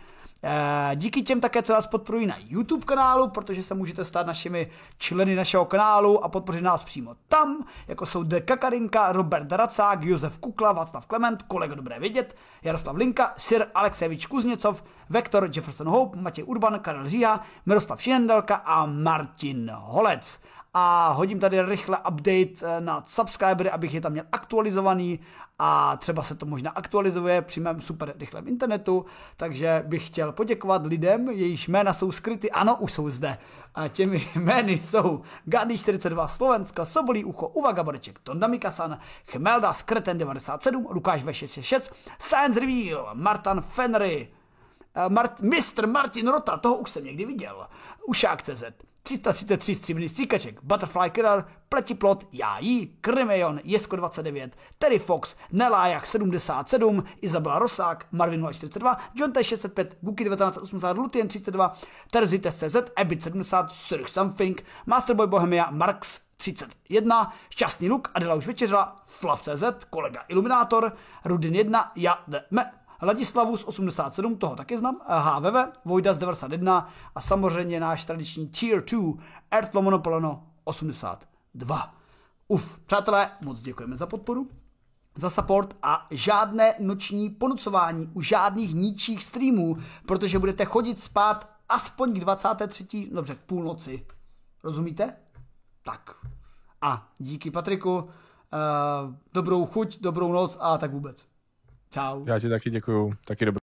Díky těm také, co nás podporují na YouTube kanálu, protože se můžete stát našimi členy našeho kanálu a podpořit nás přímo tam, jako jsou D. Kakarinka, Robert Racák, Josef Kukla, Václav Klement, kolega dobré vědět, Jaroslav Linka, Sir Alexejevič Kuzněcov, Vektor Jefferson Hope, Matěj Urban, Karel Říha, Miroslav Šihendelka a Martin Holec. A hodím tady rychle update na subscribery, abych je tam měl aktualizovaný a třeba se to možná aktualizuje při mém super rychlém internetu, takže bych chtěl poděkovat lidem, jejichž jména jsou skryty, ano, už jsou zde. A těmi jmény jsou Gady čtyřicet dva Slovenska, Sobolí ucho, Uva Gaboreček, Tonda Mikasan, Chmelda Skreten devadesát sedm, Lukáš V šest šest, Science Reveal, Martin Fenry, Mart, mistr Martin Rota, toho už jsem někdy viděl, Ušák tečka cé zet, tři sta třicet tři Stříbrný stříkaček, Butterfly Killer, Pletiplot, Jájí, Krymejon, Jesko dvacet devět, Terry Fox, Nelájach sedmdesát sedm, Izabela Rosák, Marvin nula čtyřicet dva, John T šest set pět, Guki devatenáct osmdesát, Lutien třicet dva, Terzy test tečka cé zet, Ebit sedmdesát, Surich Something, Masterboy Bohemia, Marx třicet jedna, Šťastný luk, Adela už večeřila, Flav tečka cé zet, kolega Iluminátor, Rudin jedna, Já me, Ladislavus osmdesát sedm, toho taky znám, H V V, Vojdas devadesát jedna a samozřejmě náš tradiční Tier dva, Ertlo Monopolono osmdesát dva. Uf, přátelé, moc děkujeme za podporu, za support a žádné noční ponucování u žádných ničích streamů, protože budete chodit spát aspoň k dvacáté třetí, dobře, k půlnoci. Rozumíte? Tak. A díky Patriku, uh, dobrou chuť, dobrou noc a tak vůbec. Čau. Já ti taky děkuju, taky dobrý.